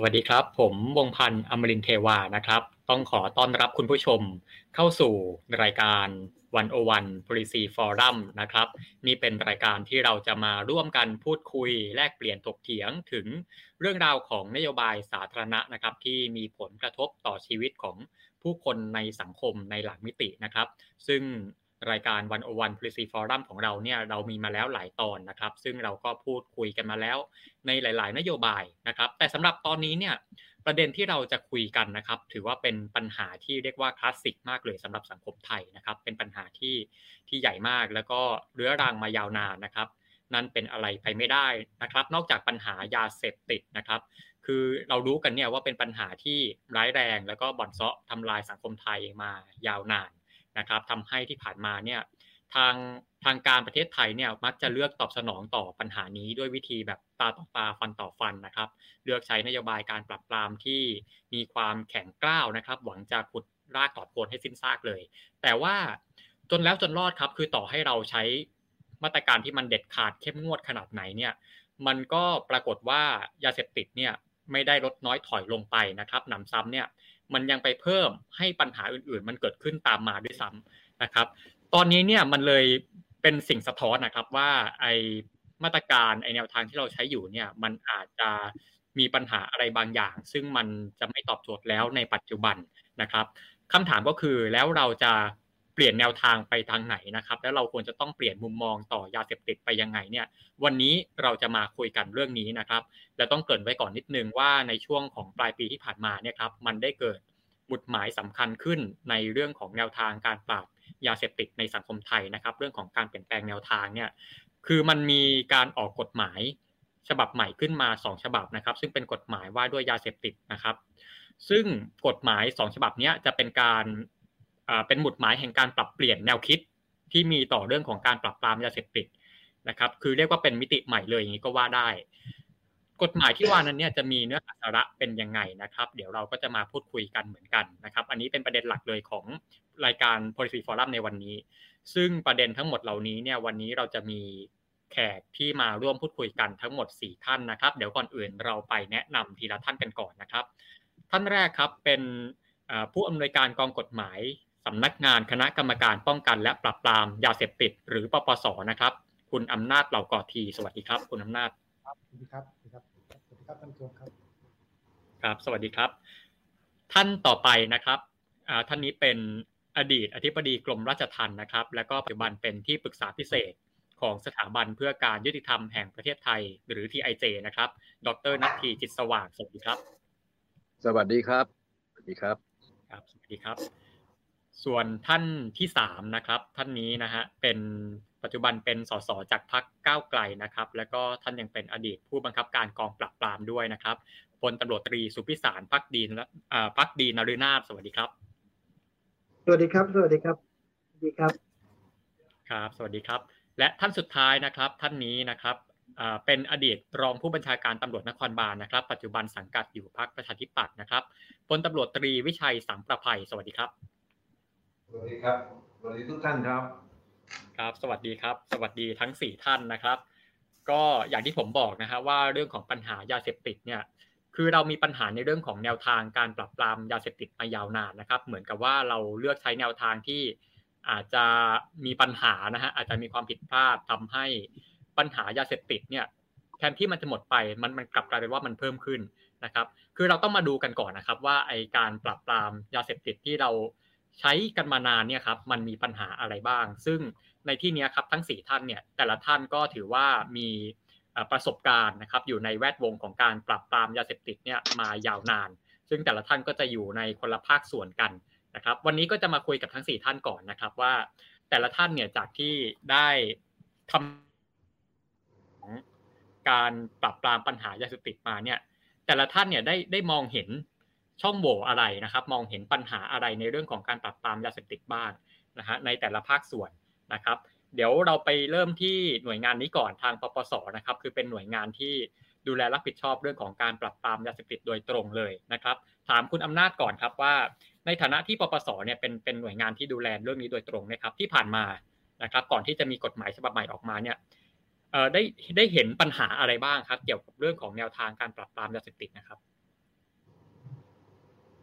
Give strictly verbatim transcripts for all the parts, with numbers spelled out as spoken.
วัสดีครับผมวงศ์พันธ์อมรินทร์เทวานะครับต้องขอต้อนรับคุณผู้ชมเข้าสู่รายการหนึ่งศูนย์หนึ่ง Policy Forum นะครับนี่เป็นรายการที่เราจะมาร่วมกันพูดคุยแลกเปลี่ยนถกเถียงถึงเรื่องราวของนโยบายสาธารณะนะครับที่มีผลกระทบต่อชีวิตของผู้คนในสังคมในหลายมิตินะครับซึ่งรายการหนึ่งศูนย์หนึ่ง Policy Forum ของเราเนี่ยเรามีมาแล้วหลายตอนนะครับซึ่งเราก็พูดคุยกันมาแล้วในหลายๆนโยบายนะครับแต่สำหรับตอนนี้เนี่ยประเด็นที่เราจะคุยกันนะครับถือว่าเป็นปัญหาที่เรียกว่าคลาสสิกมากเลยสำหรับสังคมไทยนะครับเป็นปัญหาที่ที่ใหญ่มากแล้วก็เรื้อรังมายาวนานนะครับนั่นเป็นอะไรไปไม่ได้นะครับนอกจากปัญหายาเสพติดนะครับคือเรารู้กันเนี่ยว่าเป็นปัญหาที่ร้ายแรงแล้วก็บ่อนเซาะทำลายสังคมไทยมายาวนานนะครับทำให้ที่ผ่านมาเนี่ยทางทางการประเทศไทยเนี่ยมักจะเลือกตอบสนองต่อปัญหานี้ด้วยวิธีแบบตาต่อตาฟันต่อฟันนะครับเลือกใช้นโยบายการปราบปรามที่มีความแข็งกร้าวนะครับหวังจะขุดรากถอนโคนให้สิ้นซากเลยแต่ว่าจนแล้วจนรอดครับคือต่อให้เราใช้มาตรการที่มันเด็ดขาดเข้มงวดขนาดไหนเนี่ยมันก็ปรากฏว่ายาเสพติดเนี่ยไม่ได้ลดน้อยถอยลงไปนะครับหนำซ้ำเนี่ยมันยังไปเพิ่มให้ปัญหาอื่นๆมันเกิดขึ้นตามมาด้วยซ้ำนะครับตอนนี้เนี่ยมันเลยเป็นสิ่งสะท้อนนะครับว่าไอมาตรการไอแนวทางที่เราใช้อยู่เนี่ยมันอาจจะมีปัญหาอะไรบางอย่างซึ่งมันจะไม่ตอบโจทย์แล้วในปัจจุบันนะครับคำถามก็คือแล้วเราจะเปลี่ยนแนวทางไปทางไหนนะครับแล้วเราควรจะต้องเปลี่ยนมุมมองต่อยาเสพติดไปยังไงเนี่ยวันนี้เราจะมาคุยกันเรื่องนี้นะครับและต้องเกริ่นไว้ก่อนนิดนึงว่าในช่วงของปลายปีที่ผ่านมาเนี่ยครับมันได้เกิดบุตรหมายสำคัญขึ้นในเรื่องของแนวทางการปราบยาเสพติดในสังคมไทยนะครับเรื่องของการเปลี่ยนแปลงแนวทางเนี่ยคือมันมีการออกกฎหมายฉบับใหม่ขึ้นมาสองฉบับนะครับซึ่งเป็นกฎหมายว่าด้วยยาเสพติดนะครับซึ่งกฎหมายสองฉบับนี้จะเป็นการอ่าเป็นหมุดหมายแห่งการปรับเปลี่ยนแนวคิดที่มีต่อเรื่องของการปราบปรามยาเสพติดนะครับคือเรียกว่าเป็นมิติใหม่เลยอย่างนี้ก็ว่าได้กฎหมายที่ว่านั้นเนี่ยจะมีเนื้อหาสาระเป็นยังไงนะครับเดี๋ยวเราก็จะมาพูดคุยกันเหมือนกันนะครับอันนี้เป็นประเด็นหลักเลยของรายการ Policy Forum ในวันนี้ซึ่งประเด็นทั้งหมดเหล่านี้เนี่ยวันนี้เราจะมีแขกที่มาร่วมพูดคุยกันทั้งหมดสี่ท่านนะครับเดี๋ยวก่อนอื่นเราไปแนะนำทีละท่านกันก่อนนะครับท่านแรกครับเป็นผู้อำนวยการกองกฎหมายสำนักงานคณะกรรมการป้องกันและปราบปรามยาเสพติดหรือปปสนะครับคุณอำนาจเหล่ากอทีสวัสดีครับคุณอำนาจครับสวัสดีครับสวัสดีครับสวัสดีครับท่านผู้ชมครับครับสวัสดีครับท่านต่อไปนะครับท่านนี้เป็นอดีตอธิบดีกรมราชทัณฑ์นะครับและก็ปัจจุบันเป็นที่ปรึกษาพิเศษของสถาบันเพื่อการยุติธรรมแห่งประเทศไทยหรือ ที ไอ เจ นะครับดร.ณัฐฐีจิตสว่างสวัสดีครับสวัสดีครับสวัสดีครับครับสวัสดีครับส่วนท่านที่สามนะครับท่านนี้นะฮะเป็นปัจจุบันเป็นสสจากพรรคก้าวไกลนะครับแล้วก็ท่านยังเป็นอดีตผู้บังคับการกองปราบปรามด้วยนะครับพลตำรวจตรีสุพิสารภักดีและอ่าภักดีนฤนาถสวัสดีครับสวัสดีครับสวัสดีครับสวัสดีครับครับสวัสดีครับและท่านสุดท้ายนะครับท่านนี้นะครับอ่าเป็นอดีตรองผู้บัญชาการตำรวจนครบาลนะครับปัจจุบันสังกัดอยู่พรรคประชาธิปัตย์นะครับพลตำรวจตรีวิชัยสังประภัยสวัสดีครับสวัสดีครับสวัสดีทุกท่านครับครับสวัสดีครับสวัสดีทั้งสี่ท่านนะครับก็อย่างที่ผมบอกนะฮะว่าเรื่องของปัญหายาเสพติดเนี่ยคือเรามีปัญหาในเรื่องของแนวทางการปราบปรามยาเสพติดมายาวนานนะครับเหมือนกับว่าเราเลือกใช้แนวทางที่อาจจะมีปัญหานะฮะอาจจะมีความผิดพลาดทำให้ปัญหายาเสพติดเนี่ยแทนที่มันจะหมดไปมันมันกลับกลายเป็นว่ามันเพิ่มขึ้นนะครับคือเราต้องมาดูกันก่อนนะครับว่าไอการปราบปรามยาเสพติดที่เราใช้กันมานานเนี่ยครับมันมีปัญหาอะไรบ้างซึ่งในที่นี้ครับทั้งสี่ท่านเนี่ยแต่ละท่านก็ถือว่ามีประสบการณ์นะครับอยู่ในแวดวงของการปราบปรามยาเสพติดเนี่ยมายาวนานซึ่งแต่ละท่านก็จะอยู่ในคนละภาคส่วนกันนะครับวันนี้ก็จะมาคุยกับทั้งสี่ท่านก่อนนะครับว่าแต่ละท่านเนี่ยจากที่ได้ทำการปราบปรามปัญหายาเสพติดมาเนี่ยแต่ละท่านเนี่ยได้ได้มองเห็นช่องโหว่อะไรนะครับมองเห็นปัญหาอะไรในเรื่องของการปราบปรามยาเสพติดบ้างนะฮะในแต่ละภาคส่วนนะครับเดี๋ยวเราไปเริ่มที่หน่วยงานนี้ก่อนทางปปสนะครับคือเป็นหน่วยงานที่ดูแลรับผิดชอบเรื่องของการปราบปรามยาเสพติดโดยตรงเลยนะครับถามคุณอำนาจก่อนครับว่าในฐานะที่ปปสเนี่ยเป็นเป็นหน่วยงานที่ดูแลเรื่องนี้โดยตรงนะครับที่ผ่านมานะครับก่อนที่จะมีกฎหมายฉบับใหม่ออกมาเนี่ยเอ่อได้ได้เห็นปัญหาอะไรบ้างครับเกี่ยวกับเรื่องของแนวทางการปราบปรามยาเสพติดนะครับ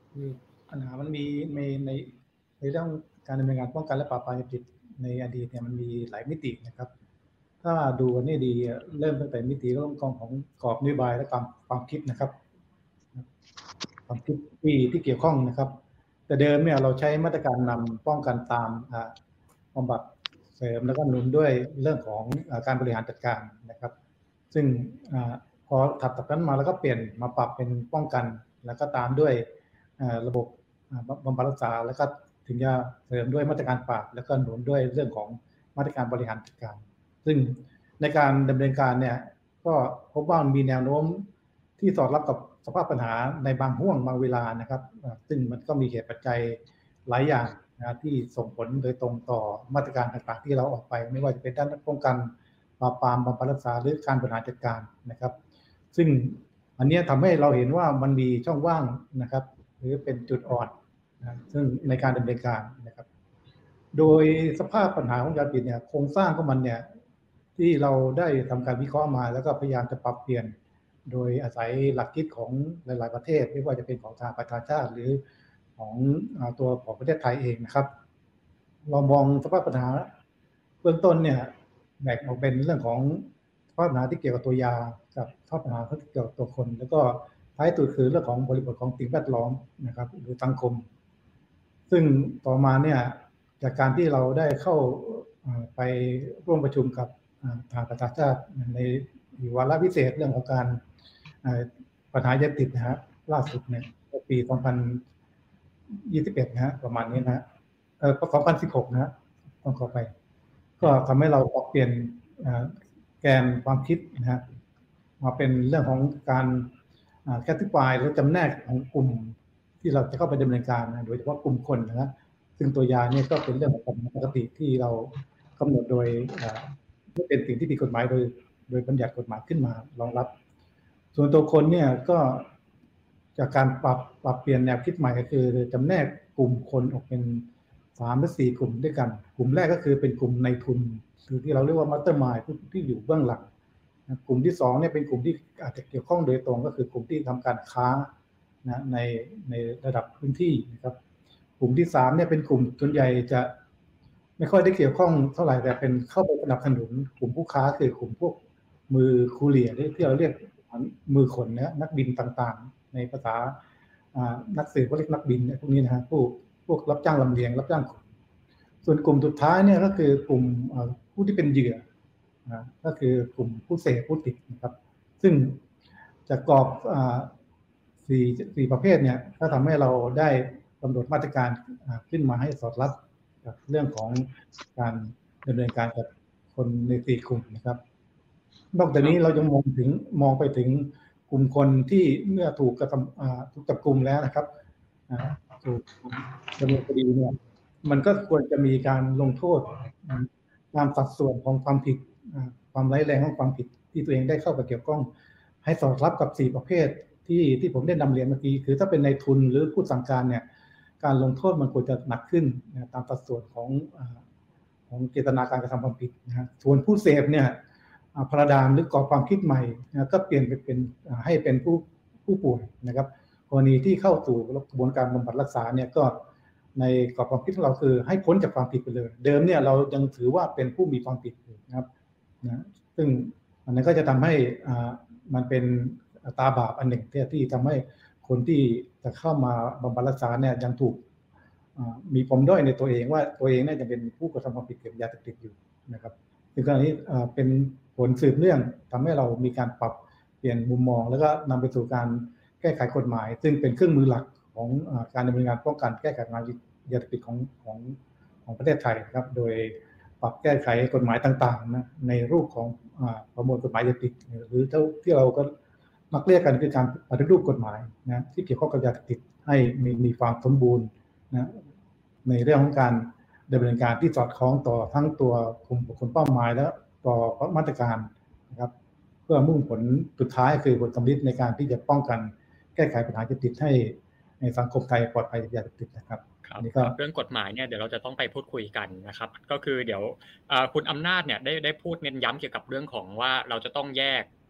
คือปัญหามันมีในในในเรื่องการดำเนินงานป้องกันและปราบปรามยาเสพติดในอดีตเนี่ยมันมีหลายมิตินะครับถ้าดูกันนี่ดีเริ่มตั้งแต่มิติเรื่องของของกรอบนโยบายและความความคิดนะครับความคิดที่ที่เกี่ยวข้องนะครับแต่เดิมเนี่ยเราใช้มาตรการนำป้องกันตามบำบัดเสริมแล้วก็หนุนด้วยเรื่องของการบริหารจัดการนะครับซึ่งพอถัดจากนั้นมาแล้วก็เปลี่ยนมาปรับเป็นป้องกันแล้วก็ตามด้วยระบบบำบัดรักษาแล้วก็ถึงจะเสริมด้วยมาตรการปราบแล้วก็หนุนด้วยเรื่องของมาตรการบริหารจัดการซึ่งในการดำเนินการเนี่ยก็พบว่ามีแนวโน้มที่สอดรับกับสภาพปัญหาในบางห่วงบางเวลานะครับซึ่งมันก็มีเหตุปัจจัยหลายอย่างนะที่ส่งผลโดยตรงต่อมาตรการต่างๆที่เราออกไปไม่ว่าจะเป็นด้านป้องกันปราบปรามบำบัดรักษาหรือการบริหารจัดการนะครับซึ่งอันนี้ทำให้เราเห็นว่ามันมีช่องว่างนะครับหรือเป็นจุดอ่อนนะซึ่งในการดำเนินการนะครับโดยสภาพปัญหาของยาเสพติดเนี่ยโครงสร้างของมันเนี่ยที่เราได้ทำการวิเคราะห์มาแล้วก็พยายามจะปรับเปลี่ยนโดยอาศัยหลักคิดของหลายๆประเทศไม่ว่าจะเป็นของทางประชาชาติหรือของตัวของประเทศไทยเองนะครับเรามองสภาพปัญหาเบื้องต้นเนี่ยแบ่งออกเป็นเรื่องของสภาพปัญหาที่เกี่ยวกับตัวยากับสภาพปัญหาที่เกี่ยวกับตัวคนแล้วก็ท้ายสุดคือเรื่องของบริบทของสิ่งแวดล้อมนะครับหรือสังคมซึ่งต่อมาเนี่ยจากการที่เราได้เข้าไปร่วมประชุมกับทางประชาชาติในวาระพิเศษเรื่องของการปัญหายาเสพติดนะฮะล่าสุดเนี่ยปีสองพันยี่สิบเอ็ดนะฮะประมาณนี้นะฮะเอ่อสองพันสิบหกนะฮะต้องขอไปก็ทำให้เราปรับเปลี่ยนแกนความคิดนะฮะมาเป็นเรื่องของการแคตติฟายหรือจำแนกของกลุ่มที่เราจะเข้าไปดำเนินการนะโดยเฉพาะกลุ่มคนนะฮะซึ่งตัวยาเนี่ยก็เป็นเรื่องของปกติที่เรากำหนดโดยไม่เป็นสิ่งที่ผิดกฎหมายโดยโดยบัญญัติกฎหมายขึ้นมารองรับส่วนตัวคนเนี่ยก็จากการปรับปรับเปลี่ยนแนวคิดใหม่ก็คือจำแนกกลุ่มคนออกเป็นสามหรือสี่กลุ่มด้วยกันกลุ่มแรกก็คือเป็นกลุ่มในทุนหรือที่เราเรียกว่ามาสเตอร์มายด์ที่อยู่เบื้องหลังกลุ่มที่สองเนี่ยเป็นกลุ่มที่อาจจะเกี่ยวข้องโดยตรงก็คือกลุ่มที่ทำการค้านะในในระดับพื้นที่นะครับกลุ่มที่สามเนี่ยเป็นกลุ่มส่วนใหญ่จะไม่ค่อยได้เกี่ยวข้องเท่าไหร่แต่เป็นเข้าไปสนับสนุนกลุ่มผู้ค้าคือกลุ่มพวกมือคูเรียที่เราเรียกมือขนนะนักบินต่างๆในภาษานักสืบก็เรียกนักบินพวกนี้นะฮะผู้พวกรับจ้างลำเลียงรับจ้างขนส่วนกลุ่มสุดท้ายเนี่ยก็คือกลุ่มผู้ที่เป็นเหยื่อนะก็คือกลุ่มผู้เสพผู้ติดนะครับซึ่งจากกรอบสี่สี่ประเภทเนี่ยก็ทำให้เราได้กำหนดมาตรการขึ้นมาให้สอดรับกับเรื่องของการดำเนินการกับคนในสี่กลุ่มนะครับนอกจากนี้เรายังมองถึงมองไปถึงกลุ่มคนที่เมื่อถูกกระทำถูกจับกุมแล้วนะครับถูกดำเนินคดีเนี่ยมันก็ควรจะมีการลงโทษตามสัดส่วนของความผิดความร้ายแรงของความผิดที่ตัวเองได้เข้าไปเกี่ยวข้องให้สอดรับกับสี่ประเภทที่ที่ผมได้นำเรียนเมื่อกี้คือถ้าเป็นในทุนหรือผู้สั่งการเนี่ยการลงโทษมันควรจะหนักขึ้นตามสัดส่วนของของเจตนาการกระทำความผิดนะฮะส่วนผู้เสพเนี่ยพระดามหรือกรอบความคิดใหม่นะก็เปลี่ยนไปเป็นให้เป็นผู้ผู้ป่วยนะครับกรณีที่เข้าสู่กระบวนการบำบัดรักษาเนี่ยก็ในกรอบความคิดของเราคือให้พ้นจากความผิดไปเลยเดิมเนี่ยเรายังถือว่าเป็นผู้มีความผิดอยู่นะครับนะซึ่งอันนั้นก็จะทำให้อ่ามันเป็นตาบาปอันหนึ่งที่ที่ทำให้คนที่จะเข้ามาบำบัดรักษาเนี่ยยังถูกมีปมด้อยในตัวเองว่าตัวเองน่าจะเป็นผู้กระทำความผิดเกี่ยวกับยาเสพติดอยู่นะครับซึ่งกรณีเป็นผลสืบเนื่องทำให้เรามีการปรับเปลี่ยนมุมมองแล้วก็นำไปสู่การแก้ไขกฎหมายซึ่งเป็นเครื่องมือหลักของการดำเนินงานป้องกันแก้ไขปัญหายาเสพติดของของของประเทศไทยครับโดยปรับแก้ไขกฎหมายต่างๆนะในรูปของประมวลกฎหมายยาเสพติดหรือที่เราก็มักเรียกกันคือการปฏิรูปกฎหมายนะที่เกี่ยวข้องกับยาเสพติดให้มีมีความสมบูรณ์นะในเรื่องของการดำเนินการที่สอดคล้องต่อทั้งตัวกลุ่มบุคคลเป้าหมายและต่อมาตรการนะครับเพื่อมุ่งผลสุดท้ายคือผลสำลิดในการที่จะป้องกันแก้ไขปัญหายาเสพติดให้ในสังคมไทยปลอดภัยจากยาเสพติดนะครับนี่ก็เรื่องกฎหมายเนี่ยเดี๋ยวเราจะต้องไปพูดคุยกันนะครับก็คือเดี๋ยวคุณอำนาจเนี่ยได้ได้พูดเน้นย้ำเกี่ยวกับเรื่องของว่าเราจะต้องแยกก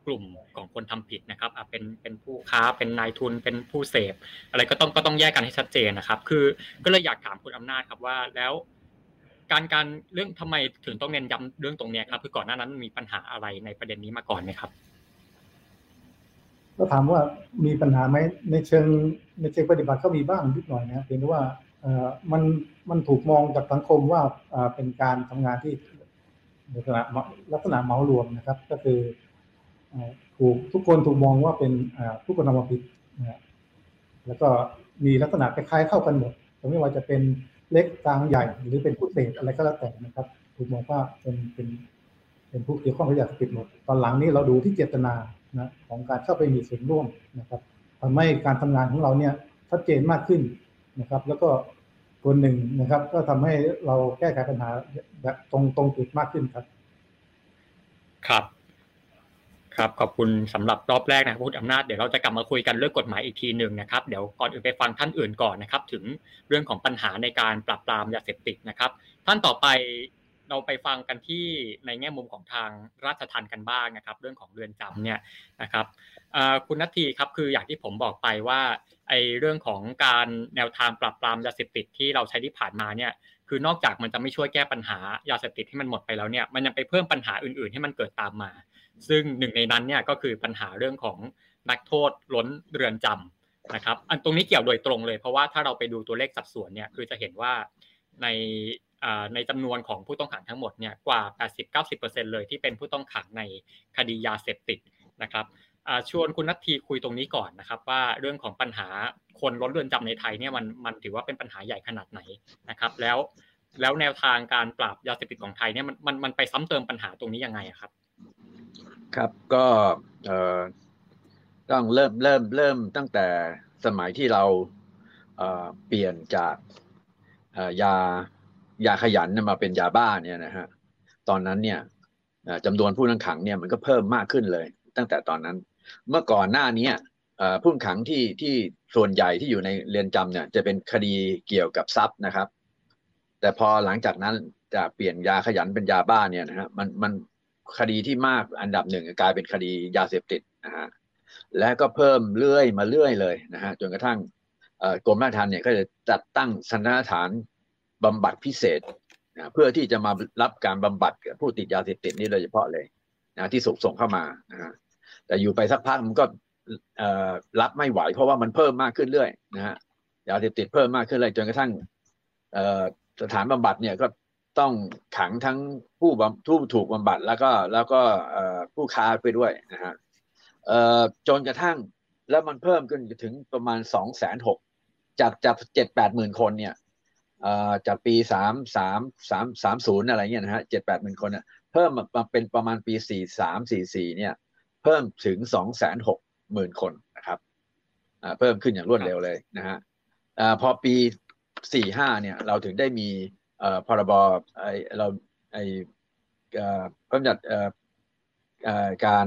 ลุ่มของคนทำผิดนะครับอ่ะเป็นเป็นผู้ค้าเป็นนายทุนเป็นผู้เสพอะไรก็ต้องก็ต้องแยกกันให้ชัดเจนนะครับคือก็เลยอยากถามคุณอำนาจครับว่าแล้วการการเรื่องทำไมถึงต้องเน้นย้ำเรื่องตรงนี้ครับคือก่อนหน้านั้นมีปัญหาอะไรในประเด็นนี้มาก่อนไหมครับก็ถามว่ามีปัญหาไหมในเชิงในเชิงปฏิบัติก็มีบ้างนิดหน่อยนะเพียงแต่ว่าเอ่อมันมันถูกมองจากสังคมว่าเอ่อเป็นการทำงานที่ลักษณะลักษณะเหมารวมนะครับก็คือเอ่อถูกทุกคนถูกมองว่าเป็นเอ่อผู้กระทำความผิดนะแล้วก็มีลักษณะคล้ายๆเข้ากันหมดไม่ว่าจะเป็นเล็กกลางใหญ่หรือเป็นผู้เสพอะไรก็แล้วแต่นะครับถูกมองว่าเป็นเป็นเป็นผู้เกี่ยวข้องกับยาเสพติดหมดตอนหลังนี้เราดูที่เจตนานะของการเข้าไปมีส่วนร่วมนะครับทำให้การทำงานของเราเนี่ยชัดเจนมากขึ้นนะครับแล้วก็ตัวหนึ่งนะครับก็ทำให้เราแก้ไขปัญหาแบบตรงตรงจุดมากขึ้นครับครับครับขอบคุณสำหรับรอบแรกนะครับคุณอำนาจเดี๋ยวเราจะกลับมาคุยกันเรื่องกฎหมายอีกทีหนึ่งนะครับเดี๋ยวก่อนอื่นไปฟังท่านอื่นก่อนนะครับถึงเรื่องของปัญหาในการปราบปรามยาเสพติดนะครับท่านต่อไปเราไปฟังกันที่ในแง่มุมของทางราชทัณฑ์กันบ้างนะครับเรื่องของเรือนจำเนี่ยนะครับคุณณัฐีครับคืออย่างที่ผมบอกไปว่าไอ้เรื่องของการแนวทางปราบปรามยาเสพติดที่เราใช้ที่ผ่านมาเนี่ยคือนอกจากมันจะไม่ช่วยแก้ปัญหายาเสพติดที่มันหมดไปแล้วเนี่ยมันยังไปเพิ่มปัญหาอื่นๆให้มันเกิดตามมาซึ่งหนึ่งในนั้นเนี่ยก็คือปัญหาเรื่องของนักโทษล้นเรือนจำนะครับอันตรงนี้เกี่ยวโดยตรงเลยเพราะว่าถ้าเราไปดูตัวเลขสัดส่วนเนี่ยคือจะเห็นว่าในในจำนวนของผู้ต้องขังทั้งหมดเนี่ยกว่า แปดสิบถึงเก้าสิบเปอร์เซ็นต์ เลยที่เป็นผู้ต้องขังในคดียาเสพติดนะครับชวนคุณณัฐีคุยตรงนี้ก่อนนะครับว่าเรื่องของปัญหาคนล้นเรือนจำในไทยเนี่ยมันมันถือว่าเป็นปัญหาใหญ่ขนาดไหนนะครับแล้วแล้วแนวทางการปราบยาเสพติดของไทยเนี่ยมันมันมันไปซ้ำเติมปัญหาตรงนี้ยังไงครับครับก็เอ่อต้องเริ่มเริ่มเริ่มตั้งแต่สมัยที่เราเอ่อเปลี่ยนจากเอ่อยายาขยันมาเป็นยาบ้าเนี่ยนะฮะตอนนั้นเนี่ยจำนวนผู้ต้องขังเนี่ยมันก็เพิ่มมากขึ้นเลยตั้งแต่ตอนนั้นเมื่อก่อนหน้านี้ผู้ต้องขังที่ที่ส่วนใหญ่ที่อยู่ในเรือนจำเนี่ยจะเป็นคดีเกี่ยวกับทรัพย์นะครับแต่พอหลังจากนั้นจะเปลี่ยนยาขยันเป็นยาบ้าเนี่ยนะฮะมันมันคดีที่มากอันดับหนึ่งกลายเป็นคดียาเสพติดนะฮะและก็เพิ่มเรื่อยมาเรื่อยเลยนะฮะจนกระทั่งกรมราชทัณฑ์เนี่ยก็จะจัดตั้งสถานฐานบำบัดพิเศษนะเพื่อที่จะมารับการบำบัดผู้ติดยาเสพติดนี่โดยเฉพาะเลยนะที่ส่งส่งเข้ามานะฮะแต่อยู่ไปสักพักมันก็รับไม่ไหวเพราะว่ามันเพิ่มมากขึ้นเรื่อยนะฮะยาเสพติดเพิ่มมากขึ้นเลยจนกระทั่งสถานบำบัดเนี่ยก็ต้องขังทั้งผู้ผู้ถูกบำบัดแล้วก็แล้วก็ผู้ค้าไปด้วยนะฮะจนกระทั่งแล้วมันเพิ่มขึ้นถึงประมาณสองแสนหกจากจากเจ็ดแปดหมื่นคนเนี่ยจากปีสามสามสามสามศูนย์อะไรเงี้ยนะฮะเจ็ดแปดหมื่นคนเนี่ยเพิ่มมาเป็นประมาณปีสี่สามสี่สี่เนี่ยเพิ่มถึงสองแสนหกหมื่นคนนะครับเพิ่มขึ้นอย่างรวดเร็วเลยนะฮะพอปีสี่ห้าเนี่ยเราถึงได้มีพรบไอเราไอพระบัญญัติการ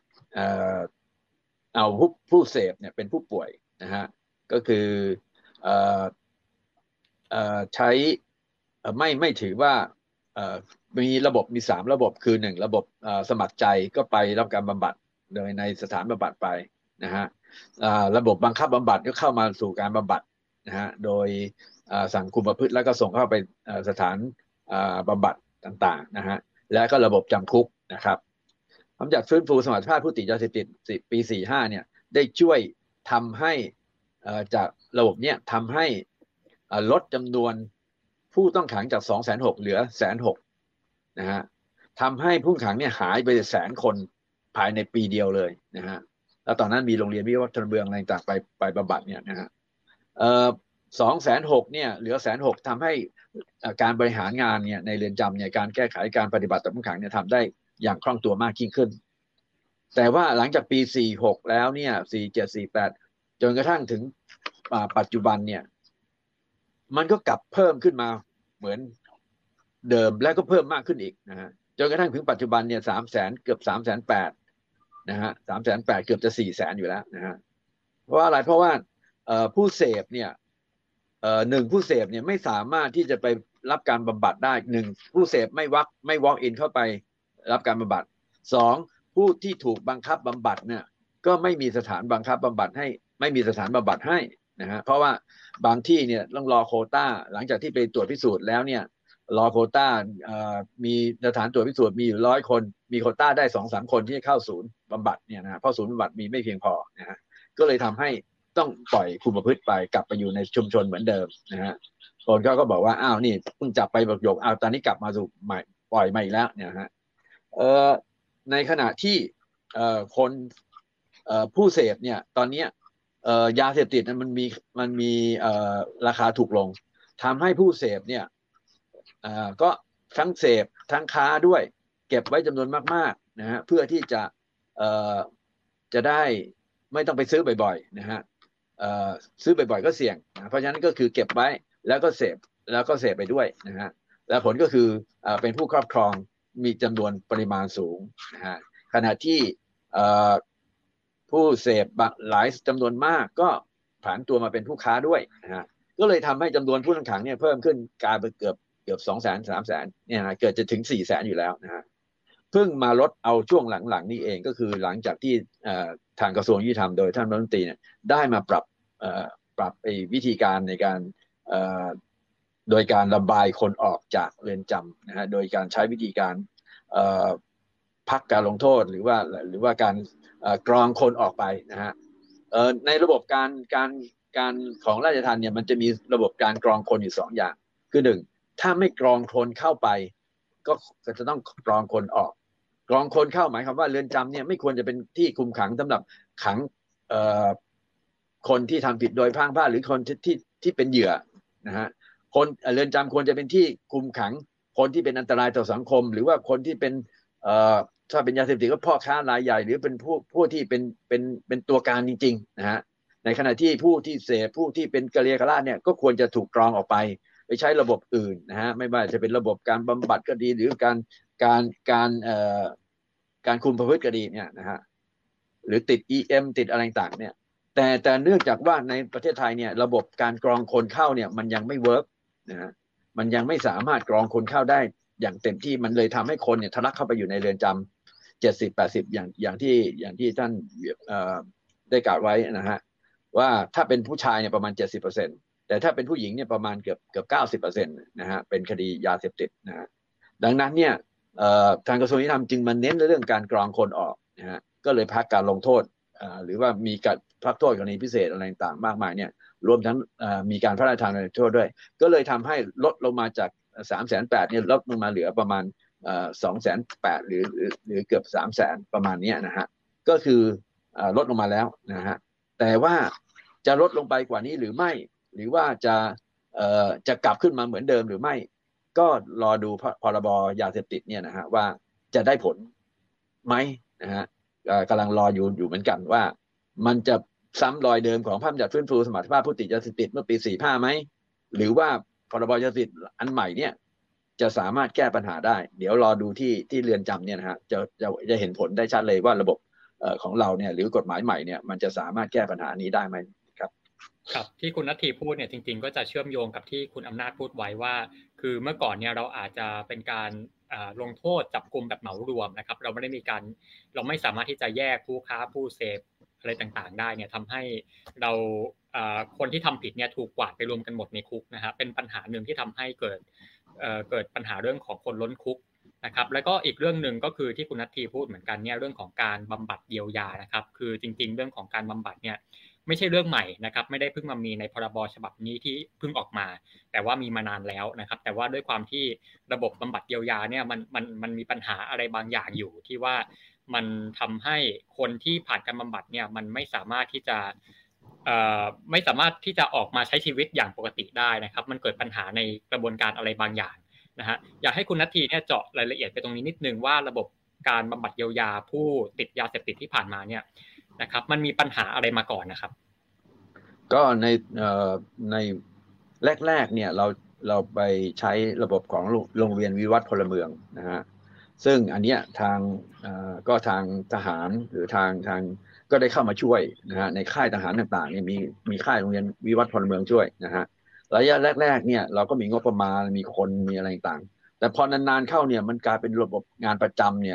เอาผู้ผู้เสพเนี่ยเป็นผู้ป่วยนะฮะก็คือใช้ไม่ไม่ถือว่ามีระบบมีสามระบบคือหนึ่งระบบสมัครใจก็ไปรับการบำบัดโดยในสถานบำบัดไปนะฮะระบบบังคับบำบัดก็เข้ามาสู่การบำบัดนะฮะโดยสั่งคุมประพฤติแล้วก็ส่งเข้าไปสถานบำบัดต่างๆนะฮะและก็ระบบจำคุกนะครับพร้อมจากฟื้นฟูสมรรถภาพผู้ติดยาเสพติดปีสี่ห้าเนี่ยได้ช่วยทำให้จากระบบเนี้ยทำให้ลดจำนวนผู้ต้องขังจาก สองแสนหกหมื่น เหลือ หนึ่งแสนหกหมื่น นะฮะทำให้ผู้ขังเนี่ยหายไปแสนคนภายในปีเดียวเลยนะฮะแล้วตอนนั้นมีโรงเรียนวิวัฒนเบืองอะไรต่างๆไปไปบำบัดเนี่ยนะฮะเอ่อสองแสนหกเนี่ยเหลือแสนหกทำให้การบริหารงานเนี่ยในเรือนจำเนี่ยการแก้ไขการปฏิบัติต่อผู้ขังเนี่ยทำได้อย่างคล่องตัวมากยิ่งขึ้นแต่ว่าหลังจากปีสี่หกแล้วเนี่ยสี่เจ็ด สี่แปดจนกระทั่งถึงปัจจุบันเนี่ยมันก็กลับเพิ่มขึ้นมาเหมือนเดิมแล้วก็เพิ่มมากขึ้นอีกนะฮะจนกระทั่งถึงปัจจุบันเนี่ยสามแสนเกือบสามแสนแปดนะฮะสามแสนแปดเกือบจะสี่แสนอยู่แล้วนะฮะเพราะว่าอะไรเพราะว่าผู้เสพเนี่ยหนึ่งผู้เสพเนี่ยไม่สามารถที่จะไปรับการบำบัดได้หนึ่งผู้เสพไม่วักไม่ walk in เข้าไปรับการบำบัดสองผู้ที่ถูกบังคับบำบัดเนี่ยก็ไม่มีสถานบังคับบำบัดให้ไม่มีสถานบำบัดให้นะฮะเพราะว่าบางที่เนี่ยต้องรอโควต้าหลังจากที่ไปตรวจพิสูจน์แล้วเนี่ยรอโควต้ามีสถานตรวจพิสูจน์มีอยู่ร้อยคนมีโควต้าได้สองสามคนที่จะเข้าศูนย์บำบัดเนี่ยนะเพราะศูนย์บำบัดมีไม่เพียงพอนะฮะก็เลยทำให้ต้องปล่อยคุมประพฤติไปกลับไปอยู่ในชุมชนเหมือนเดิมนะฮะคนเขาก็บอกว่าอ้าวนี่เพิ่งจับไปบอกหยกอ้าวตอนนี้กลับมาสู่ใหม่ปล่อยมาอีกแล้วเนี่ยฮะเอ่อในขณะที่เอ่อคนเอ่อผู้เสพเนี่ยตอนนี้เอ่อยาเสพติดมันมีมันมีเอ่อราคาถูกลงทำให้ผู้เสพเนี่ยเอ่อก็ทั้งเสพทั้งค้าด้วยเก็บไว้จำนวนมากๆนะฮะเพื่อที่จะเอ่อจะได้ไม่ต้องไปซื้อบ่อยๆนะฮะเอ่อซื้อบ่อยๆก็เสี่ยงนะเพราะฉะนั้นก็คือเก็บไว้แล้วก็เสพแล้วก็เสพไปด้วยนะฮะแล้วผลก็คือเอ่อเป็นผู้ครอบครองมีจำนวนปริมาณสูงนะฮะขณะที่เอ่อผู้เสพหลายจำนวนมากก็ผันตัวมาเป็นผู้ค้าด้วยนะฮะก็เลยทำให้จำนวนผู้ต้องขังเนี่ยเพิ่มขึ้นกลายเป็นเกือบเกือบสองแสนสามแสนเนี่ยนะเกิดจะถึงสี่แสนอยู่แล้วนะฮะเพิ่งมาลดเอาช่วงหลังๆนี่เองก็คือหลังจากที่ทางกระทรวงยุติธรรมโดยท่านรัฐมนตรีเนี่ยได้มาปรับปรับวิธีการในการโดยการระบายคนออกจากเรือนจำนะฮะโดยการใช้วิธีการพักการลงโทษหรือว่าหรือว่าการกรองคนออกไปนะฮะในระบบการการการของราชทัณฑ์เนี่ยมันจะมีระบบการกรองคนอยู่สองอย่างคือหนึ่งถ้าไม่กรองคนเข้าไปก็จะต้องกรองคนออกกรองคนเข้าหมายความว่าเรือนจำเนี่ยไม่ควรจะเป็นที่คุมขังสำหรับขังคนที่ทำผิดโดยพลาดพลาดหรือคนที่ที่ที่เป็นเหยื่อนะฮะคนเรือนจำควรจะเป็นที่คุมขังคนที่เป็นอันตรายต่อสังคมหรือว่าคนที่เป็นถ้าเป็นยาเสพติดก็พ่อค้ารายใหญ่หรือเป็นผู้ผู้ที่เป็นเป็นเป็นตัวการจริงๆนะฮะในขณะที่ผู้ที่เสพผู้ที่เป็นกะเลียกะลาดเนี่ยก็ควรจะถูกกรองออกไปไปใช้ระบบอื่นนะฮะไม่ว่าจะเป็นระบบการบำบัดก็ดีหรือการการการเอ่อการคุมประพฤติก็ดีเนี่ยนะฮะหรือติด อี เอ็ม ติดอะไรต่างเนี่ยแต่แต่เนื่องจากว่าในประเทศไทยเนี่ยระบบการกรองคนเข้าเนี่ยมันยังไม่เวิร์กนะฮะมันยังไม่สามารถกรองคนเข้าได้อย่างเต็มที่มันเลยทำให้คนเนี่ยทะลักเข้าไปอยู่ในเรือนจำเจ็ดสิบ แปดสิบอย่างอย่างที่อย่างที่ท่านได้กล่าวไว้นะฮะว่าถ้าเป็นผู้ชายเนี่ยประมาณ เจ็ดสิบเปอร์เซ็นต์ แต่ถ้าเป็นผู้หญิงเนี่ยประมาณเกือบเกือบ เก้าสิบเปอร์เซ็นต์ นะฮะเป็นคดียาเสพติดนะฮะดังนั้นเนี่ยทางกระทรวงยุติธรรมจึงมาเน้นเรื่องการกรองคนออกนะฮะก็เลยพักการลงโทษหรือว่ามีการพักโทษกรณีพิเศษอะไรต่างๆมากมายเนี่ยรวมทั้งมีการพระราชทานโทษด้วยก็เลยทำให้ลดลงมาจาก สามแสนแปดหมื่น เนี่ยลดลงมาเหลือประมาณสองแสนแปดหมื่น หรือหรือเกือบ สามแสน ประมาณนี้นะฮะก็คือลดลงมาแล้วนะฮะแต่ว่าจะลดลงไปกว่านี้หรือไม่หรือว่าจะจะกลับขึ้นมาเหมือนเดิมหรือไม่ก็รอดูพรบยาเสพติดเนี่ยนะฮะว่าจะได้ผลไหมนะฮะกำลังรออยู่อยู่เหมือนกันว่ามันจะซ้ำรอยเดิมของพระราชบัญญัติฟื้นฟูสมรรถภาพผู้ติดยาเสพติดเมื่อปีสี่สิบห้าไหมหรือว่าพรบยาเสพติดอันใหม่เนี่ยจะสามารถแก้ปัญหาได้เดี๋ยวรอดูที่ที่เรือนจำเนี่ยนะฮะจะจะจะเห็นผลได้ชัดเลยว่าระบบของเราเนี่ยหรือกฎหมายใหม่เนี่ยมันจะสามารถแก้ปัญหานี้ได้ไหมครับครับที่คุณณัฐีพูดเนี่ยจริงๆก็จะเชื่อมโยงกับที่คุณอำนาจพูดไว้ว่าคือเมื่อก่อนเนี่ยเราอาจจะเป็นการลงโทษจับกุมแบบเหมารวมนะครับเราไม่ได้มีการเราไม่สามารถที่จะแยกผู้ค้าผู้เสพอะไรต่างๆได้เนี่ยทำให้เราคนที่ทำผิดเนี่ยถูกกวาดไปรวมกันหมดในคุกนะฮะเป็นปัญหาหนึ่งที่ทำให้เกิดเกิดปัญหาเรื่องของคนล้นคุกนะครับแล้วก็อีกเรื่องหนึ่งก็คือที่คุณณัฐีพูดเหมือนกันเนี่ยเรื่องของการบำบัดเยียวยานะครับคือจริงๆเรื่องของการบำบัดเนี่ยไม่ใช่เรื่องใหม่นะครับไม่ได้เพิ่งมามีในพรบฉบับนี้ที่เพิ่งออกมาแต่ว่ามีมานานแล้วนะครับแต่ว่าด้วยความที่ระบบบำบัดเยียวยาเนี่ยมันมันมันมีปัญหาอะไรบางอย่างอยู่ที่ว่ามันทำให้คนที่ผ่านการบำบัดเนี่ยมันไม่สามารถที่จะเอ่อไม่สามารถที่จะออกมาใช้ชีวิตอย่างปกติได้นะครับมันเกิดปัญหาในกระบวนการอะไรบางอย่างนะฮะอยากให้คุณณัฐีเนี่ยเจาะรายละเอียดไปตรงนี้นิดนึงว่าระบบการบำบัดเยียวยาผู้ติดยาเสพติดที่ผ่านมาเนี่ยนะครับมันมีปัญหาอะไรมาก่อนนะครับก็ในในแรกๆเนี่ยเราเราไปใช้ระบบของโรงเรียนวิวัฒน์พลเมืองนะฮะซึ่งอันเนี้ยทางก็ทางทหารหรือทางทางก็ได้เข้ามาช่วยนะฮะในค่ายทหารต่างๆเนี่ยมีมีค่ายโรงเรียนวิวัฒน์พลเมืองช่วยนะฮะระยะแรกๆเนี่ยเราก็มีงบประมาณมีคนมีอะไรต่างแต่พอนานๆเข้าเนี่ยมันกลายเป็นระบบงานประจำเนี่ย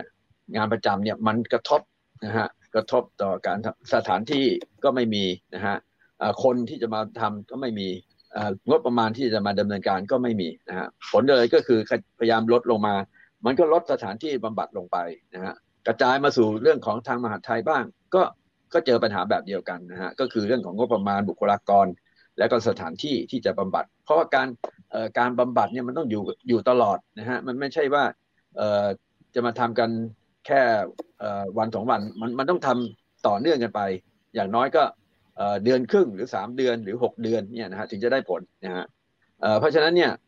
งานประจำเนี่ยมันกระทบนะฮะกระทบต่อการสถานที่ก็ไม่มีนะฮะคนที่จะมาทำก็ไม่มีงบประมาณที่จะมาดำเนินการก็ไม่มีนะฮะผลเลยก็คือพยายามลดลงมามันก็ลดสถานที่บำบัดลงไปนะฮะกระจายมาสู่เรื่องของทางมหาดไทยบ้างก็ก็เจอปัญหาแบบเดียวกันนะฮะก็คือเรื่องของงบประมาณบุคลากรและก็สถานที่ที่จะบำบัดเพราะว่าการการบำบัดเนี่ยมันต้องอยู่อยู่ตลอดนะฮะมันไม่ใช่ว่าจะมาทำกันแค่วันสองวันมันมันต้องทำต่อเนื่องกันไปอย่างน้อยก็เดือนครึ่งหรือสามเดือนหรือหกเดือนเนี่ยนะฮะถึงจะได้ผลนะฮะเพราะฉะนั้นเนี่ย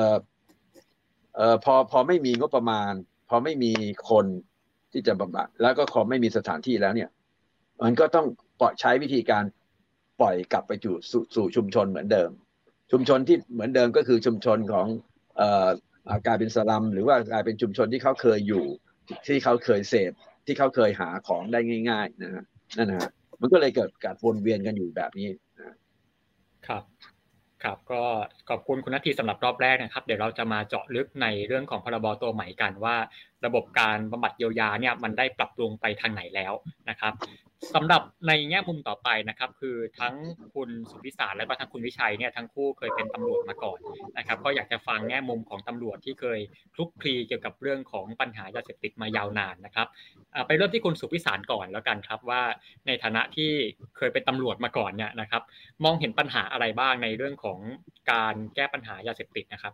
พอพอไม่มีงบประมาณพอไม่มีคนที่จะบำบัดแล้วก็พอไม่มีสถานที่แล้วเนี่ยมันก็ต้องปล่อยใช้วิธีการปล่อยกลับไปสู่สู่ชุมชนเหมือนเดิมชุมชนที่เหมือนเดิมก็คือชุมชนของเอ่อกลายเป็นสลัมหรือว่ากลายเป็นชุมชนที่เขาเคยอยู่ที่เขาเคยเสพที่เขาเคยหาของได้ง่ายๆนะฮะนั่นนะฮะมันก็เลยเกิดการวนเวียนกันอยู่แบบนี้นะครับครับก็ขอบคุณคุณณัฐีสำหรับรอบแรกนะครับเดี๋ยวเราจะมาเจาะลึกในเรื่องของพรบตัวใหม่กันว่าระบบการบำบัดเยียวยาเนี่ยมันได้ปรับปรุงไปทางไหนแล้วนะครับสำหรับในแง่มุมต่อไปนะครับคือทั้งคุณสุพิสารและก็ทั้งคุณวิชัยเนี่ยทั้งคู่เคยเป็นตำรวจมาก่อนนะครับก็อยากจะฟังแง่มุมของตำรวจที่เคยคลุกคลีเกี่ยวกับเรื่องของปัญหายาเสพติดมายาวนานนะครับไปเริ่มที่คุณสุพิสารก่อนแล้วกันครับว่าในฐานะที่เคยเป็นตำรวจมาก่อนเนี่ยนะครับมองเห็นปัญหาอะไรบ้างในเรื่องของการแก้ปัญหายาเสพติดนะครับ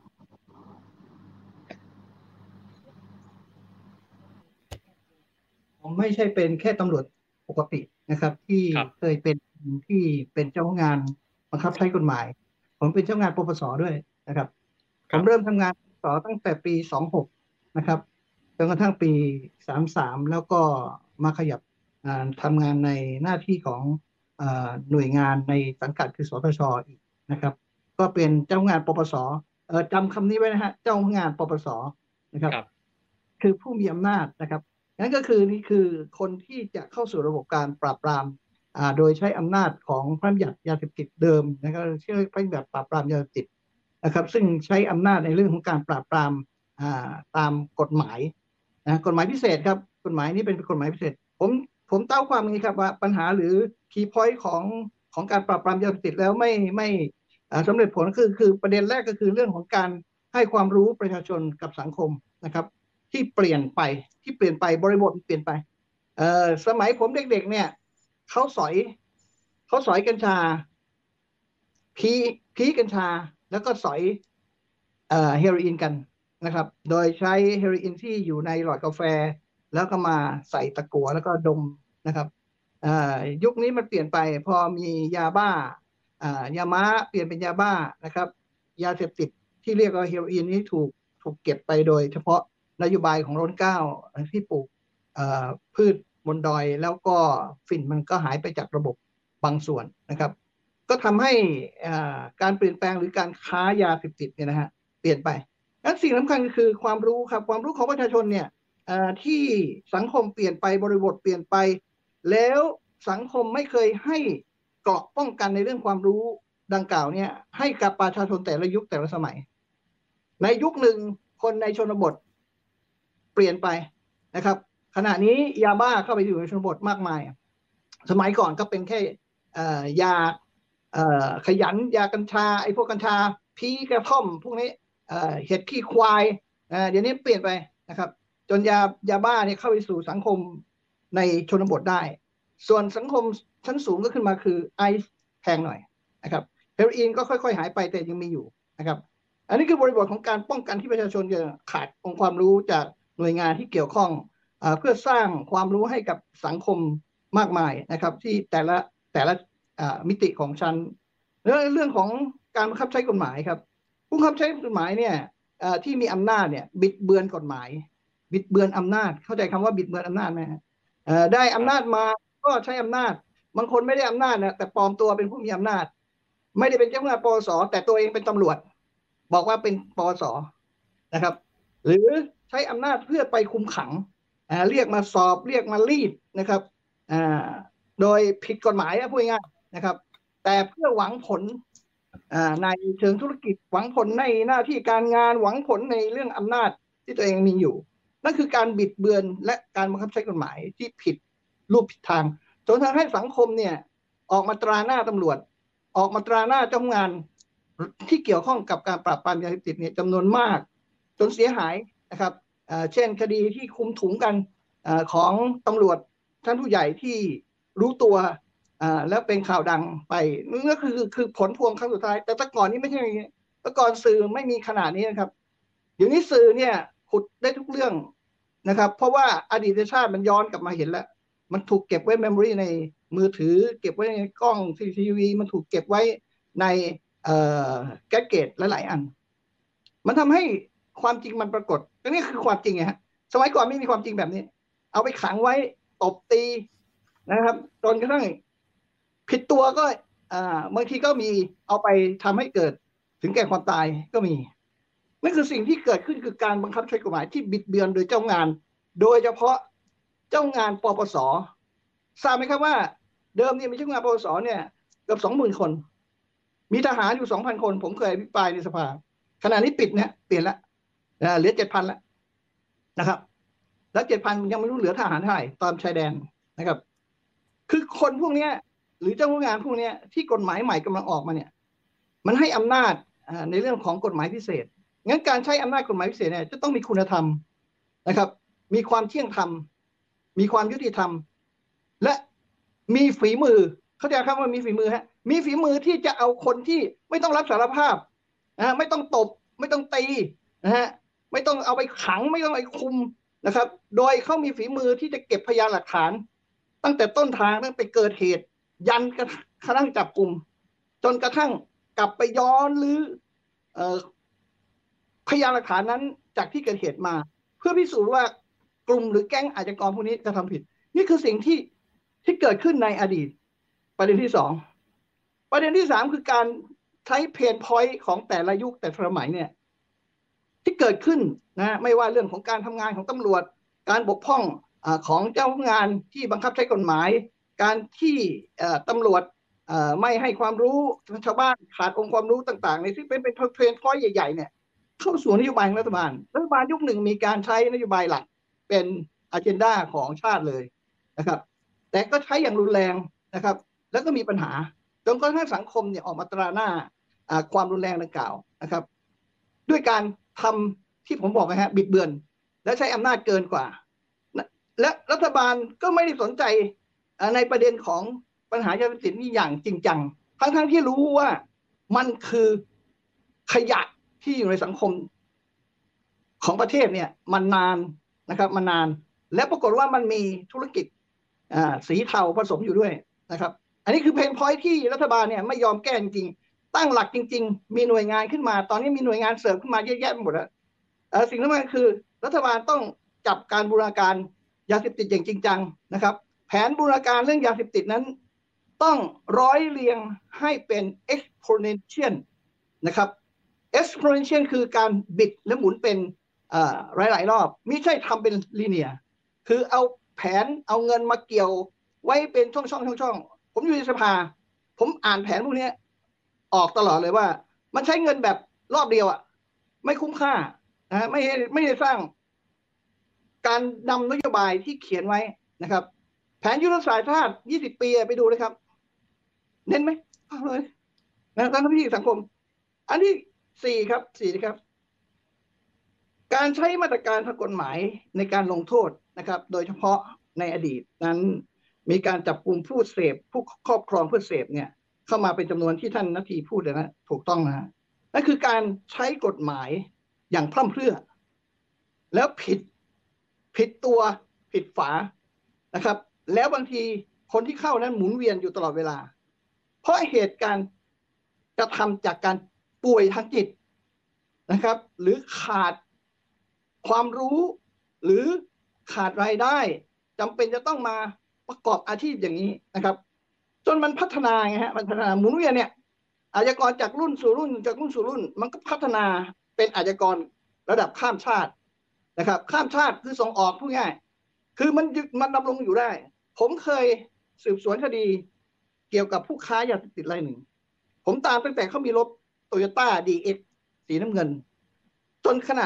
ผมไม่ใช่เป็นแค่ตำรวจปกตินะครับที่เคยเป็นที่เป็นเจ้างานบังคับใช้กฎหมายผมเป็นเจ้างานปปสด้วยนะครับผมเริ่มทำงานปปสตั้งแต่ปีสองหกนะครับจนกระทั่งปีสามสามแล้วก็มาขยับทำงานในหน้าที่ของหน่วยงานในสังกัดคือสทช.อีกนะครับก็เป็นเจ้างานปปสจำคำนี้ไว้นะฮะเจ้างานปปสนะครับคือผู้มีอำนาจนะครับนั่นก็คือนี่คือคนที่จะเข้าสู่ระบบการปราบปรามโดยใช้อำนาจของพระบัญญัติยาเสพติดเดิมนะครับชื่อพระบัญญัติปราบปรามยาเสพติดนะครับซึ่งใช้อำนาจในเรื่องของการปราบปรามตามกฎหมายนะกฎหมายพิเศษครับกฎหมายนี้เป็นกฎหมายพิเศษผมผมเต้าความนี้ครับว่าปัญหาหรือคีย์พอยต์ของของการปราบปรามยาเสพติดแล้วไม่ไม่สำเร็จผลคือคือประเด็นแรกก็คือเรื่องของการให้ความรู้ประชาชนกับสังคมนะครับที่เปลี่ยนไปที่เปลี่ยนไปบริบทเปลี่ยนไปเอ่อสมัยผมเด็กๆเนี่ยเขาสอยเขาสอยกัญชาพีพีกัญชาแล้วก็สอยเอ่อเฮโรอีนกันนะครับโดยใช้เฮโรอีนที่อยู่ในหลอดกาแฟแล้วก็มาใส่ตะกั่วแล้วก็ดมนะครับเอ่อยุคนี้มันเปลี่ยนไปพอมียาบ้าอ่ายาม้าเปลี่ยนเป็นยาบ้านะครับยาเสพติดที่เรียกว่าเฮโรอีนนี้ถูกถูกเก็บไปโดยเฉพาะนโยบายของร้นเกล้าที่ปลูกพืชบนดอยแล้วก็ฝิ่นมันก็หายไปจากระบบบางส่วนนะครับก็ทำให้การเปลี่ยนแปลงหรือการค้ายาเสพติดเนี่ยนะฮะเปลี่ยนไปงั้นสิ่งสำคัญก็คือความรู้ครับความรู้ของประชาชนเนี่ยที่สังคมเปลี่ยนไปบริบทเปลี่ยนไปแล้วสังคมไม่เคยให้เกราะป้องกันในเรื่องความรู้ดังกล่าวเนี่ยให้กับประชาชนแต่ละยุคแต่ละสมัยในยุคหนึ่งคนในชนบทเปลี่ยนไปนะครับขณะนี้ยาบ้าเข้าไปอยู่ในชนบทมากมายสมัยก่อนก็เป็นแค่ยาขยันยากัญชาไอ้พวกกัญชาพีกระท่อมพวกนี้เห็ดขี้ควายเดี๋ยวนี้เปลี่ยนไปนะครับจนยายาบ้าเนี่ยเข้าไปสู่สังคมในชนบทได้ส่วนสังคมชั้นสูงก็ขึ้นมาคือไอซ์แพงหน่อยนะครับเฮโรอีนก็ค่อยๆหายไปแต่ยังมีอยู่นะครับอันนี้คือบริบทของการป้องกันที่ประชาชนจะขาดองค์ความรู้จากหน่วยงานที่เกี่ยวข้องเพื่อสร้างความรู้ให้กับสังคมมากมายนะครับที่แต่ละแต่ละมิติของชั้นแล้วเรื่องของการบังคับใช้กฎหมายครับผู้บังคับใช้กฎหมายเนี่ยที่มีอำนาจเนี่ยบิดเบือนกฎหมายบิดเบือนอำนาจเข้าใจคำว่าบิดเบือนอำนาจไหมได้อำนาจมาก็ใช้อำนาจบางคนไม่ได้อำนาจนะแต่ปลอมตัวเป็นผู้มีอำนาจไม่ได้เป็นเจ้าหน้าที่ปปสแต่ตัวเองเป็นตำรวจบอกว่าเป็นปปสนะครับหรือใช้อำนาจเพื่อไปคุมขังเรียกมาสอบเรียกมารีดนะครับโดยผิดกฎหมายพูดง่ายๆนะครับแต่เพื่อหวังผลในเชิงธุรกิจหวังผลในหน้าที่การงานหวังผลในเรื่องอำนาจที่ตัวเองมีอยู่นั่นคือการบิดเบือนและการบังคับใช้กฎหมายที่ผิดรูปผิดทางจนทำให้สังคมเนี่ยออกมาตราหน้าตำรวจออกมาตราหน้าเจ้าพนักงานที่เกี่ยวข้องกับการปราบปรามยาเสพติดเนี่ยจำนวนมากจนเสียหายนะครับเช่นคดีที่คุมถุงกันของตำรวจท่านผู้ใหญ่ที่รู้ตัวแล้วเป็นข่าวดังไปนั่นก็คือคือผลพวงครั้งสุดท้ายแต่แต่ก่อนนี้ไม่ใช่อย่างนี้แต่ก่อนสื่อไม่มีขนาดนี้นะครับเดี๋ยวนี้สื่อเนี่ยขุดได้ทุกเรื่องนะครับเพราะว่าอดีตชาติมันย้อนกลับมาเห็นแล้วมันถูกเก็บไว้เมมโมรีในมือถือเก็บไว้ในกล้องซีซีทีวีมันถูกเก็บไว้ในเอ่อแกดเกตหลายๆอันมันทำให้ความจริงมันปรากฏก็นี่คือความจริงไงฮะสมัยก่อนไม่มีความจริงแบบนี้เอาไปขังไว้ตบตีนะครับจนกระทั่งผิดตัวก็อ่าบางทีก็มีเอาไปทำให้เกิดถึงแก่ความตายก็มีนั่นคือสิ่งที่เกิดขึ้นคือการบังคับใช้กฎหมายที่บิดเบือนโดยเจ้างานโดยเฉพาะเจ้างานปปส.ทราบไหมครับว่าเดิมเนี่ยมีเจ้างานปปส.เนี่ยเกือบสองหมื่นคนมีทหารอยู่สองพันคนผมเคยอภิปรายในสภาขณะนี้ปิดเนี่ยเปลี่ยนแล้วเหลือเจ็ดพันแล้วนะครับแล้วเจ็ดพันยังไม่รู้เหลือทหารเท่าไหร่ตามชายแดนนะครับคือคนพวกนี้หรือเจ้าพนักงานพวกนี้ที่กฎหมายใหม่กำลังออกมาเนี่ยมันให้อำนาจในเรื่องของกฎหมายพิเศษงั้นการใช้อำนาจกฎหมายพิเศษเนี่ยจะต้องมีคุณธรรมนะครับมีความเที่ยงธรรมมีความยุติธรรมและมีฝีมือเขาจะคำว่ามีฝีมือฮะมีฝีมือที่จะเอาคนที่ไม่ต้องรับสารภาพนะไม่ต้องตบไม่ต้องตีนะฮะไม่ต้องเอาไปขังไม่ต้องไปคุมนะครับโดยเขามีฝีมือที่จะเก็บพยานหลักฐานตั้งแต่ต้นทางตั้งแต่เกิดเหตุยันกระทั่งจับกลุ่มจนกระทั่งกลับไปย้อนหรือเอ่อพยานหลักฐานนั้นจากที่เกิดเหตุมาเพื่อพิสูจน์ว่ากลุ่มหรือแก๊งอาชญากรพวกนี้กระทำผิดนี่คือสิ่งที่ที่เกิดขึ้นในอดีตประเด็นที่สองประเด็นที่สามคือการใช้เพนพอยต์ของแต่ละยุคแต่ละสมัยเนี่ยที่เกิดขึ้นนะไม่ว่าเรื่องของการทำงานของตำรวจการบกพร่องของเจ้าพนักงานที่บังคับใช้กฎหมายการที่ตำรวจไม่ให้ความรู้ชาวบ้านขาดองค์ความรู้ต่างๆในที่เป็นเป็นเพนพอยต์ใหญ่ๆเนี่ยเข้าสู่นโยบายของรัฐบาลรัฐบาลยุคหนึ่งมีการใช้นโยบายหลักเป็นอเจนดาของชาติเลยนะครับแต่ก็ใช้อย่างรุนแรงนะครับแล้วก็มีปัญหาจนกระทั่งสังคมเนี่ยออกมาตราหน้าความรุนแรงดังกล่าวนะครับด้วยการทำที่ผมบอกนะฮะบิดเบือนและใช้อำนาจเกินกว่าและรัฐบาลก็ไม่ได้สนใจในประเด็นของปัญหายาเสพติดนี่อย่างจริงจังทั้งๆที่รู้ว่ามันคือขยะที่อยู่ในสังคมของประเทศเนี่ยมันนานนะครับมันนานและปรากฏว่ามันมีธุรกิจสีเทาผสมอยู่ด้วยนะครับอันนี้คือเพนพอยท์ที่รัฐบาลเนี่ยไม่ยอมแก้จริงๆตั้งหลักจริงๆมีหน่วยงานขึ้นมาตอนนี้มีหน่วยงานเสริมขึ้นมาเยอะแยะหมดแล้วสิ่งที่สำคัญคือรัฐบาลต้องจับการบูรณาการยาเสพติดอย่างจริงจังนะครับแผนบูรณาการเรื่องยาเสพติดนั้นต้องร้อยเรียงให้เป็น exponential นะครับ exponential คือการบิดและหมุนเป็นหลายๆรอบไม่ใช่ทำเป็นลีเนียร์คือเอาแผนเอาเงินมาเกี่ยวไว้เป็นช่องช่องช่องช่องผมอยู่ในสภาผมอ่านแผนพวกนี้ออกตลอดเลยว่ามันใช้เงินแบบรอบเดียวอ่ะไม่คุ้มค่านะไม่ไม่ได้สร้างการนำนโยบายที่เขียนไว้นะครับแผนยุทธศาสตร์ชาติยี่สิบปีไปดูเลยครับเน้นไหมเอาเลยนะท่านพี่สังคมอันที่สี่ครับสี่ครับการใช้มาตรการทางกฎหมายในการลงโทษนะครับโดยเฉพาะในอดีตนั้นมีการจับกลุ่มผู้เสพผู้ครอบครองเพื่อเสพเนี่ยเข้ามาเป็นจำนวนที่ท่านนาทีพูดนะถูกต้องนะนั่นคือการใช้กฎหมายอย่างพร่ำเพรื่อแล้วผิดผิดตัวผิดฝานะครับแล้วบางทีคนที่เข้านั้นหมุนเวียนอยู่ตลอดเวลาเพราะเหตุการณ์กระทำจากการป่วยทางจิตนะครับหรือขาดความรู้หรือขาดรายได้จำเป็นจะต้องมาประกอบอาชีพอย่างนี้นะครับจนมันพัฒนาไงฮะพัฒนาหมุนเวียนเนี่ยอาชญากรจากรุ่นสู่รุ่นจากรุ่นสู่รุ่นมันก็พัฒนาเป็นอาชญากรระดับข้ามชาตินะครับข้ามชาติคือส่งออกพูดง่ายคือมันมันดำรงอยู่ได้ผมเคยสืบสวนคดีเกี่ยวกับผู้ค้ายาเสพติดรายหนึ่งผมตามตั้งแต่เขามีรถโตโยต้าดีเอ็กซ์สีน้ำเงินจนขณะนี้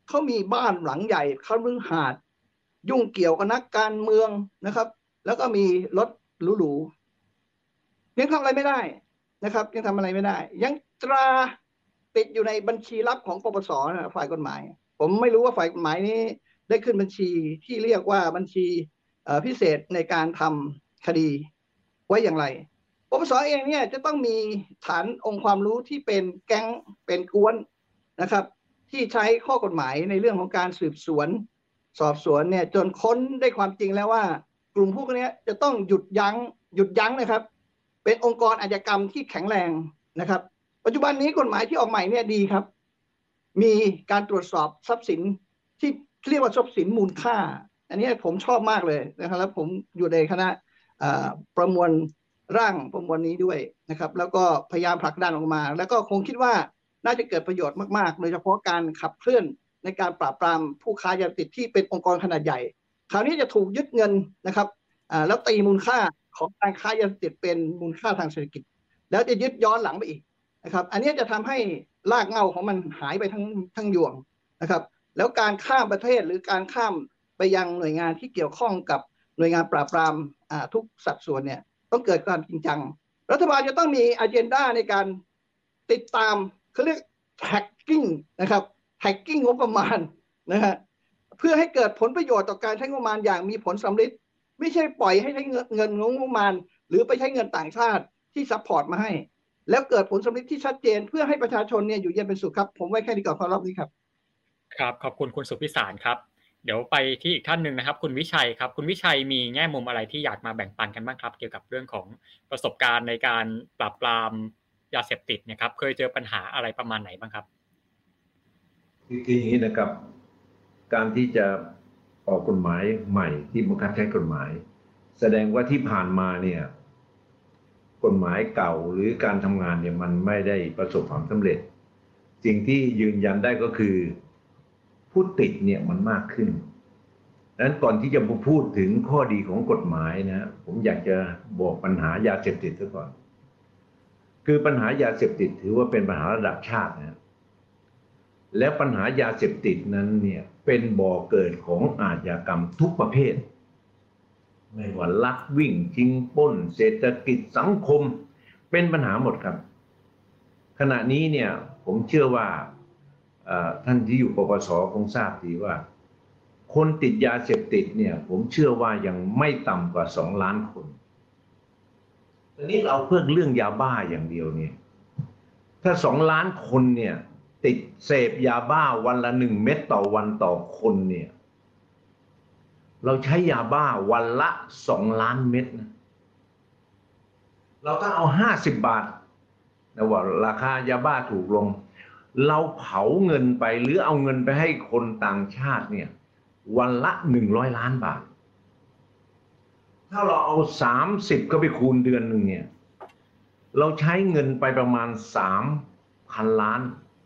เขามีบ้านหลังใหญ่เขาฤหาสน์ยุ่งเกี่ยวกับนักการเมืองนะครับ แล้วก็มีรถหรูๆยังทำอะไรไม่ได้นะครับยังทำอะไรไม่ได้ยังตราติดอยู่ในบัญชีลับของปปสนะฝ่ายกฎหมายผมไม่รู้ว่าฝ่ายกฎหมายนี้ได้ขึ้นบัญชีที่เรียกว่าบัญชีพิเศษในการทำคดีไว้อย่างไรปปสเองเนี่ยจะต้องมีฐานองค์ความรู้ที่เป็นแก๊งเป็นกวนนะครับที่ใช้ข้อกฎหมายในเรื่องของการสืบสวนสอบสวนเนี่ยจนค้นได้ความจริงแล้วว่ากลุ่มพวกนี้จะต้องหยุดยั้งหยุดยั้งนะครับเป็นองค์กรอาชญากรรมที่แข็งแรงนะครับปัจจุบันนี้กฎหมายที่ออกใหม่เนี่ยดีครับมีการตรวจสอบทรัพย์สินที่เรียกว่าทรัพย์สินมูลค่าอันนี้ผมชอบมากเลยนะครับแล้วผมอยู่ในคณะประมวลร่างประมวลนี้ด้วยนะครับแล้วก็พยายามผลักดันออกมาแล้วก็คงคิดว่าน่าจะเกิดประโยชน์มากๆโดยเฉพาะการขับเคลื่อนในการปราบปรามผู้ค้ายาเสพติดที่เป็นองค์กรขนาดใหญ่คราวนี้จะถูกยึดเงินนะครับแล้วตีมูลค่าของการค้ายาเสพติดเป็นมูลค่าทางเศรษฐกิจแล้วจะยึดย้อนหลังไปอีกนะครับอันนี้จะทำให้รากเหง้าของมันหายไปทั้งทั้งยวงนะครับแล้วการข้ามประเทศหรือการข้ามไปยังหน่วยงานที่เกี่ยวข้องกับหน่วยงานปราบปรามทุกสัดส่วนเนี่ยต้องเกิดความจริงจังรัฐบาลจะต้องมีอเจนดาในการติดตามเขาเรียกแท็กกิ้งนะครับแท็กกิ้งงบประมาณนะฮะเพื่อให้เกิดผลประโยชน์ต่อการใช้งบประมาณอย่างมีผลสำเร็จไม่ใช่ปล่อยให้ใช้เงินงบประมาณหรือไปใช้เงินต่างชาติที่ซัพพอร์ตมาให้แล้วเกิดผลสำเร็จที่ชัดเจนเพื่อให้ประชาชนเนี่ยอยู่เย็นเป็นสุขครับผมไว้แค่นี้ก่อนครับรอบนี้ครับครับขอบคุณคุณสุพิสารครับเดี๋ยวไปที่อีกท่านหนึ่งนะครับคุณวิชัยครับคุณวิชัยมีแง่มุมอะไรที่อยากมาแบ่งปันกันบ้างครับเกี่ยวกับเรื่องของประสบการณ์ในการปราบปรามยาเสพติดเนี่ยครับเคยเจอปัญหาอะไรประมาณไหนบ้างครับคืออย่างนี้นะครับการที่จะออกกฎหมายใหม่ที่บังคับใช้กฎหมายแสดงว่าที่ผ่านมาเนี่ยกฎหมายเก่าหรือการทำงานเนี่ยมันไม่ได้ประสบความสำเร็จสิ่งที่ยืนยันได้ก็คือผู้ติดเนี่ยมันมากขึ้นดังนั้นก่อนที่จะมาพูดถึงข้อดีของกฎหมายนะผมอยากจะบอกปัญหายาเสพติดซะก่อนคือปัญหายาเสพติดถือว่าเป็นปัญหาระดับชาตินะและปัญหายาเสพติดนั้นเนี่ยเป็นบ่อเกิดของอาชญากรรมทุกประเภทไม่ว่าลักวิ่งชิงปล้นเศรษฐกิจสังคมเป็นปัญหาหมดครับขณะนี้เนี่ยผมเชื่อว่าท่านที่อยู่ปปสคงทราบดีว่าคนติดยาเสพติดเนี่ยผมเชื่อว่ายังไม่ต่ำกว่าสองล้านคนตอนนี้เราเพิ่งเรื่องยาบ้าอย่างเดียวเนี่ยถ้าสองล้านคนเนี่ยติดเสพยาบ้าวันละหนึ่งเม็ดต่อวันต่อคนเนี่ยเราใช้ยาบ้าวันละสองล้านเม็ดนะเราต้องเอาห้าสิบบาทนะว่าราคายาบ้าถูกลงเราเผาเงินไปหรือเอาเงินไปให้คนต่างชาติเนี่ยวันละหนึ่งร้อยล้านบาทถ้าเราเอาสามสิบก็ไปคูณเดือนหนึ่งเนี่ยเราใช้เงินไปประมาณสามพันล้าน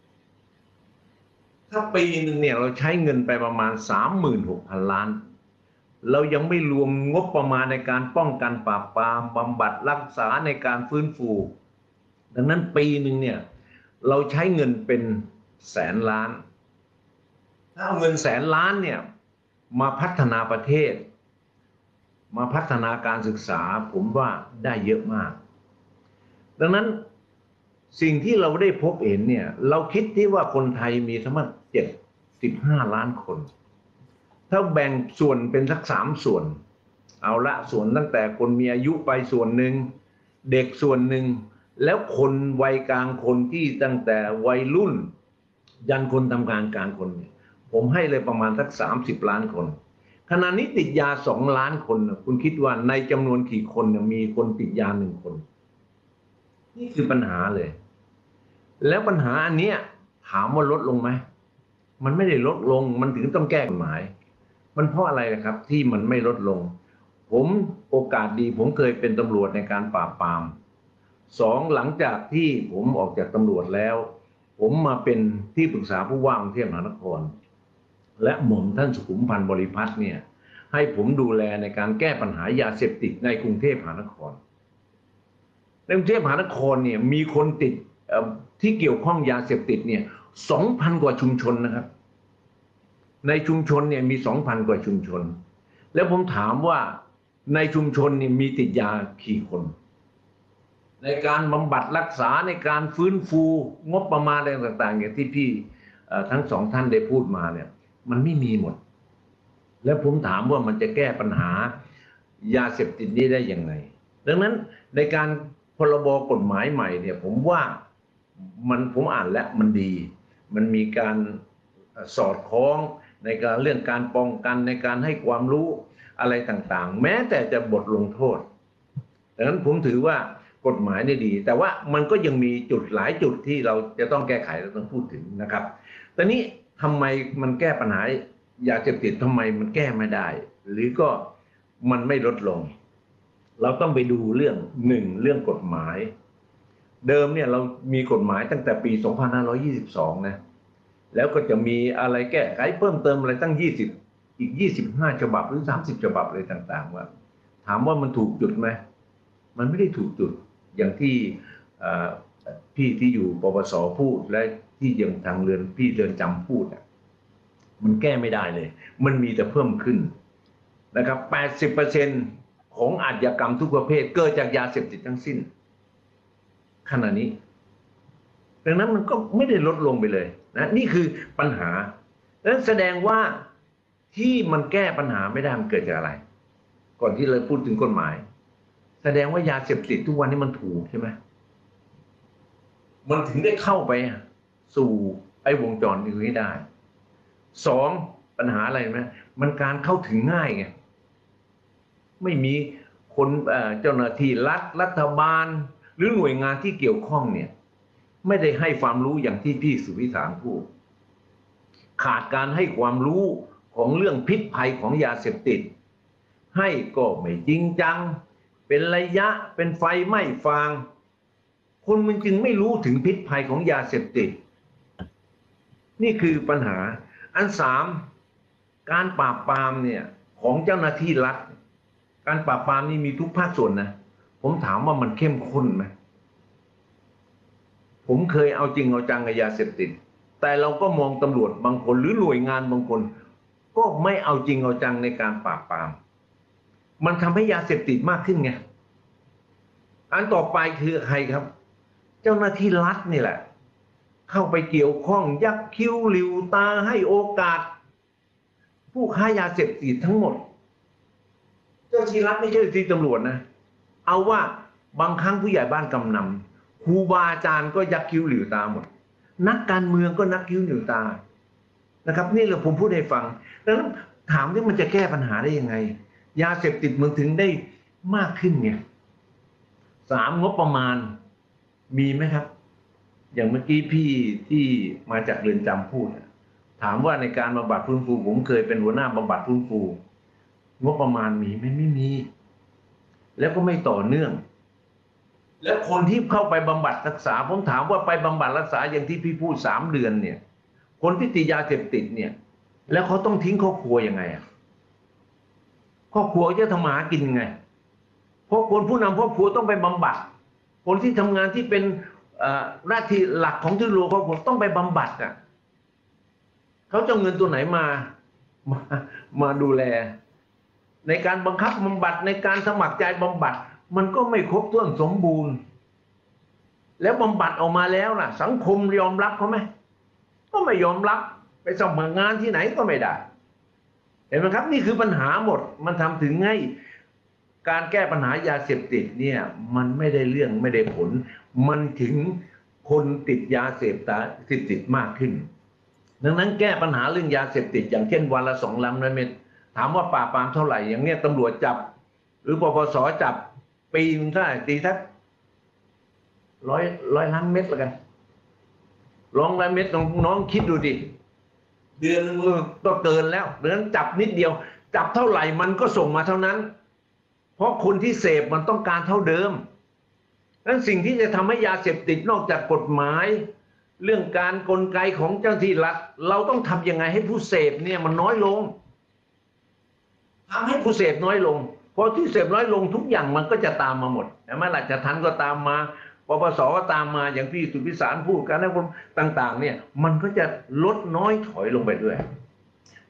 ถ้าปีหนึ่งเนี่ยเราใช้เงินไปประมาณสามหมื่นหกพันล้านเรายังไม่รวมงบประมาณในการป้องกันปราบปรามบำบัดรักษาในการฟื้นฟูดังนั้นปีหนึ่งเนี่ยเราใช้เงินเป็นแสนล้านถ้าเอาเงินแสนล้านเนี่ยมาพัฒนาประเทศมาพัฒนาการศึกษาผมว่าได้เยอะมากดังนั้นสิ่งที่เราได้พบเห็นเนี่ยเราคิดที่ว่าคนไทยมีทั้งหมดเจ็ดสิบห้าล้านคนถ้าแบ่งส่วนเป็นสักสามส่วนเอาละส่วนตั้งแต่คนมีอายุไปส่วนหนึ่งเด็กส่วนหนึ่งแล้วคนวัยกลางคนที่ตั้งแต่วัยรุ่นยันคนทำงานกลางคนเนี่ยผมให้เลยประมาณสักสามสิบล้านคนขณะนี้ติดยาสองล้านคนคุณคิดว่าในจำนวนกี่คนมีคนติดยาหนึ่งคนนี่คือปัญหาเลยแล้วปัญหาอันนี้ถามว่าลดลงไหมมันไม่ได้ลดลงมันถึงต้องแก้กฎหมายมันเพราะอะไรนะครับที่มันไม่ลดลงผมโอกาสดีผมเคยเป็นตำรวจในการปราบปรามสองหลังจากที่ผมออกจากตำรวจแล้วผมมาเป็นที่ปรึกษาผู้ว่ากรุงเทพมหานครและหม่อมท่านสุขุมพันธ์บริพัตรเนี่ยให้ผมดูแลในการแก้ปัญหายาเสพติดในกรุงเทพมหานครในกรุงเทพมหานครเนี่ยมีคนติดที่เกี่ยวข้องยาเสพติดเนี่ยสองพันกว่าชุมชนนะครับในชุมชนเนี่ยมี สองพัน กว่าชุมชนแล้วผมถามว่าในชุมชนนี่มีติดยากี่คนในการบำบัดรักษาในการฟื้นฟูงบประมาณอะไรต่างๆอย่างที่พี่ทั้งสองท่านได้พูดมาเนี่ยมันไม่มีหมดแล้วผมถามว่ามันจะแก้ปัญหายาเสพติดนี้ได้ยังไงดังนั้นในการพรบกฎหมายใหม่เนี่ยผมว่ามันผมอ่านแล้วมันดีมันมีการสอดคล้องในการเรื่องการป้องกันในการให้ความรู้อะไรต่างๆแม้แต่จะบทลงโทษดังนั้นผมถือว่ากฎหมายนี่ดีแต่ว่ามันก็ยังมีจุดหลายจุดที่เราจะต้องแก้ไขเราต้องพูดถึงนะครับตอนนี้ทำไมมันแก้ปัญหายาเสพติดทำไมมันแก้ไม่ได้หรือก็มันไม่ลดลงเราต้องไปดูเรื่องหนึ่งเรื่องกฎหมายเดิมเนี่ยเรามีกฎหมายตั้งแต่ปีสองพันห้าร้อยยี่สิบสองนะแล้วก็จะมีอะไรแก้ไขเพิ่มเติมอะไรตั้งยี่สิบอีกยี่สิบห้าฉบับหรือสามสิบฉบับอะไรต่างๆว่าถามว่ามันถูกจุดไหมมันไม่ได้ถูกจุดอย่างที่พี่ที่อยู่ปปส.พูดและที่ยังทางเรือนพี่เรือนจำพูดมันแก้ไม่ได้เลยมันมีแต่เพิ่มขึ้นนะครับ แปดสิบเปอร์เซ็นต์ ของอาชญากรรมทุกประเภทเกิดจากยาเสพติดทั้งสิ้นขณะนี้ดังนั้นมันก็ไม่ได้ลดลงไปเลยนะนี่คือปัญหานั้นแสดงว่าที่มันแก้ปัญหาไม่ได้มันเกิดจากอะไรก่อนที่เราพูดถึงกฎหมายแสดงว่ายาเสพติดทุกวันนี้มันถูกใช่ไหมมันถึงได้เข้าไปสู่ไอ้วงจรนี้ให้ได้สองปัญหาอะไรไหมมันการเข้าถึงง่ายไงไม่มีคนเจ้าหน้าที่รัฐรัฐบาลหรือหน่วยงานที่เกี่ยวข้องเนี่ยไม่ได้ให้ความรู้อย่างที่พี่สุวิสารพูดขาดการให้ความรู้ของเรื่องพิษภัยของยาเสพติดให้ก็ไม่จริงจังเป็นระยะเป็นไฟไหม้ฟางคนมันจึงไม่รู้ถึงพิษภัยของยาเสพติดนี่คือปัญหาอันสามการปราบปรามเนี่ยของเจ้าหน้าที่รัฐการปราบปรามนี่มีทุกภาคส่วนนะผมถามว่ามันเข้มข้นไหมผมเคยเอาจริงเอาจังกับยาเสพติดแต่เราก็มองตำรวจบางคนหรือหน่วยงานบางคนก็ไม่เอาจริงเอาจังในการปราบปรามมันทำให้ยาเสพติดมากขึ้นไงอันต่อไปคือใครครับเจ้าหน้าที่รัฐนี่แหละเข้าไปเกี่ยวข้องยักคิ้วหลิวตาให้โอกาสผู้ค้ายาเสพติดทั้งหมดเจ้าหน้าที่รัฐไม่ใช่ที่ตำรวจนะเอาว่าบางครั้งผู้ใหญ่บ้านกำนันครูบาอาจารย์ก็ยักคิ้วหลิวตาหมดนักการเมืองก็นักคิ้วหลิวตานะครับนี่แหละผมพูดให้ฟังดังนั้นถามว่ามันจะแก้ปัญหาได้ยังไงยาเสพติดมันถึงได้มากขึ้นไงสามงบประมาณมีไหมครับอย่างเมื่อกี้พี่ที่มาจากเรือนจำพูดถามว่าในการบำบัดฟื้นฟูผมเคยเป็นหัวหน้าบำบัดฟื้นฟูงบประมาณมีไหมไม่มีแล้วก็ไม่ต่อเนื่องแล้วคนที่เข้าไปบำบัดรักษาผมถามว่าไปบำบัดรักษาอย่างที่พี่พูดสามเดือนเนี่ยคนที่ติดยาเสพติดเนี่ยแล้วเขาต้องทิ้งครอบครัวยังไงอ่ะครอบครัวจะทำมาหากินยังไงเพราะคนผู้นำครอบครัวต้องไปบำบัดคนที่ทำงานที่เป็นหน้าที่หลักของที่รัวครอบครัวต้องไปบำบัดอ่ะเขาจะเงินตัวไหนมามามาดูแลในการบังคับบำบัดในการสมัครใจบำบัดมันก็ไม่ครบถ้วนสมบูรณ์แล้วบำบัดออกมาแล้วล่ะสังคมยอมรับเขาไหมก็ไม่ยอมรับไปสมัครงานที่ไหนก็ไม่ได้เห็นไหมครับนี่คือปัญหาหมดมันทำถึงให้การแก้ปัญหายาเสพติดเนี่ยมันไม่ได้เรื่องไม่ได้ผลมันถึงคนติดยาเสพติดติดมากขึ้นดังนั้นแก้ปัญหาเรื่องยาเสพติดอย่างเช่นวันละสองล้านเม็ดถามว่าปราบปรามเท่าไหร่อย่างเนี้ยตำรวจจับหรือปปสจับปีนึงเท่าไหร่ตีสักร้อยร้อยล้านเม็ดแล้วกันร้อยล้านเม็ดน้องน้องคิดดูดิเดือนนึงก็เกินแล้วดังนั้นจับนิดเดียวจับเท่าไหร่มันก็ส่งมาเท่านั้นเพราะคนที่เสพมันต้องการเท่าเดิมดังนั้นสิ่งที่จะทำให้ยาเสพติดนอกจากกฎหมายเรื่องการกลไกของเจ้าหน้าที่รัฐเราต้องทำยังไงให้ผู้เสพเนี่ยมันน้อยลงทำให้ผู้เสพน้อยลงพอที่เสพน้อยลงทุกอย่างมันก็จะตามมาหมดใช่ไหมล่ะจะทันก็ตามมาปปสก็ตามมาอย่างพี่สุพิสารพูดกันนะผมต่างๆเนี่ยมันก็จะลดน้อยถอยลงไปด้วย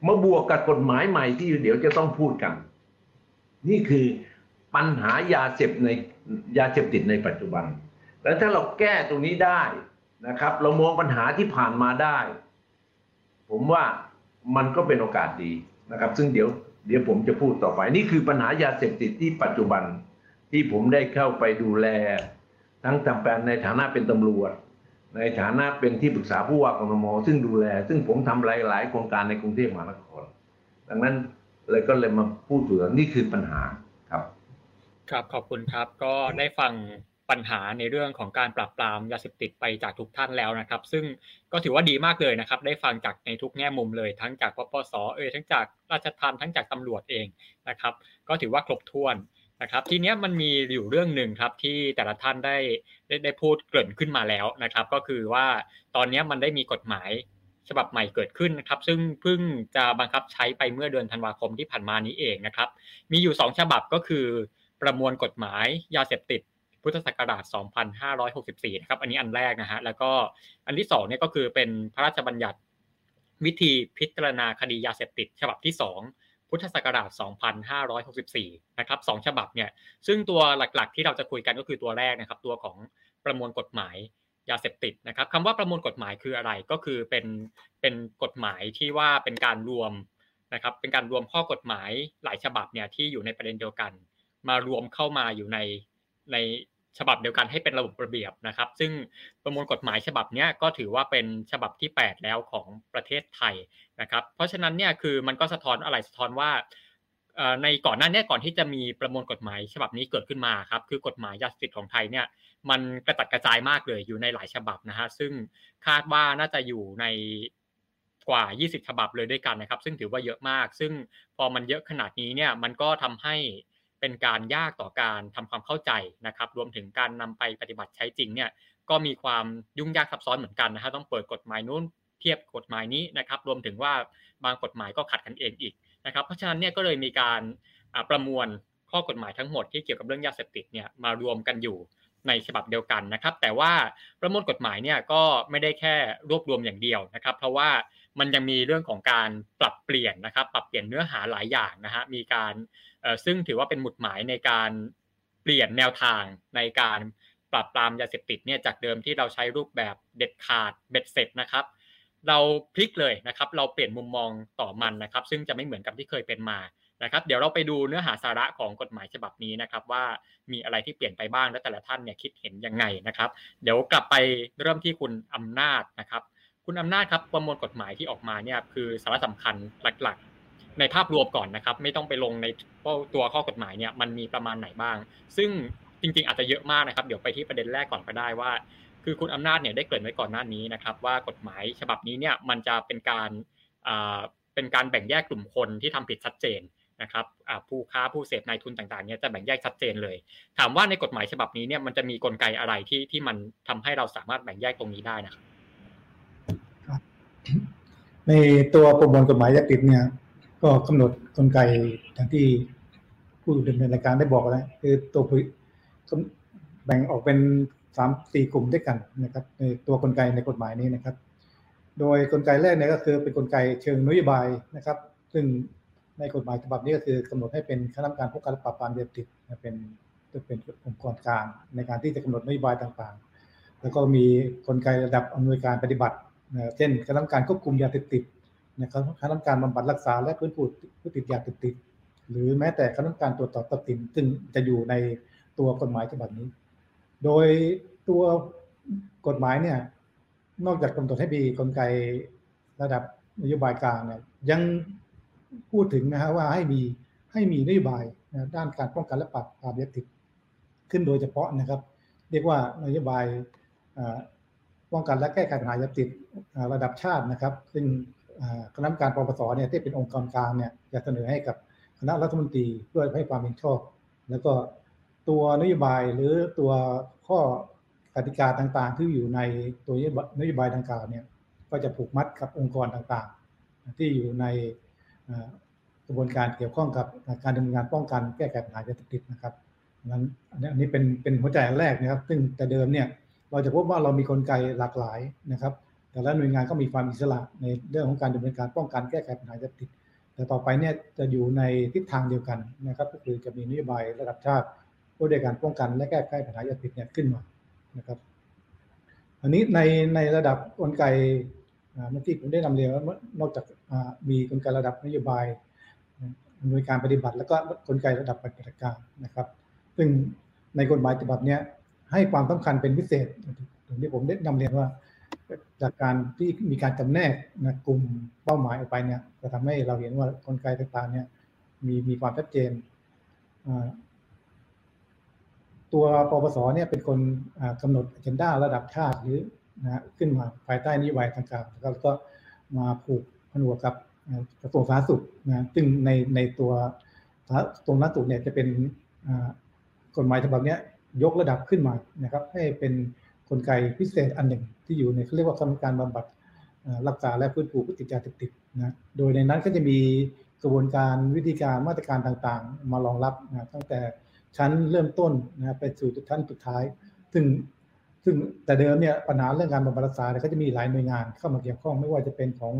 มาบวกกับกฎหมายใหม่ที่เดี๋ยวจะต้องพูดกันนี่คือปัญหายาเสพในยาเสพติดในปัจจุบันแล้วถ้าเราแก้ตรงนี้ได้นะครับเรามองปัญหาที่ผ่านมาได้ผมว่ามันก็เป็นโอกาสดีนะครับซึ่งเดี๋ยวเดี๋ยวผมจะพูดต่อไปนี่คือปัญหายาเสพติดที่ปัจจุบันที่ผมได้เข้าไปดูแลทั้งทำแปลในฐานะเป็นตำรวจในฐานะเป็นที่ปรึกษาผู้ว่ากทมซึ่งดูแลซึ่งผมทำหลายๆโครงการในกรุงเทพมหานครดังนั้นเลยก็เลยมาพูดถึงนี่คือปัญหาครับครับขอบคุณครับก็ได้ฟังปัญหาในเรื่องของการปราบปรามยาเสพติดไปจากทุกท่านแล้วนะครับซึ่งก็ถือว่าดีมากเลยนะครับได้ฟังจากในทุกแง่มุมเลยทั้งจากปปส.เอ่ยทั้งจากราชทัณฑ์ทั้งจากตำรวจเองนะครับก็ถือว่าครบถ้วนนะครับทีนี้มันมีอยู่เรื่องนึงครับที่แต่ละท่านได้ได้ได้พูดเกริ่นขึ้นมาแล้วนะครับก็คือว่าตอนนี้มันได้มีกฎหมายฉบับใหม่เกิดขึ้นนะครับซึ่งเพิ่งจะบังคับใช้ไปเมื่อเดือนธันวาคมที่ผ่านมานี้เองนะครับมีอยู่สองฉบับก็คือประมวลกฎหมายยาเสพติดพุทธศักราชสองพันห้าร้อยหกสิบสี่นะครับอันนี้อันแรกนะฮะแล้วก็อันที่สองเนี่ยก็คือเป็นพระราชบัญญัติวิธีพิจารณาคดียาเสพติดฉบับที่สองพุทธศักราชสองพันห้าร้อยหกสิบสี่นะครับสองฉบับเนี่ยซึ่งตัวหลักๆที่เราจะคุยกันก็คือตัวแรกนะครับตัวของประมวลกฎหมายยาเสพติดนะครับคำว่าประมวลกฎหมายคืออะไรก็คือเป็นเป็นกฎหมายที่ว่าเป็นการรวมนะครับเป็นการรวมข้อกฎหมายหลายฉบับเนี่ยที่อยู่ในประเด็นเดียวกันมารวมเข้ามาอยู่ในในฉบับเดียวกันให้เป็นระบบระเบียบนะครับซึ่งประมวลกฎหมายฉบับนี้ก็ถือว่าเป็นฉบับที่แปดแล้วของประเทศไทยนะครับเพราะฉะนั้นเนี่ยคือมันก็สะท้อนอะไรสะท้อนว่าในก่อนหน้านี้ก่อนที่จะมีประมวลกฎหมายฉบับนี้เกิดขึ้นมาครับคือกฎหมายยาเสพติดของไทยเนี่ยมันกระจัดกระจายมากเลยอยู่ในหลายฉบับนะฮะซึ่งคาดว่าน่าจะอยู่ในกว่ายี่สิบฉบับเลยด้วยกันนะครับซึ่งถือว่าเยอะมากซึ่งพอมันเยอะขนาดนี้เนี่ยมันก็ทำให้เป็นการยากต่อการทำความเข้าใจนะครับรวมถึงการนำไปปฏิบัติใช้จริงเนี่ยก็มีความยุ่งยากซับซ้อนเหมือนกันนะฮะต้องเปิดกฎหมายนู้นเทียบกฎหมายนี้นะครับรวมถึงว่าบางกฎหมายก็ขัดกันเองอีกนะครับเพราะฉะนั้นเนี่ยก็เลยมีการประมวลข้อกฎหมายทั้งหมดที่เกี่ยวกับเรื่องยาเสพติดเนี่ยมารวมกันอยู่ในฉบับเดียวกันนะครับแต่ว่าประมวลกฎหมายเนี่ยก็ไม่ได้แค่รวบรวมอย่างเดียวนะครับเพราะว่ามันยังมีเรื่องของการปรับเปลี่ยนนะครับปรับเปลี่ยนเนื้อหาหลายอย่างนะฮะมีการซึ่งถือว่าเป็นหมุดหมายในการเปลี่ยนแนวทางในการปราบปรามยาเสพติดเนี่ยจากเดิมที่เราใช้รูปแบบเด็ดขาดเบ็ดเสร็จนะครับเราพลิกเลยนะครับเราเปลี่ยนมุมมองต่อมันนะครับซึ่งจะไม่เหมือนกับที่เคยเป็นมานะครับเดี๋ยวเราไปดูเนื้อหาสาระของกฎหมายฉบับนี้นะครับว่ามีอะไรที่เปลี่ยนไปบ้างและแต่ละท่านเนี่ยคิดเห็นยังไงนะครับเดี๋ยวกลับไปเริ่มที่คุณอำนาจนะครับคุณอำนาจครับประมวลกฎหมายที่ออกมาเนี่ยคือสาระสำคัญหลักๆในภาพรวมก่อนนะครับไม่ต้องไปลงในตัวข้อกฎหมายเนี่ยมันมีประมาณไหนบ้างซึ่งจริงๆอาจจะเยอะมากนะครับเดี๋ยวไปที่ประเด็นแรกก่อนก็ได้ว่าคือคุณอำนาจเนี่ยได้เกริ่นไว้ก่อนหน้านี้นะครับว่ากฎหมายฉบับนี้เนี่ยมันจะเป็นการอ่าเป็นการแบ่งแยกกลุ่มคนที่ทำผิดชัดเจนนะครับผู้ค้าผู้เสพนายทุนต่างๆเนี่ยจะแบ่งแยกชัดเจนเลยถามว่าในกฎหมายฉบับนี้เนี่ยมันจะมีกลไกอะไรที่ที่มันทำให้เราสามารถแบ่งแยกตรงนี้ได้นะครับในตัวประมวลกฎหมายยาเสพติดเนี่ยก็กำหนดกลไกอย่างที่ผู้ดำเนินรายการได้บอกแล้วคือตัวแบ่งออกเป็นสามสี่กลุ่มด้วยกันนะครับในตัวกลไกในกฎหมายนี้นะครับโดยกลไกแรกเนี่ยก็คือเป็นกลไกเชิงนโยบายนะครับซึ่งในกฎหมายฉบับนี้ก็คือกำหนดให้เป็นคณะกรรมการป้องกันและปราบปรามยาเสพติดเป็นเป็นองค์กรกลางในการที่จะกำหนดนโยบายต่างๆแล้วก็มีกลไกระดับอำนวยการปฏิบัติเช่นคณะกรรมการควบคุมยาเสพติดนะครับคณะกรรมการบำบัดรักษาและฟื้นฟูผู้ติดยาเสพติดหรือแม้แต่คณะกรรมการตรวจสอบทรัพย์สินซึ่งจะอยู่ในตัวกฎหมายฉบับนี้โดยตัวกฎหมายเนี่ยนอกจากกำหนดให้มีกลไกระดับนโยบายกลางเนี่ยยังพูดถึงนะฮะว่าให้มีให้มีนโยบายนะด้านการป้องกันและปราบปรามยาเสพติดขึ้นโดยเฉพาะนะครับเรียกว่านโยบายป้องกันและแก้ไขปัญหายาเสพติดระดับชาตินะครับซึ่งคณะกรรมการปปสเนี่ยที่เป็นองค์กรกลางเนี่ยจะเสนอให้กับคณะรัฐมนตรีเพื่อให้ความเห็นชอบแล้วก็ตัวนโยบายหรือตัวข้อกติกาต่างๆที่อยู่ในตัวนโยบายดังกล่าวเนี่ยก็จะผูกมัดกับองค์กรต่างๆที่อยู่ในกระบวนการเกี่ยวข้องกับการดำเนินงานป้องกันแก้ไขปัญหายาเสพติดนะครับนั้นอันนี้เป็นเป็นหัวใจแรกนะครับซึ่งแต่เดิมเนี่ยเราจะพบว่าเรามีกลไกหลากหลายนะครับแต่ละหน่วยงานก็มีความอิสระในเรื่องของการดำเนินการป้องกันแก้ไขปัญหายาเสพติดแต่ต่อไปเนี่ยจะอยู่ในทิศทางเดียวกันนะครับก็คือจะมีนโยบายระดับชาติเพื่อในการป้องกันและแก้ไขปัญหายาเสพติดเนี่ยขึ้นมานะครับอันนี้ในในระดับกลไกเมื่อกี้ผมได้นำเรียนว่านอกจากมีกลไกระดับนโยบายหน่วยการปฏิบัติแล้วก็กลไกระดับปฏิบัติการนะครับซึ่งในกฎหมายฉบับนี้ให้ความสำคัญเป็นพิเศษอย่างที่ผมได้นำเรียนว่าจากการที่มีการจำแนกนะกลุ่มเป้าหมายออกไปเนี่ยจะทำให้เราเห็นว่ากลไกต่างๆเนี่ยมีมีความชัดเจนตัวปปสเนี่ยเป็นคนกำหนดอเจนดาระดับชาติหรือนะขึ้นมาภายใต้นโยบายต่างๆแล้วก็มาผูกผนวกกับกระทรวงสาธารณสุขนะซึ่งในในตัวตรงนั้นสุขเนี่ยจะเป็นกฎหมายฉบับนี้ยกระดับขึ้นมานะครับให้เป็นกลไกพิเศษอันหนึ่งที่อยู่ในเขาเรียกว่าคณะกรรมการบำบัดรักษาและฟื้นฟูผู้ติดยาเสพติดนะโดยในนั้นก็จะมีกระบวนการวิธีการมาตรการต่างๆมารองรับนะตั้งแต่ชั้นเริ่มต้นนะไปสู่ชั้นสุดท้ายซึ่งซึ่งแต่เดิมเนี่ยปัญหาเรื่องการบำบัดรักษาเนี่ยก็จะมีหลายหน่วยงานเข้ามาเกี่ยวข้องไม่ว่าจะเป็นของ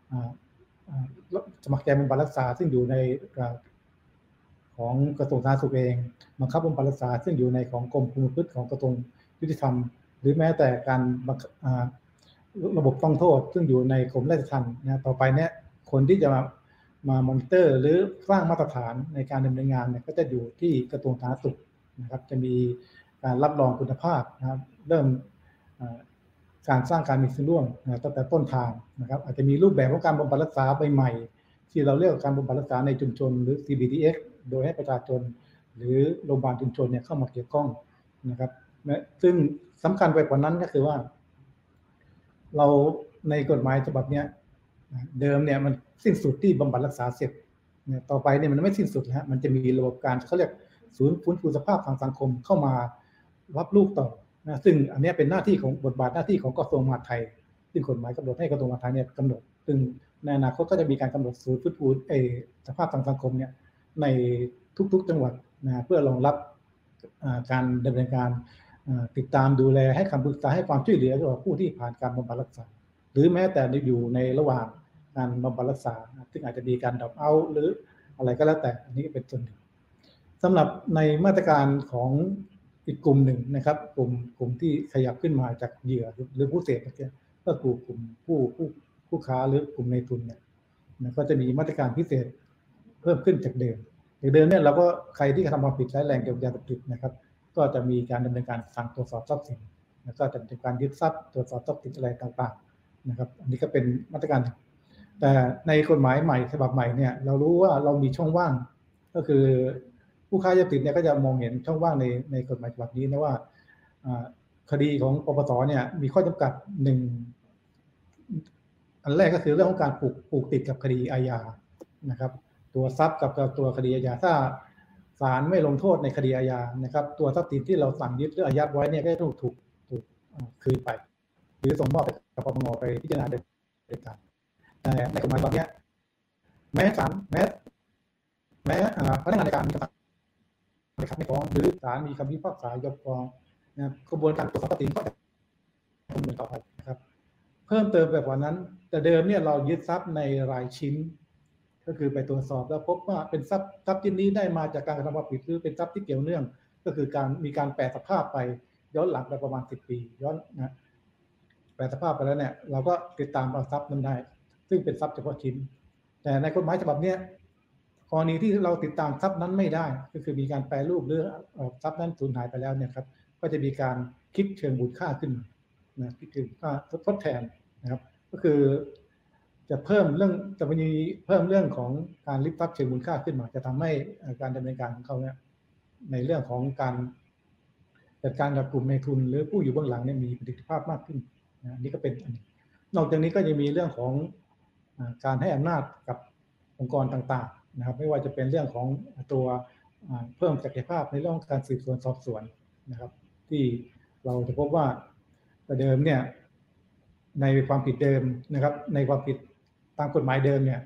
สมัครใจบำบัดรักษาซึ่งอยู่ในของกระทรวงสาธารณสุขเองบังคับบำบัดรักษาซึ่งอยู่ในของกรมคุมประพฤติของกระทรวงยุติธรรมหรือแม้แต่การระบบต้องโทษซึ่งอยู่ในกรมราชทัณฑ์นะต่อไปเนี่ยคนที่จะมามามอนิเตอร์หรือสร้างมาตรฐานในการดำเนินงานเนี่ยก็จะอยู่ที่กระทรวงสาธารณสุขนะครับจะมีการรับรองคุณภาพนะครับเริ่มการสร้างการมีส่วนร่วมนะตั้งแต่ต้นทางนะครับอาจจะมีรูปแบบของการบำบัดรักษาใหม่ๆที่เราเรียกว่าการบำบัดรักษาในชุมชนหรือ ซี บี ที เอ็กซ์ โดยให้ประชาชนหรือโรงพยาบาลชุมชนเนี่ยเข้ามาเกี่ยวข้องนะครับซึ่งสำคัญไปกว่านั้นก็คือว่าเราในกฎหมายฉบับนี้เดิมเนี่ยมันสิ้นสุดที่บำบัดรักษาเสร็จเนี่ยต่อไปเนี่ยมันไม่สิ้นสุดแล้วมันจะมีระบบการเขาเรียกศูนย์ฟื้นฟูสภาพทางสังคมเข้ามารับลูกต่อนะซึ่งอันนี้เป็นหน้าที่ของบทบาทหน้าที่ของกระทรวงมหาดไทยซึ่งกฎหมายกำหนดให้กระทรวงมหาดไทยเนี่ยกำหนดซึ่งในอนาคตก็จะมีการกำหนดศูนย์ฟื้นฟูสภาพทางสังคมเนี่ยในทุกๆจังหวัดนะเพื่อรองรับการดำเนินการติดตามดูแลให้คำปรึกษาให้ความช่วยเหลือกับผู้ที่ผ่านการบำบัดรักษาหรือแม้แต่อยู่ในระหว่างการบำบัดรักษาซึ่งอาจจะมีการดรอปเอาท์หรืออะไรก็แล้วแต่อันนี้เป็นส่วนหนึ่งสำหรับในมาตรการของอีกกลุ่มหนึ่งนะครับกลุ่มกลุ่มที่ขยับขึ้นมาจากเหยื่อหรือผู้เสพก็คือกลุ่มผู้ผู้ผู้ค้าหรือกลุ่มในทุนเนี่ยก็จะมีมาตรการพิเศษเพิ่มขึ้นจากเดิมจากเดิมเนี่ยเราก็ใครที่กระทำความผิดร้ายแรงเกี่ยวกับยาเสพติดนะครับก็จะมีการดำเนินการสั่งตรวจสอบทรัพย์สินแล้วก็จะเป็นการยึดทรัพย์ตรวจสอบทรัพย์สินอะไรต่างๆนะครับอันนี้ก็เป็นมาตรการแต่ในกฎหมายใหม่ฉบับใหม่เนี่ยเรารู้ว่าเรามีช่องว่างก็คือผู้ค้ายาเสพติดเนี่ยก็จะมองเห็นช่องว่างในในกฎหมายฉบับนี้นะว่าคดีของปปสเนี่ยมีข้อจำกัดหนึ่งอันแรกก็คือเรื่องของการผูกผูกติดกับคดีอาญานะครับตัวทรัพย์กับตัวคดีอาญาถ้าศาลไม่ลงโทษในคดีอาญานะครับตัวทรัพย์สินที่เราสั่งยึดหรืออายัดไว้เนี่ยก็จะถูกถูกถูกคืนไปหรือส่งมอบไปกับปปงไปพิจารณาเด็ดขาดแต่ในกฎหมายแบบนี้แม้ศาลแม้แม้พนักงานในการมีคำสั่งไม่ฟ้องหรือศาลมีคำพิพากษายกฟ้องนะกระบวนการตรวจสอบทรัพย์สินก็จะดำเนินต่อไปนะครับเพิ่มเติมแบบว่านั้นแต่เดิมเนี่ยเรายึดทรัพย์ในรายชิ้นก็คือไปตรวจสอบแล้วพบว่าเป็นทรัพย์ทรัพย์ชิ้นนี้ได้มาจากการกระทำความผิดหรือเป็นทรัพย์ที่เกี่ยวเนื่องก็คือการมีการแปลสภาพไปย้อนหลังไปประมาณสิบปีย้อนนะแปลสภาพไปแล้วเนี่ยเราก็ติดตามเอาทรัพย์นั้นได้ซึ่งเป็นทรัพย์เฉพาะชิ้นแต่ในกฎหมายฉบับนี้กรณีที่เราติดตามทรัพย์นั้นไม่ได้ก็คือมีการแปรรูปหรือทรัพย์นั้นสูญหายไปแล้วเนี่ยครับก็จะมีการคิดเชิงมูลค่าขึ้นนะคิดถึงค่าทดแทนนะครับก็คือจะเพิ่มเรื่องจะมีเพิ่มเรื่องของการริบทรัพย์เชิงมูลค่าขึ้นมาจะทำให้การดำเนินการของเขาเนี่ยในเรื่องของการจัดการกับกลุ่มในทุนหรือผู้อยู่เบื้องหลังเนี่ยมีประสิทธิภาพมากขึ้นนะนี่ก็เป็นอันนี้นอกจากนี้ก็จะมีเรื่องของการให้อำนาจกับองค์กรต่างๆนะครับไม่ว่าจะเป็นเรื่องของตัวเพิ่มศักยภาพในเรื่องการสืบสวนสอบสวนนะครับที่เราจะพบว่าแต่เดิมเนี่ยในความผิดเดิมนะครับในความผิดตามกฎหมายเดิมเนี่ย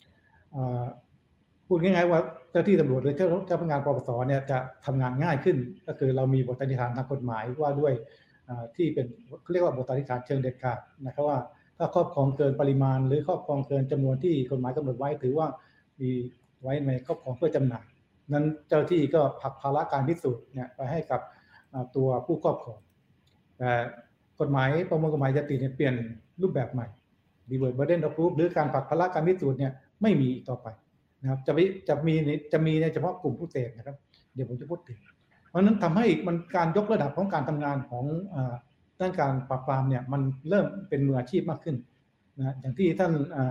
พูดง่ายๆว่าเจ้าที่ตำรวจหรือเจ้าเจ้าพนักงานปปสเนี่ยจะทำงานง่ายขึ้นก็คือเรามีบทสันนิษฐานทางกฎหมายว่าด้วยที่เป็นเรียกว่าบทสันนิษฐานเชิงเด็ดขาดนะครับว่าถ้าครอบครองเกินปริมาณหรือครอบครองเกินจำนวนที่กฎหมายกำหนดไว้ถือว่ามีไว้ในครอบครองเพื่อจำหน่ายนั้นเจ้าที่ก็ผลักภาระการพิสูจน์เนี่ยไปให้กับตัวผู้ครอบครองแต่กฎหมายประมวลกฎหมายยาติเนี่ยเปลี่ยนรูปแบบใหม่ Reverse Burden of Proof หรือการผลักภาระการพิสูจน์เนี่ยไม่มีอีกต่อไปนะครับจะจะมีจะมีในเฉพาะกลุ่มผู้เสพนะครับเดี๋ยวผมจะพูดถึงเพราะนั้นทำให้มันการยกระดับของการทำงานของด้านการปราบปรามเนี่ยมันเริ่มเป็นมืออาชีพมากขึ้นนะอย่างที่ท่าน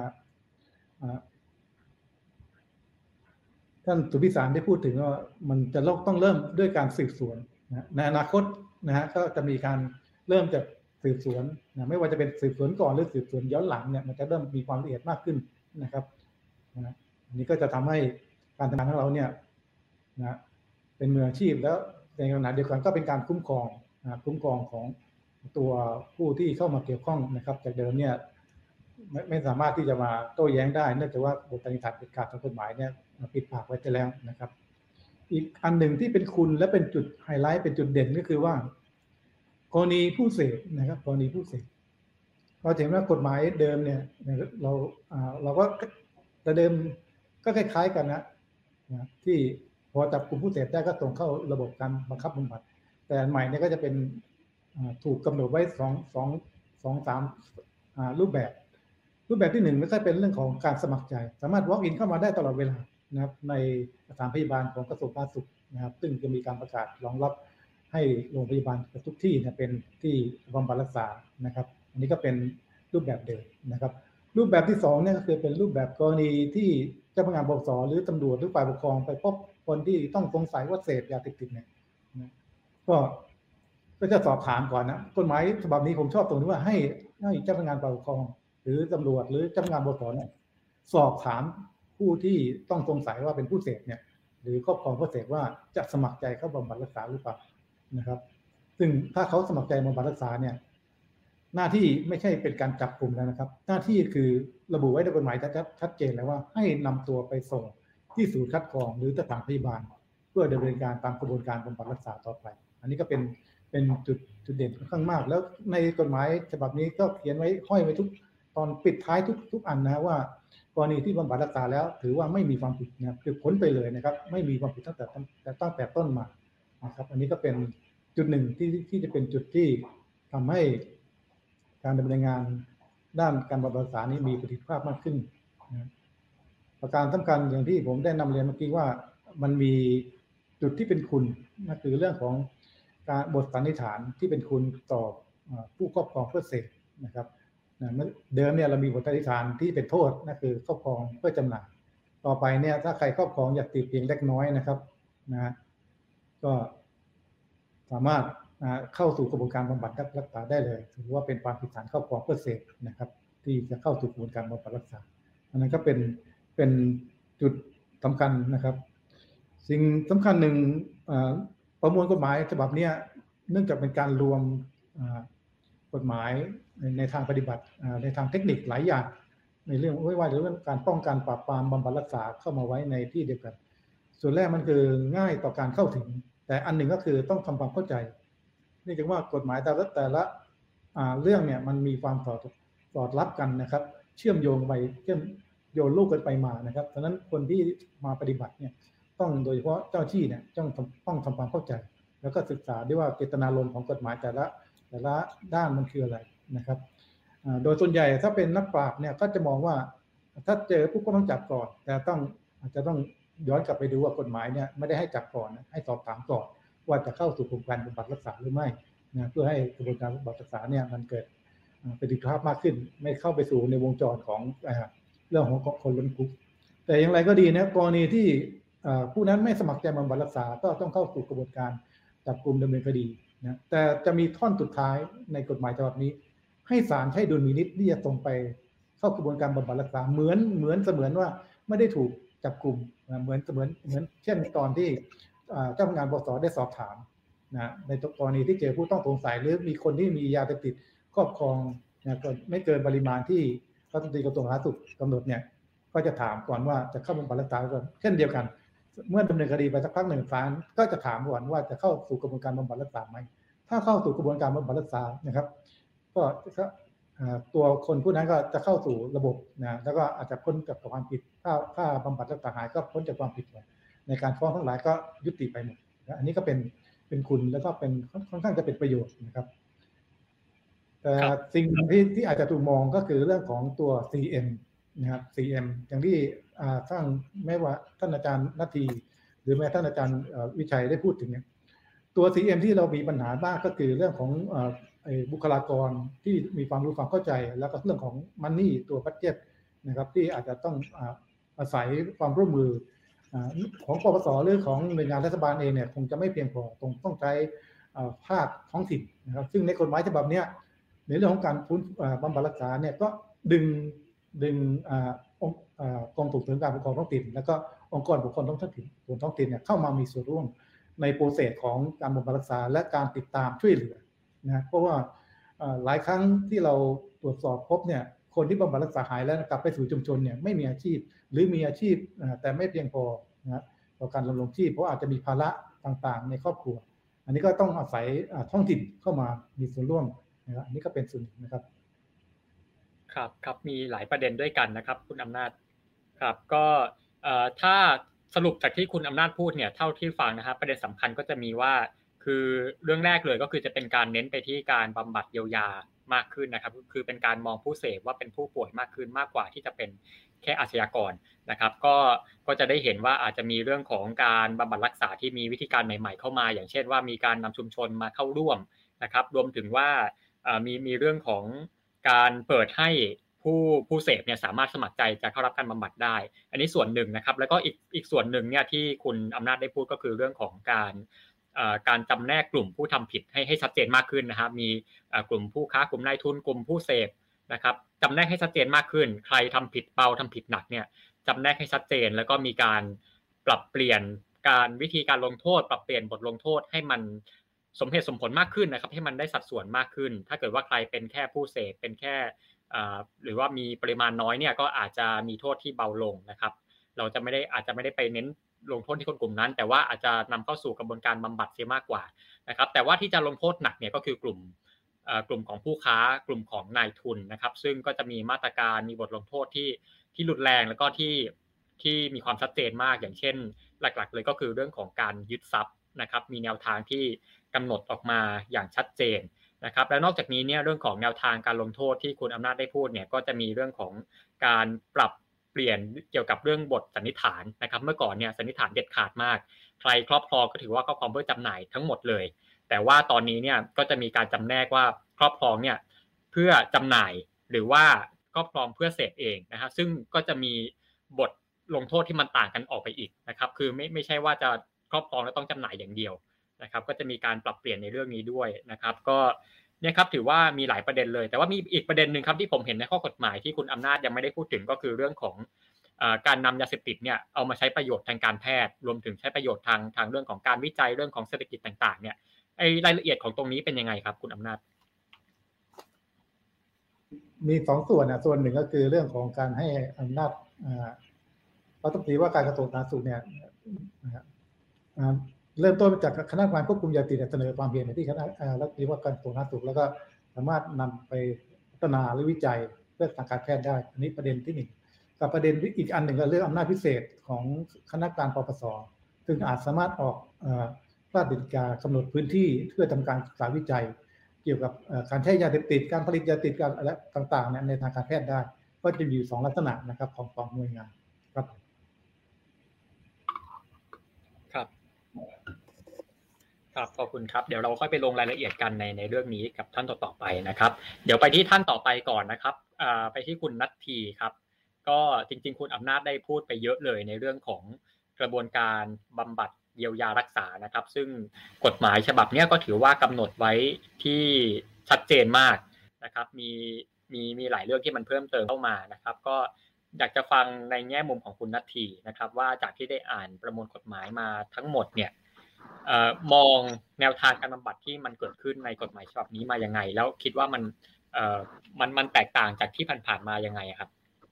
ท่านสุพิสารได้พูดถึงว่ามันจะต้องเริ่มด้วยการสืบสวนนะในอนาคตนะฮะก็จะมีการเริ่มจากสืบสวนนะไม่ว่าจะเป็นสืบสวนก่อนหรือสืบสวนย้อนหลังเนี่ยมันจะเริ่มมีความละเอียดมากขึ้นนะครับนะอันนี้ก็จะทำให้การทำงานของเราเนี่ยนะเป็นมืออาชีพแล้วในขณะเดียวกันก็เป็นการคุ้มครองนะคุ้มครองของตัวผู้ที่เข้ามาเกี่ยวข้องนะครับจากเดิมเนี่ยไม่ไม่สามารถที่จะมาโต้แย้งได้เนื่องจากว่าบทบัญญัติเด็ดขาดทางกฎหมายเนี่ยปิดปากไว้ไปแล้วนะครับอีกอันหนึ่งที่เป็นคุณและเป็นจุดไฮไลท์เป็นจุดเด่นก็คือว่ากรณีผู้เสพนะครับกรณีผู้เสพเราเห็นว่ากฎหมายเดิมเนี่ยเราเราก็แต่เดิมก็คล้ายๆกันนะที่พอจับกลุ่มผู้เสพได้ก็ส่งเข้าระบบการบังคับบำบัดแต่ใหม่เนี่ยก็จะเป็นถูกกำหนดไว้สองสองสองสามรูปแบบรูปแบบที่หนึ่งไม่ใช่เป็นเรื่องของการสมัครใจสามารถ walk in เข้ามาได้ตลอดเวลานะครับในสถานพยาบาลของกระทรวงสาธารณสุขนะครับซึ่งจะมีการประกาศรองรับให้โรงพยาบาลทุกที่เนี่ยเป็นที่บำบัดรักษานะครับอันนี้ก็เป็นรูปแบบเดิมนะครับรูปแบบที่สองเนี่ยก็คือเป็นรูปแบบกรณีที่เจ้าพนักงานปปสหรือตำรวจหรือฝ่ายปกครองไปพบคนที่ต้องสงสัยว่าเสพยาเสพติดเนี่ยก็ก็จะสอบถามก่อนนะกฎหมายฉบับนี้ผมชอบตรงที่ว่าให้ให้เจ้าพนักงานฝ่ายปกครองหรือตำรวจหรือเจ้าพนักงานปปสเนี่ยสอบถามผู้ที่ต้องสงสัยว่าเป็นผู้เสพเนี่ยหรือครอบครองผู้เสพว่าจะสมัครใจเข้าบำบัดรักษาหรือเปล่านะครับซึ่งถ้าเขาสมัครใจบำบัดรักษาเนี่ยหน้าที่ไม่ใช่เป็นการจับกลุ่มแล้วนะครับหน้าที่คือระบุไว้ในกฎหมายชัดเจนแล้วว่าให้นำตัวไปส่งที่ศูนย์คัดกรองหรือสถานพยาบาลเพื่อดำเนินการตามกระบวนการบำบัดรักษาต่อไปอันนี้ก็เป็นเป็นจุดจุดเด่นค่อนข้างมากแล้วในกฎหมายฉบับนี้ก็เขียนไว้ห้อยไว้ทุกตอนปิดท้ายทุกทุกอันนะว่ากรณีที่บำบัดรักษาแล้วถือว่าไม่มีความผิดนะครับคือพ้นไปเลยนะครับไม่มีความผิดตั้งแต่แต่ตั้งแต่ต้นมานะครับอันนี้ก็เป็นจุดหนึ่งที่ที่จะเป็นจุดที่ทำให้การดำเนินงานด้านการบำบัดรักษานี้มีประสิทธิภาพมากขึ้นนะประการสำคัญอย่างที่ผมได้นำเรียนเมื่อกี้ว่ามันมีจุดที่เป็นคุณนั่นคือเรื่องของการบทสันนิษฐานที่เป็นคุณต่อผู้ครอบครองเพื่อเสพนะครับเดิมเนี่ยเรามีบทสันนิษฐานที่เป็นโทษนั่นคือครอบครองเพื่อจำหน่ายต่อไปเนี่ยถ้าใครครอบครองอยากติดเพียงเล็กน้อยนะครับนะก็สามารถเข้าสู่กระบวนการบำบัดรักษาได้เลยถือว่าเป็นความผิดฐานครอบครองเพื่อเสพนะครับที่จะเข้าสู่กระบวนการบำบัดรักษาอันนั้นก็เป็นเป็นจุดสำคัญนะครับสิ่งสำคัญหนึ่งประมวลกฎหมายฉบับนี้เนื่องจากเป็นการรวมกฎหมายในทางปฏิบัติในทางเทคนิคหลายอย่างในเรื่องไม่ว่าจะเรื่องการป้องกันปราบปรามบำบัดรักษาเข้ามาไว้ในที่เดียวกันส่วนแรกมันคือง่ายต่อการเข้าถึงแต่อันหนึ่งก็คือต้องทำความเข้าใจเนื่องจากว่ากฎหมายแต่ละแต่ละเรื่องเนี่ยมันมีความสอดสอดรับกันนะครับเชื่อมโยงไปเชื่อมโยงลูกกันไปมานะครับเพราะฉะนั้นคนที่มาปฏิบัติเนี่ยต้องโดยเฉพาะเจ้าที่เนี่ยต้องต้องทำความเข้าใจแล้วก็ศึกษาด้วยว่าเจตนารมณ์ของกฎหมายแต่ละแต่ละด้านมันคืออะไรนะครับโดยส่วนใหญ่ถ้าเป็นนักปราชญ์เนี่ยก็จะมองว่าถ้าเจอปุ๊บก็ต้องจับก่อนแต่ต้องอาจจะต้องย้อนกลับไปดูว่ากฎหมายเนี่ยไม่ได้ให้จับก่อนให้สอบถามก่อนว่าจะเข้าสู่กระบวนการบำบัดรักษาหรือไม่นะเพื่อให้กระบวนการบำบัดรักษาเนี่ยมันเกิดประสิทธิภาพมากขึ้นไม่เข้าไปสู่ในวงจรของเรื่องของคนล้นคุกแต่อย่างไรก็ดีนะกรณีที่ผู้นั้นไม่สมัครใจบำบัดรักษาก็ต้องเข้าสู่กระบวนการจับกุมดำเนินคดีนะแต่จะมีท่อนสุดท้ายในกฎหมายฉบับนี้ให้ศาลใช้ดุลพินิจที่จะส่งไปเข้ากระบวนการบำบัดรักษาเหมือนเหมือนเสมือนว่าไม่ได้ถูกจับกุมเหมือนเสมือนเหมือนเช่นตอนที่เจ้าพนักงานปปสได้สอบถามนะในกรณีที่เจอผู้ต้องสงสัยหรือมีคนที่มียาเสพติดครอบครองนะก็ไม่เกินปริมาณที่รัฐมนตรีกระทรวงสาธารณสุขกำหนดเนี่ยก็จะถามก่อนว่าจะเข้าบำบัดรักษาก่อนเช่นเดียวกันเมื่อดำเนินคดีไปสักพักหนึ่งศาลก็จะถามก่อนว่าจะเข้าสู่กระบวนการบำบัดรักษาไหมถ้าเข้าสู่กระบวนการบำบัดรักษานะครับก็ตัวคนผู้นั้นก็จะเข้าสู่ระบบนะแล้วก็อาจจะพ้นจากความผิดถ้าถ้าบำบัดรักษาหายก็พ้นจากความผิดในการฟ้องทั้งหลายก็ยุติไปหมดอันนี้ก็เป็นเป็นคุณแล้วก็เป็นค่อนข้างจะเป็นประโยชน์นะครับแต่สิ่งที่ที่อาจจะถูกมองก็คือเรื่องของตัว ซี เอ็ม นะครับ ซี เอ็ม อย่างที่ท่านแม้ว่าท่านอาจารย์นาทีหรือแม้ท่านอาจารย์วิชัยได้พูดถึงเนี่ยตัว ซี เอ็ม ที่เรามีปัญหามากก็คือเรื่องของบุคลากรที่มีความรู้ความเข้าใจแล้วก็เรื่องของมันนี่ตัวบัดเจ็ตนะครับที่อาจจะต้องอาศัยความร่วมมือของปปสหรือของหน่วยงานรัฐบาลเองเนี่ยคงจะไม่เพียงพอตรงต้องใช้ภาคท้องถิ่นนะครับซึ่งในกฎหมายฉบับนี้ในเรื่องของการฟื้นบำบัดรักษาเนี่ยก็ดึงดึงกองส่งเสริมการปกครองท้องถิ่นแล้วก็องค์กรปกครองท้องถิ่นส่วนท้องถิ่นเนี่ยเข้ามามีส่วนร่วมในโปรเซสของการบำบัดรักษาและการติดตามช่วยเหลือนะเพราะว่าหลายครั้งที่เราตรวจสอบพบเนี่ยคนที่บำบัดรักษาหายแล้วกลับไปสู่ชุมชนเนี่ยไม่มีอาชีพหรือมีอาชีพแต่ไม่เพียงพอนะต่อการดำรงชีพเพราะอาจจะมีภาระต่างๆในครอบครัวอันนี้ก็ต้องอาศัยท้องถิ่นเข้ามามีส่วนร่วมนะครับอันนี้ก็เป็นส่วนหนึ่งนะครับครับครับมีหลายประเด็นด้วยกันนะครับคุณอำนาจครับก็ถ้าสรุปจากที่คุณอำนาจพูดเนี่ยเท่าที่ฟังนะครับประเด็นสำคัญก็จะมีว่าคือเรื่องแรกเลยก็คือจะเป็นการเน้นไปที่การบำบัดเยียวยามากขึ้นนะครับคือเป็นการมองผู้เสพว่าเป็นผู้ป่วยมากขึ้นมากกว่าที่จะเป็นแค่อาชญากรนะครับก็ก็จะได้เห็นว่าอาจจะมีเรื่องของการบำบัดรักษาที่มีวิธีการใหม่ๆเข้ามาอย่างเช่นว่ามีการนำชุมชนมาเข้าร่วมนะครับรวมถึงว่ามีมีเรื่องของการเปิดให้ผู้ผู้เสพเนี่ยสามารถสมัครใจจะเข้ารับการบำบัดได้อันนี้ส่วนหนึ่งนะครับแล้วก็อีกอีกส่วนหนึ่งเนี่ยที่คุณอำนาจได้พูดก็คือเรื่องของการการจำแนกกลุ่มผู้ทำผิดให้ให้ชัดเจนมากขึ้นนะครับมีกลุ่มผู้ค้ากลุ่มนายทุนกลุ่มผู้เสพนะครับจำแนกให้ชัดเจนมากขึ้นใครทำผิดเบาทำผิดหนักเนี่ยจำแนกให้ชัดเจนแล้วก็มีการปรับเปลี่ยนการวิธีการลงโทษปรับเปลี่ยนบทลงโทษให้มันสมเหตุสมผลมากขึ้นนะครับให้มันได้สัดส่วนมากขึ้นถ้าเกิดว่าใครเป็นแค่ผู้เสพเป็นแค่หรือว่ามีปริมาณน้อยเนี่ยก็อาจจะมีโทษที่เบาลงนะครับเราจะไม่ได้อาจจะไม่ได้ไปเน้นลงโทษที่คนกลุ่มนั้นแต่ว่าอาจจะนำเข้าสู่กระบวนการบำบัดเสียมากกว่านะครับแต่ว่าที่จะลงโทษหนักเนี่ยก็คือกลุ่มกลุ่มของผู้ค้ากลุ่มของนายทุนนะครับซึ่งก็จะมีมาตรการมีบทลงโทษที่ที่รุนแรงแล้วก็ที่ที่มีความชัดเจนมากอย่างเช่นหลักๆเลยก็คือเรื่องของการยึดทรัพย์นะครับมีแนวทางที่กำหนดออกมาอย่างชัดเจนนะครับและนอกจากนี้เนี่ยเรื่องของแนวทางการลงโทษที่คุณอำนาจได้พูดเนี่ยก็จะมีเรื่องของการปรับเปลี่ยนเกี่ยวกับเรื่องบทสันนิษฐานนะครับเมื่อก่อนเนี่ยสันนิษฐานเด็ดขาดมากใครครอบครองก็ถือว่าครอบครองเพื่อจำหน่ายทั้งหมดเลยแต่ว่าตอนนี้เนี่ยก็จะมีการจำแนกว่าครอบครองเนี่ยเพื่อจำหน่ายหรือว่าครอบครองเพื่อเสพเองนะฮะซึ่งก็จะมีบทลงโทษที่มันต่างกันออกไปอีกนะครับคือไม่ไม่ใช่ว่าจะครอบครองแล้วต้องจำหน่ายอย่างเดียวนะครับก็จะมีการปรับเปลี่ยนในเรื่องนี้ด้วยนะครับก็เนี่ยครับถือว่ามีหลายประเด็นเลยแต่ว่ามีอีกประเด็นนึงครับที่ผมเห็นในข้อกฎหมายที่คุณอำนาจยังไม่ได้พูดถึงก็คือเรื่องของการนำยาเสพติดเนี่ยเอามาใช้ประโยชน์ทางการแพทย์รวมถึงใช้ประโยชน์ทางทางเรื่องของการวิจัยเรื่องของเศรษฐกิจต่างๆเนี่ยไอ้รายละเอียดของตรงนี้เป็นยังไงครับคุณอำนาจมีสองส่วนนะส่วนหนึ่งก็คือเรื่องของการให้อำนาจรัฐมนตรีว่าการกระทรวงสาธารณสุขเนี่ยเริ่มต้นจากคณะกรรมการควบคุมยาเสพติดเสนอความเห็นที่คณะรัฐมนตรีว่าการกระทรวงสาธารณสุขแล้วก็สามารถนำไปพัฒนาหรือวิจัยเพื่อทางการแพทย์ได้อันนี้ประเด็นที่หนึ่งกับประเด็นอีกอันหนึ่งก็เรื่องอำนาจพิเศษของคณะกรรมการปปสซึ่งอาจสามารถออกพระราชบัญญัติกำหนดพื้นที่เพื่อทำการศึกษาวิจัยเกี่ยวกับการใช้ยาเสพติดการผลิตยาเสพติดการอะไรต่างๆในทางการแพทย์ได้ก็จะมีอยู่สองลักษณะนะครับของของหน่วยงานครับครับครับขอบคุณครับเดี๋ยวเราค่อยไปลงรายละเอียดกันในในเรื่องนี้กับท่านต่อๆไปนะครับเดี๋ยวไปที่ท่านต่อไปก่อนนะครับไปที่คุณณัฐทีครับก็จริงๆคุณอำนาจได้พูดไปเยอะเลยในเรื่องของกระบวนการบำบัดเยียวยารักษานะครับซึ่งกฎหมายฉบับนี้ก็ถือว่ากำหนดไว้ที่ชัดเจนมากนะครับมีมีมีหลายเรื่องที่มันเพิ่มเติมเข้ามานะครับก็อยากจะฟังในแง่มุมของคุณณัฐทีนะครับว่าจากที่ได้อ่านประมวลกฎหมายมาทั้งหมดเนี่ยเอ่อมองแนวทางการบำบัดที่มันเกิดขึ้นในกฎหมายฉบับนี้มายังไงแล้วคิดว่ามันเอ่อมันมันแตกต่างจากที่ผ่านๆมายังไงครับ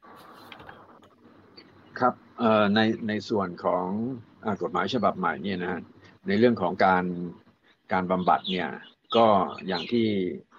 ครับเอ่อในในส่วนของกฎหมายฉบับใหม่เนี่ยนะฮะในเรื่องของการการบำบัดเนี่ยก็อย่างที่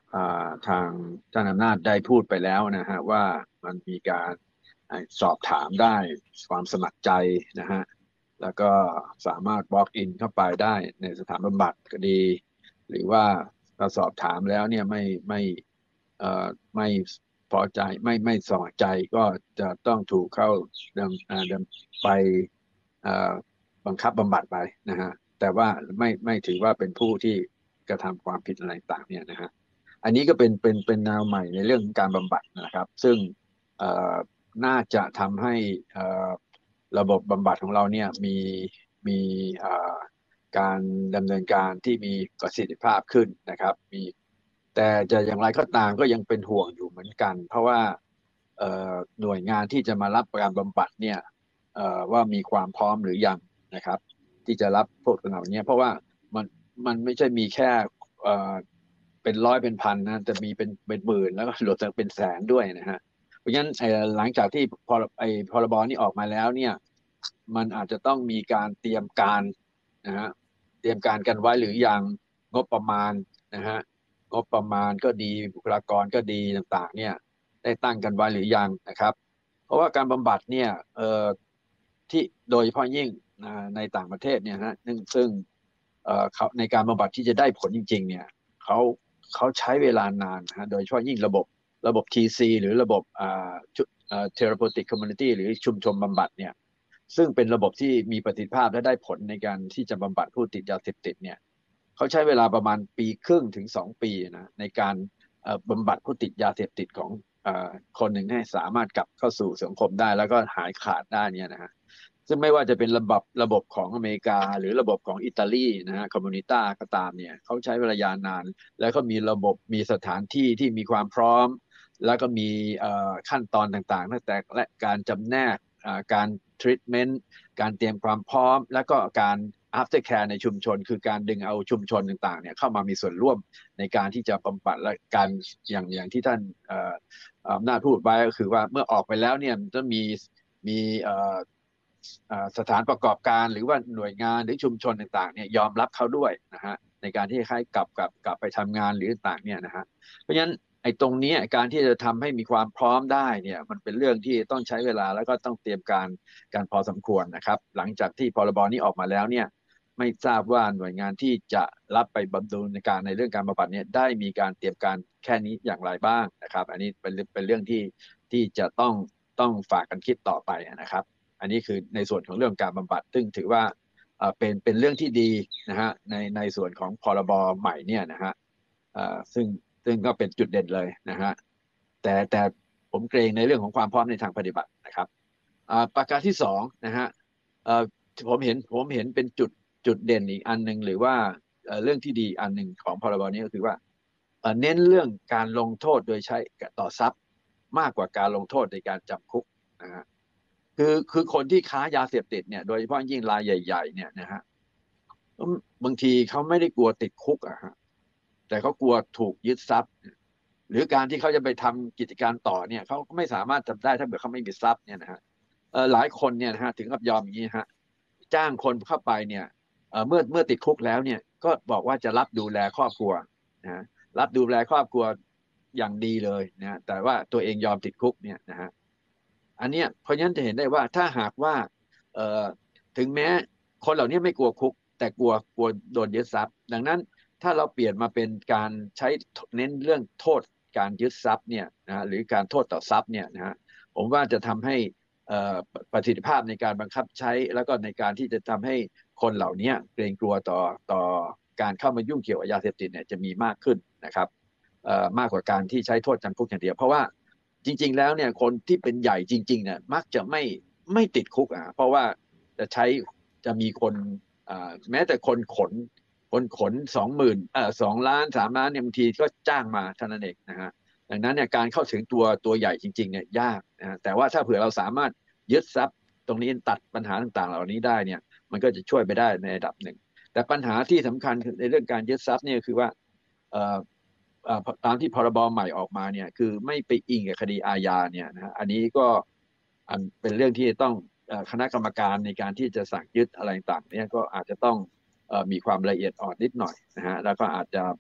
ทางท่านอำนาจได้พูดไปแล้วนะฮะว่ามันมีการสอบถามได้ความสมัครใจนะฮะแล้วก็สามารถ walk in เข้าไปได้ในสถานบำบัดก็ดีหรือว่าถ้าสอบถามแล้วเนี่ยไม่ไม่เอ่อไม่พอใจไม่ไม่สมัครใจก็จะต้องถูกเข้าดำดำไปบังคับบำบัดไปนะฮะแต่ว่าไม่ไม่ถือว่าเป็นผู้ที่กระทำความผิดอะไรต่างเนี่ยนะฮะอันนี้ก็เป็นเป็นเป็นแนวใหม่ในเรื่องการบำบัดนะครับซึ่งน่าจะทำให้ระบบบำบัดของเราเนี่ยมีมีการดำเนินการที่มีประสิทธิภาพขึ้นนะครับมีแต่จะอย่างไรก็ตามก็ยังเป็นห่วงอยู่เหมือนกันเพราะว่าหน่วยงานที่จะมารับการบำบัดเนี่ยว่ามีความพร้อมหรือยังนะครับที่จะรับพวกเหล่านี้เพราะว่ามันมันไม่ใช่มีแค่เป็นร้อยเป็นพันนะจะมีเป็นเป็นหมื่นแล้วก็หลุดจากเป็นแสนด้วยนะฮะเพราะฉะนั้นหลังจากที่พอไอ้พรบนี้ออกมาแล้วเนี่ยมันอาจจะต้องมีการเตรียมการนะฮะเตรียมการกันไว้หรือยังงบประมาณนะฮะงบประมาณก็ดีบุคลากรก็ดีต่างๆเนี่ยได้ตั้งกันไว้หรือยังนะครับเพราะว่าการบำบัดเนี่ยเอ่อที่โดยเฉพาะยิ่งในต่างประเทศเนี่ยนะซึ่งเขาในการบำบัดที่จะได้ผลจริงๆเนี่ยเขาเขาใช้เวลานานนะโดยเฉพาะยิ่งระบบระบบ ที ซี หรือระบบอ่า Therapeutic Community หรือชุมชนบำบัดเนี่ยซึ่งเป็นระบบที่มีประสิทธิภาพและได้ผลในการที่จะบำบัดผู้ติดยาเสพติดเนี่ยเขาใช้เวลาประมาณปีครึ่งถึงสองปีนะในการบำบัดผู้ติดยาเสพติดของคนหนึ่งให้สามารถกลับเข้าสู่สังคมได้แล้วก็หายขาดได้เนี่ยนะฮะซึ่งไม่ว่าจะเป็นระบบระบบของอเมริกาหรือระบบของอิตาลีนะฮะคอมมูนิต้าก็ตามเนี่ยเขาใช้เวลายาวนานแล้วก็มีระบบมีสถานที่ที่มีความพร้อมแล้วก็มีขั้นตอนต่างๆตั้งแต่และการจำแนกการทรีทเมนต์การเตรียมความพร้อมแล้วก็การ after care ในชุมชนคือการดึงเอาชุมชนต่างๆเนี่ยเข้ามามีส่วนร่วมในการที่จะบำบัดและการอย่างอย่างที่ท่านอำนาจพูดไว้ก็คือว่าเมื่อออกไปแล้วเนี่ยจะมีมีสถานประกอบการหรือว่าหน่วยงานหรือชุมชนต่างๆเนี่ยยอมรับเขาด้วยนะฮะในการที่ให้กลับกลับกลับไปทำงานหรือต่างๆเนี่ยนะฮะเพราะฉะนั้นไอ้ตรงนี้การที่จะทำให้มีความพร้อมได้เนี่ยมันเป็นเรื่องที่ต้องใช้เวลาแล้วก็ต้องเตรียมการการพอสมควรนะครับหลังจากที่พรบนี้ออกมาแล้วเนี่ยไม่ทราบว่าหน่วยงานที่จะรับไปบำรุงในการในเรื่องการบำบัดเนี่ยได้มีการเตรียมการแค่นี้อย่างไรบ้างนะครับอันนี้เป็นเป็นเรื่องที่ที่จะต้องต้องฝากกันคิดต่อไปนะครับอันนี้คือในส่วนของเรื่องการบำบัดซึ่งถือว่าเป็นเป็นเรื่องที่ดีนะฮะในในส่วนของพรบใหม่เนี่ยนะฮะซึ่งซึ่งก็เป็นจุดเด่นเลยนะฮะแต่แต่ผมเกรงในเรื่องของความพร้อมในทางปฏิบัตินะครับประการที่สองนะฮะผมเห็นผมเห็นเป็นจุดจุดเด่นอีกอันหนึ่งหรือว่าเรื่องที่ดีอันหนึ่งของพรบนี้ก็คือว่าเน้นเรื่องการลงโทษโดยใช้ต่อทรัพย์มากกว่าการลงโทษในการจำคุกนะฮะคือคือคนที่ค้ายาเสพติดเนี่ยโดยเฉพาะยิ่งรายใหญ่ๆเนี่ยนะฮะบางทีเขาไม่ได้กลัวติดคุกอะฮะแต่เขากลัวถูกยึดทรัพย์หรือการที่เขาจะไปทำกิจการต่อเนี่ยเขาไม่สามารถทำได้ถ้าเกิดเขาไม่มีทรัพย์เนี่ยนะฮะหลายคนเนี่ยนะฮะถึงกับยอมอย่างนี้ฮะจ้างคนเข้าไปเนี่ยเมื่อเมื่อติดคุกแล้วเนี่ยก็บอกว่าจะรับดูแลครอบครัวนะรับดูแลครอบครัวอย่างดีเลยนะแต่ว่าตัวเองยอมติดคุกเนี่ยนะฮะอันเนี้ยเพราะฉะนั้นจะเห็นได้ว่าถ้าหากว่าถึงแม้คนเหล่านี้ไม่กลัวคุกแต่กลัวกลัวโดนยึดทรัพย์ดังนั้นถ้าเราเปลี่ยนมาเป็นการใช้เน้นเรื่องโทษการยึดทรัพย์เนี่ยนะหรือการโทษต่อทรัพย์เนี่ยนะฮะผมว่าจะทำให้ประสิทธิภาพในการบังคับใช้แล้วก็ในการที่จะทำให้คนเหล่านี้เกรงกลัวต่อต่อการเข้ามายุ่งเกี่ยวกับยาเสพติดเนี่ยจะมีมากขึ้นนะครับมากกว่าการที่ใช้โทษจำคุกอย่างเดียวเพราะว่าจริงๆแล้วเนี่ยคนที่เป็นใหญ่จริงๆเนี่ยมักจะไม่ไม่ติดคุกอ่ะเพราะว่าจะใช้จะมีคนแม้แต่คนขนคนขนสองหมื่นเอ่อสองล้านสามล้านเนี่ยบางทีก็จ้างมาเท่านั้นเองนะฮะดังนั้นเนี่ยการเข้าถึงตัวตัวใหญ่จริงๆเนี่ยยากนะแต่ว่าถ้าเผื่อเราสามารถยึดทรัพย์ตรงนี้ตัดปัญหาต่างๆเหล่านี้ได้เนี่ยมันก็จะช่วยไปได้ในระดับหนึ่งแต่ปัญหาที่สำคัญในเรื่องการยึดทรัพย์เนี่ยคือว่าตามที่พรบใหม่ออกมาเนี่ยคือไม่ไปอิงกับคดีอาญาเนี่ยนะอันนี้ก็เป็นเรื่องที่ต้องคณะกรรมการในการที่จะสั่งยึดอะไรต่างๆเนี่ยก็อาจจะต้องมีความละเอียดอ่อนนิดหน่อยนะฮะแล้วก็อาจจะ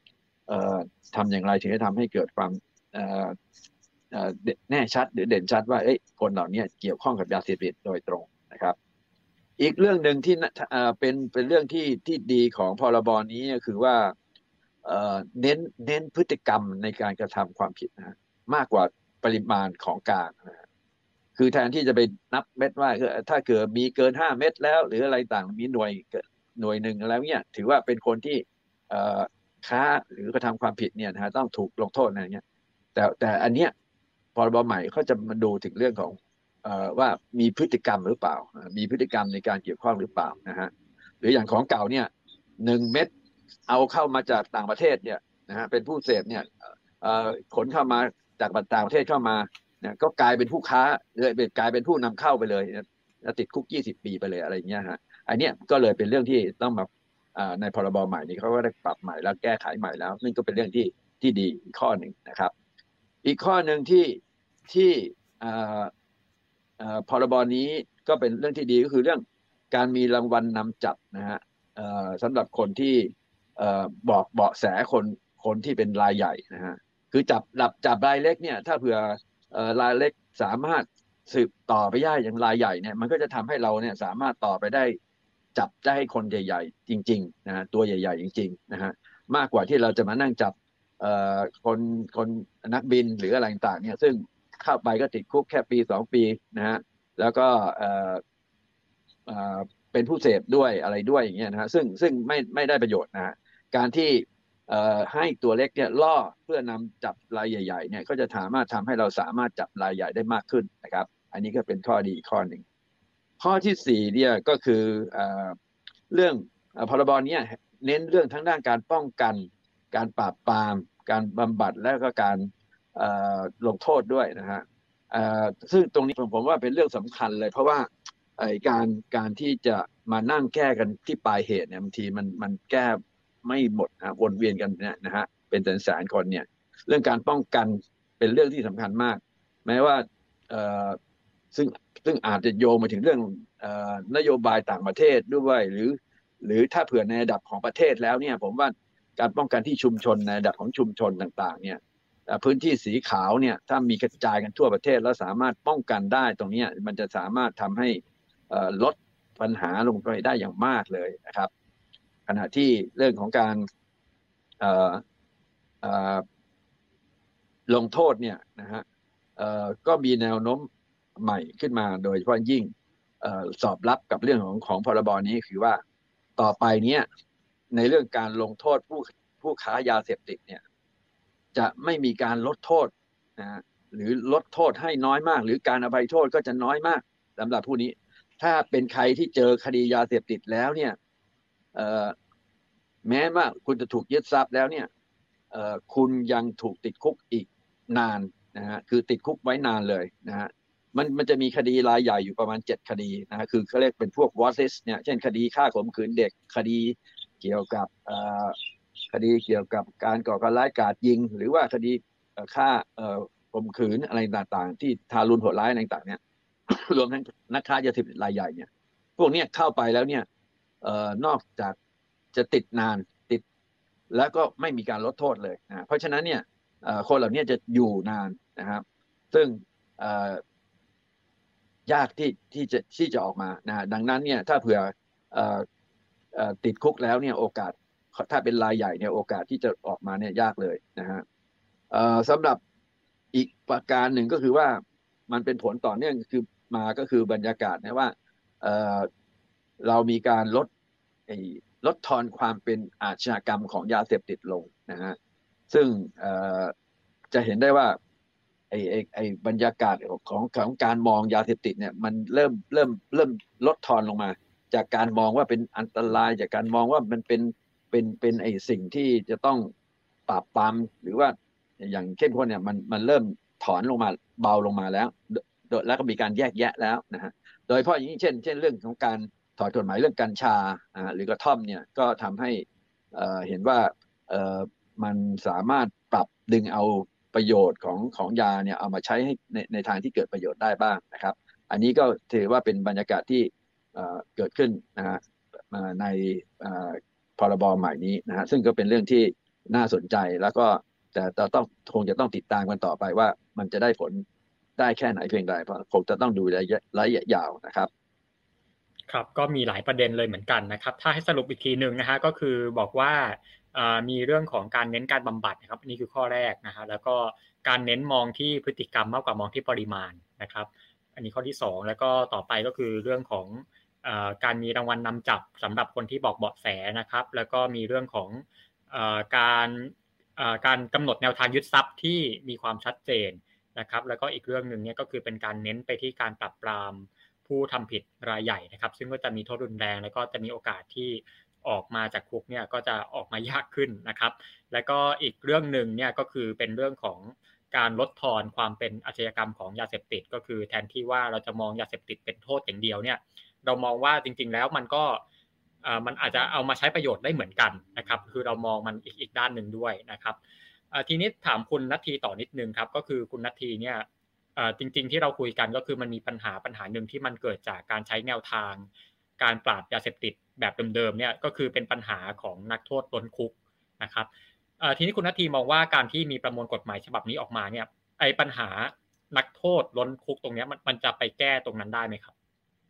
ทำอย่างไรถึงจะทำให้เกิดความแน่ชัดหรือเด่นชัดว่าคนเหล่านี้เกี่ยวข้องกับยาเสพติดโดยตรงนะครับอีกเรื่องหนึ่งที่เป็นเป็นเรื่องที่ที่ดีของพรบนี้ก็คือว่าเน้นเน้นพฤติกรรมในการกระทำความผิดนะมากกว่าปริมาณของกลางนะคือแทนที่จะไปนับเม็ดว่าถ้าเกิดมีเกินห้าเม็ดแล้วหรืออะไรต่างมีหน่วยหน่วยหนึ่งแล้วเนี่ยถือว่าเป็นคนที่ค้าหรือกระทำความผิดเนี่ยนะต้องถูกลงโทษอะไรเงี้ยแต่แต่อันเนี้ยพรบใหม่เขาจะมาดูถึงเรื่องของว่ามีพฤติกรรมหรือเปล่ามีพฤติกรรมในการเกี่ยวข้องหรือเปล่านะฮะหรืออย่างของเก่าเนี่ยหนึ่งเม็ดเอาเข้ามาจากต่างประเทศเนี่ยนะฮะเป็นผู้เสพเนี่ยขนเข้ามาจากต่างประเทศเข้ามาเนี่ยก็กลายเป็นผู้ค้าเลยกลายเป็นผู้นำเข้าไปเลยแล้วติดคุกยี่สิบปีไปเลยอะไรเงี้ยฮะอันเนี้ยก็เลยเป็นเรื่องที่ต้องมาในพรบใหม่นี้เขาก็ได้ปรับใหม่แล้วแก้ไขใหม่แล้วนั่นก็เป็นเรื่องที่ที่ดีอีกข้อหนึ่งนะครับอีกข้อหนึ่งที่ที่พรบนี้ก็เป็นเรื่องที่ดีก็คือเรื่องการมีรางวัลนำจับนะฮะสำหรับคนที่บอกเบาะแสคนคนที่เป็นรายใหญ่นะฮะคือจับจับจับรายเล็กเนี่ยถ้าเผื่อรายเล็กสามารถสืบต่อไปได้อย่างรายใหญ่เนี่ยมันก็จะทำให้เราเนี่ยสามารถต่อไปได้จับได้คนใหญ่ๆจริงๆนะฮะตัวใหญ่ๆจริงๆนะฮะมากกว่าที่เราจะมานั่งจับคนคนนักบินหรืออะไรต่างๆเนี่ยซึ่งเข้าไปก็ติดคุกแค่ปีสองปีนะฮะแล้วก็เป็นผู้เสพด้วยอะไรด้วยอย่างเงี้ยนะฮะซึ่งซึ่งไม่ไม่ได้ประโยชน์นะฮะการที่ให้ตัวเล็กเนี่ยล่อเพื่อนำจับรายใหญ่ๆเนี่ยก็จะสามารถทำให้เราสามารถจับรายใหญ่ได้มากขึ้นนะครับอันนี้ก็เป็นข้อดีข้อหนึ่งข้อที่สี่เนี่ยก็คือเรื่องพรบนี้เน้นเรื่องทั้งด้านการป้องกันการปราบปรามการบำบัดและก็การลงโทษด้วยนะฮะซึ่งตรงนี้ผมว่าเป็นเรื่องสำคัญเลยเพราะว่าการการที่จะมานั่งแก้กันที่ปลายเหตุเนี่ยบางทีมันมันแก้ไม่หมดนะวนเวียนกันเนี่ยนะฮะเป็นแสนๆคนเนี่ยเรื่องการป้องกันเป็นเรื่องที่สำคัญมากแม้ว่าซึ่งซึ่งอาจจะโยงมาถึงเรื่องนโยบายต่างประเทศด้วยหรือหรือถ้าเผื่อในระดับของประเทศแล้วเนี่ยผมว่าการป้องกันที่ชุมชนในระดับของชุมชนต่างๆเนี่ยพื้นที่สีขาวเนี่ยถ้ามีกระจายกันทั่วประเทศแล้วสามารถป้องกันได้ตรงนี้มันจะสามารถทำให้ลดปัญหาลงไปได้อย่างมากเลยนะครับขณะที่เรื่องของการลงโทษเนี่ยนะฮะก็มีแนวโน้มใหม่ขึ้นมาโดยเฉพาะยิ่งสอบรับกับเรื่องของของพรบนี้คือว่าต่อไปเนี้ยในเรื่องการลงโทษผู้ผู้ค้ายาเสพติดเนี่ยจะไม่มีการลดโทษนะหรือลดโทษให้น้อยมากหรือการอภัยโทษก็จะน้อยมากสำหรับผู้นี้ถ้าเป็นใครที่เจอคดียาเสพติดแล้วเนี่ยแม้ว่าคุณจะถูกยึดทรัพย์แล้วเนี่ยคุณยังถูกติดคุกอีกนานนะฮะคือติดคุกไว้นานเลยนะฮะมันมันจะมีคดีรายใหญ่อยู่ประมาณเจ็ดคดีนะฮะคือเขาเรียกเป็นพวกวอร์ซิสเนี่ยเช่นคดีฆ่าข่มขืนเด็กคดีเกี่ยวกับคดีเกี่ยวกับการก่อการร้ายกราดยิงหรือว่าคดีฆ่าข่มขืนอะไรต่างๆที่ทารุณโหดร้ายอะไรต่างๆเนี่ยรวมทั้งนักค้ายาเสพติดรายใหญ่เนี่ยพวกนี้เข้าไปแล้วเนี่ยนอกจากจะติดนานติดแล้วก็ไม่มีการลดโทษเลยนะเพราะฉะนั้นเนี่ยคนเหล่านี้จะอยู่นานนะครับซึ่งยากที่ที่จะที่จะออกมานะดังนั้นเนี่ยถ้าเผื่อติดคุกแล้วเนี่ยโอกาสถ้าเป็นรายใหญ่เนี่ยโอกาสที่จะออกมาเนี่ยยากเลยนะฮะสำหรับอีกประการหนึ่งก็คือว่ามันเป็นผลต่อเนื่องคือมาก็คือบรรยากาศนะว่าเอ่อเรามีการลดลดทอนความเป็นอาชญากรรมของยาเสพติดลงนะฮะซึ่งจะเห็นได้ว่าไอ้ไอ้ไอ้บรรยากาศของของการมองยาเสพติดเนี่ยมันเริ่มเริ่มเริ่มลดทอนลงมาจากการมองว่าเป็นอันตรายจากการมองว่ามันเป็นเป็นเป็นไอ้สิ่งที่จะต้องปราบปรามหรือว่าอย่างเข้มข้นเนี่ยมันมันเริ่มถอนลงมาเบาลงมาแล้วแล้วก็มีการแยกแยะแล้วนะฮะโดยเฉพาะอย่างเช่นเช่นเรื่องของการถอดกฎหมายเรื่องกัญชาหรือกระท่อมเนี่ยก็ทำให้เห็นว่ามันสามารถปรับดึงเอาประโยชน์ของของยาเนี่ยเอามาใช้ให้ในในทางที่เกิดประโยชน์ได้บ้างนะครับอันนี้ก็ถือว่าเป็นบรรยากาศที่เกิดขึ้นนะฮะในพรบใหม่นี้นะฮะซึ่งก็เป็นเรื่องที่น่าสนใจแล้วก็แต่เราต้องคงจะต้องติดตามกันต่อไปว่ามันจะได้ผลได้แค่ไหนเพียงใดเพราะคงจะต้องดูระยะระยะยาวนะครับครับก็มีหลายประเด็นเลยเหมือนกันนะครับถ้าให้สรุปอีกทีหนึ่งนะฮะก็คือบอกว่ามีเรื่องของการเน้นการบำบัดนะครับนี่คือข้อแรกนะฮะแล้วก็การเน้นมองที่พฤติกรรมมากกว่ามองที่ปริมาณนะครับอันนี้ข้อที่สองแล้วก็ต่อไปก็คือเรื่องของการมีรางวัลนำจับสำหรับคนที่บอกเบาะแสนะครับแล้วก็มีเรื่องของการการกำหนดแนวทางยึดทรัพย์ที่มีความชัดเจนนะครับแล้วก็อีกเรื่องหนึ่งเนี่ยก็คือเป็นการเน้นไปที่การปราบปรามผู้ทำผิดรายใหญ่นะครับซึ่งก็จะมีโทษรุนแรงแล้วก็จะมีโอกาสที่ออกมาจากคุกเนี่ยก็จะออกมายากขึ้นนะครับแล้วก็อีกเรื่องหนึ่งเนี่ยก็คือเป็นเรื่องของการลดทอนความเป็นอาชญากรรมของยาเสพติดก็คือแทนที่ว่าเราจะมองยาเสพติดเป็นโทษอย่างเดียวเนี่ยเรามองว่าจริงๆแล้วมันก็มันอาจจะเอามาใช้ประโยชน์ได้เหมือนกันนะครับคือเรามองมันอีกอีกด้านหนึ่งด้วยนะครับทีนี้ถามคุณณัฐีต่อนิดนึงครับก็คือคุณณัฐีเนี่ยจริงๆที่เราคุยกันก็คือมันมีปัญหาปัญหาหนึ่งที่มันเกิดจากการใช้แนวทางการปราบยาเสพติดแบบเดิมๆเนี่ยก็คือเป็นปัญหาของนักโทษล้นคุกนะครับทีนี้คุณณัฐีมองว่าการที่มีประมวลกฎหมายฉบับนี้ออกมาเนี่ยไอ้ปัญหานักโทษล้นคุกตรงนี้มันมันจะไปแก้ตรงนั้นได้ไหมครับ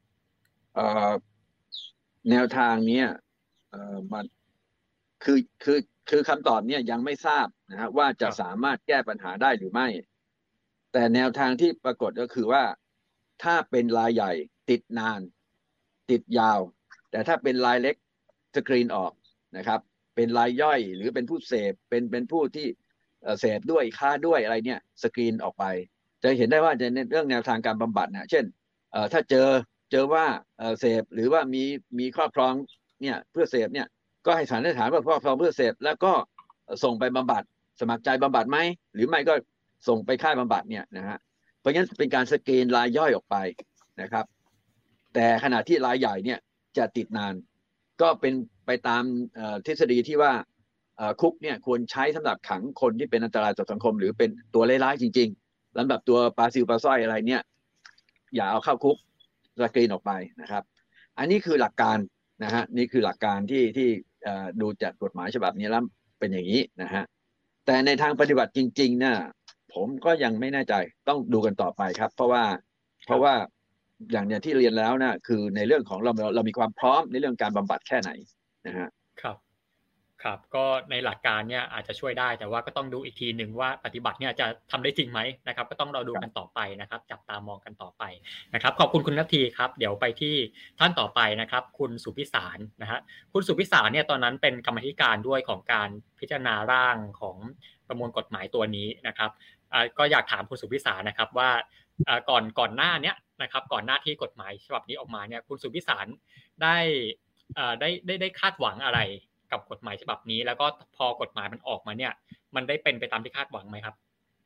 แนวทางนี้มันคือคือคือคำตอบเนี่ยยังไม่ทราบนะฮะว่าจะสามารถแก้ปัญหาได้หรือไม่แต่แนวทางที่ปรากฏก็คือว่าถ้าเป็นรายใหญ่ติดนานติดยาวแต่ถ้าเป็นรายเล็กสกรีนออกนะครับเป็นรายย่อยหรือเป็นผู้เสพเป็นเป็นผู้ที่เสพด้วยค้าด้วยอะไรเนี่ยสกรีนออกไปจะเห็นได้ว่าในเรื่องแนวทางการบำบัดนะเช่นถ้าเจอเจอว่าเสพหรือว่ามีมีครอบครองเนี่ยเพื่อเสพเนี่ยก็ให้สันนิษฐานว่าครอบครองเพื่อเสพแล้วก็ส่งไปบำบัดสมัครใจบำบัดไหมหรือไม่ก็ส่งไปค่ายบำบัดเนี่ยนะฮะเพราะงั้นเป็นการสกรีนรายย่อยออกไปนะครับแต่ขณะที่รายใหญ่เนี่ยจะติดนานก็เป็นไปตามทฤษฎีที่ว่าคุกเนี่ยควรใช้สำหรับขังคนที่เป็นอันตรายต่อสังคมหรือเป็นตัวร้ายๆจริงๆสำหรับตัวปลาซิวปลาสร้อยอะไรเนี่ยอย่าเอาเข้าคุกสกรีนออกไปนะครับอันนี้คือหลักการนะฮะนี่คือหลักการที่ที่ดูจากกฎหมายฉบับนี้แล้วเป็นอย่างนี้นะฮะแต่ในทางปฏิบัติจริงๆเนี่ยผมก็ยังไม่แน่ใจต้องดูกันต่อไปครับเพราะว่าเพราะว่าอย่างเนี้ยที่เรียนแล้วนะคือในเรื่องของเราเรามีความพร้อมในเรื่องการบำบัดแค่ไหนนะฮะครับครับก็ในหลักการเนี่ยอาจจะช่วยได้แต่ว่าก็ต้องดูอีกทีหนึ่งว่าปฏิบัติเนี่ยจะทำได้จริงไหมนะครับก็ต้องรอดูกันต่อไปนะครับจับตามองกันต่อไปนะครับขอบคุณคุณณัฐีครับเดี๋ยวไปที่ท่านต่อไปนะครับคุณสุพิสารนะฮะคุณสุพิสารเนี่ยตอนนั้นเป็นกรรมธิการด้วยของการพิจารณาร่างของประมวลกฎหมายตัวนี้นะครับก็อยากถามคุณสุพิสารนะครับว่าก่อนก่อนหน้านี้นะครับก่อนหน้าที่กฎหมายฉบับนี้ออกมาเนี่ยคุณสุพิสารได้ได้ได้ได้คาดหวังอะไรกับกฎหมายฉบับนี้แล้วก็พอกฎหมายมันออกมาเนี่ยมันได้เป็นไปตามที่คาดหวังไหมครับ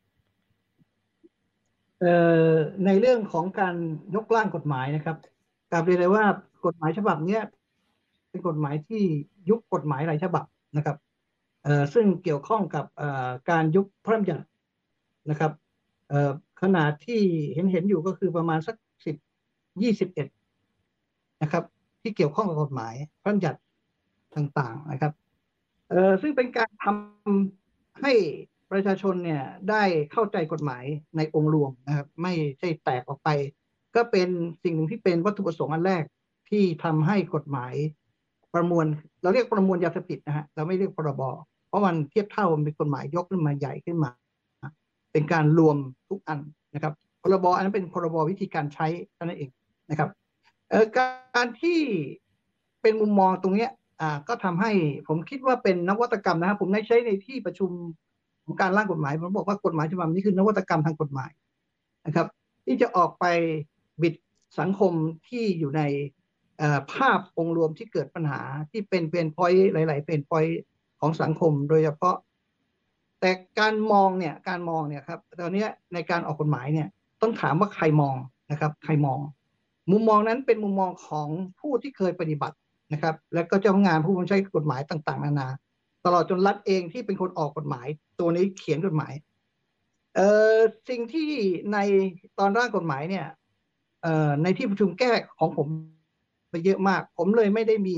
ในเรื่องของการยกร่างกฎหมายนะครับกลับเรียนเลยว่ากฎหมายฉบับนี้เป็นกฎหมายที่ยุบกฎหมายหลายฉบับนะครับซึ่งเกี่ยวข้องกับการยุบพระราชบัญญัตินะครับขนาดที่เห็นเห็นอยู่ก็คือประมาณสักสิบยี่สิบเอ็ดนะครับที่เกี่ยวข้องกับกฎหมายพระราชบัญญัติต่างๆนะครับเอ่อซึ่งเป็นการทำให้ประชาชนเนี่ยได้เข้าใจกฎหมายในองค์รวมนะครับไม่ใช่แตกออกไปก็เป็นสิ่งหนึ่งที่เป็นวัตถุประสงค์อันแรกที่ทำให้กฎหมายประมวลเราเรียกประมวลยาเสพติดนะฮะเราไม่เรียกพรบเพราะมันเทียบเท่ามันเป็นกฎหมายยกขึ้นมาใหญ่ขึ้นมาเป็นการรวมทุกอันนะครับพรบอันนั้นเป็นพรบวิธีการใช้เท่านั้นเองนะครับเอ่อการที่เป็นมุมมองตรงนี้อ่าก็ทำให้ผมคิดว่าเป็นนวัตกรรมนะครับผมได้ใช้ในที่ประชุมของการร่างกฎหมายผมบอกว่ากฎหมายฉบับนี้คือนวัตกรรมทางกฎหมายนะครับที่จะออกไปบิดสังคมที่อยู่ในภาพองค์รวมที่เกิดปัญหาที่เป็นเพนพอยต์หลายๆเพนพอยต์ของสังคมโดยเฉพาะแต่การมองเนี่ยการมองเนี่ยครับตอนนี้ในการออกกฎหมายเนี่ยต้องถามว่าใครมองนะครับใครมองมุมมองนั้นเป็นมุมมองของผู้ที่เคยปฏิบัตินะครับแล้วก็เจ้างานผู้บังคับใช้กฎหมายต่างๆนานาตลอดจนรัฐเองที่เป็นคนออกกฎหมายตัวนี้เขียนกฎหมายเอ่อสิ่งที่ในตอนร่างกฎหมายเนี่ยเอ่อในที่ประชุมแก้ของผมไปเยอะมากผมเลยไม่ได้มี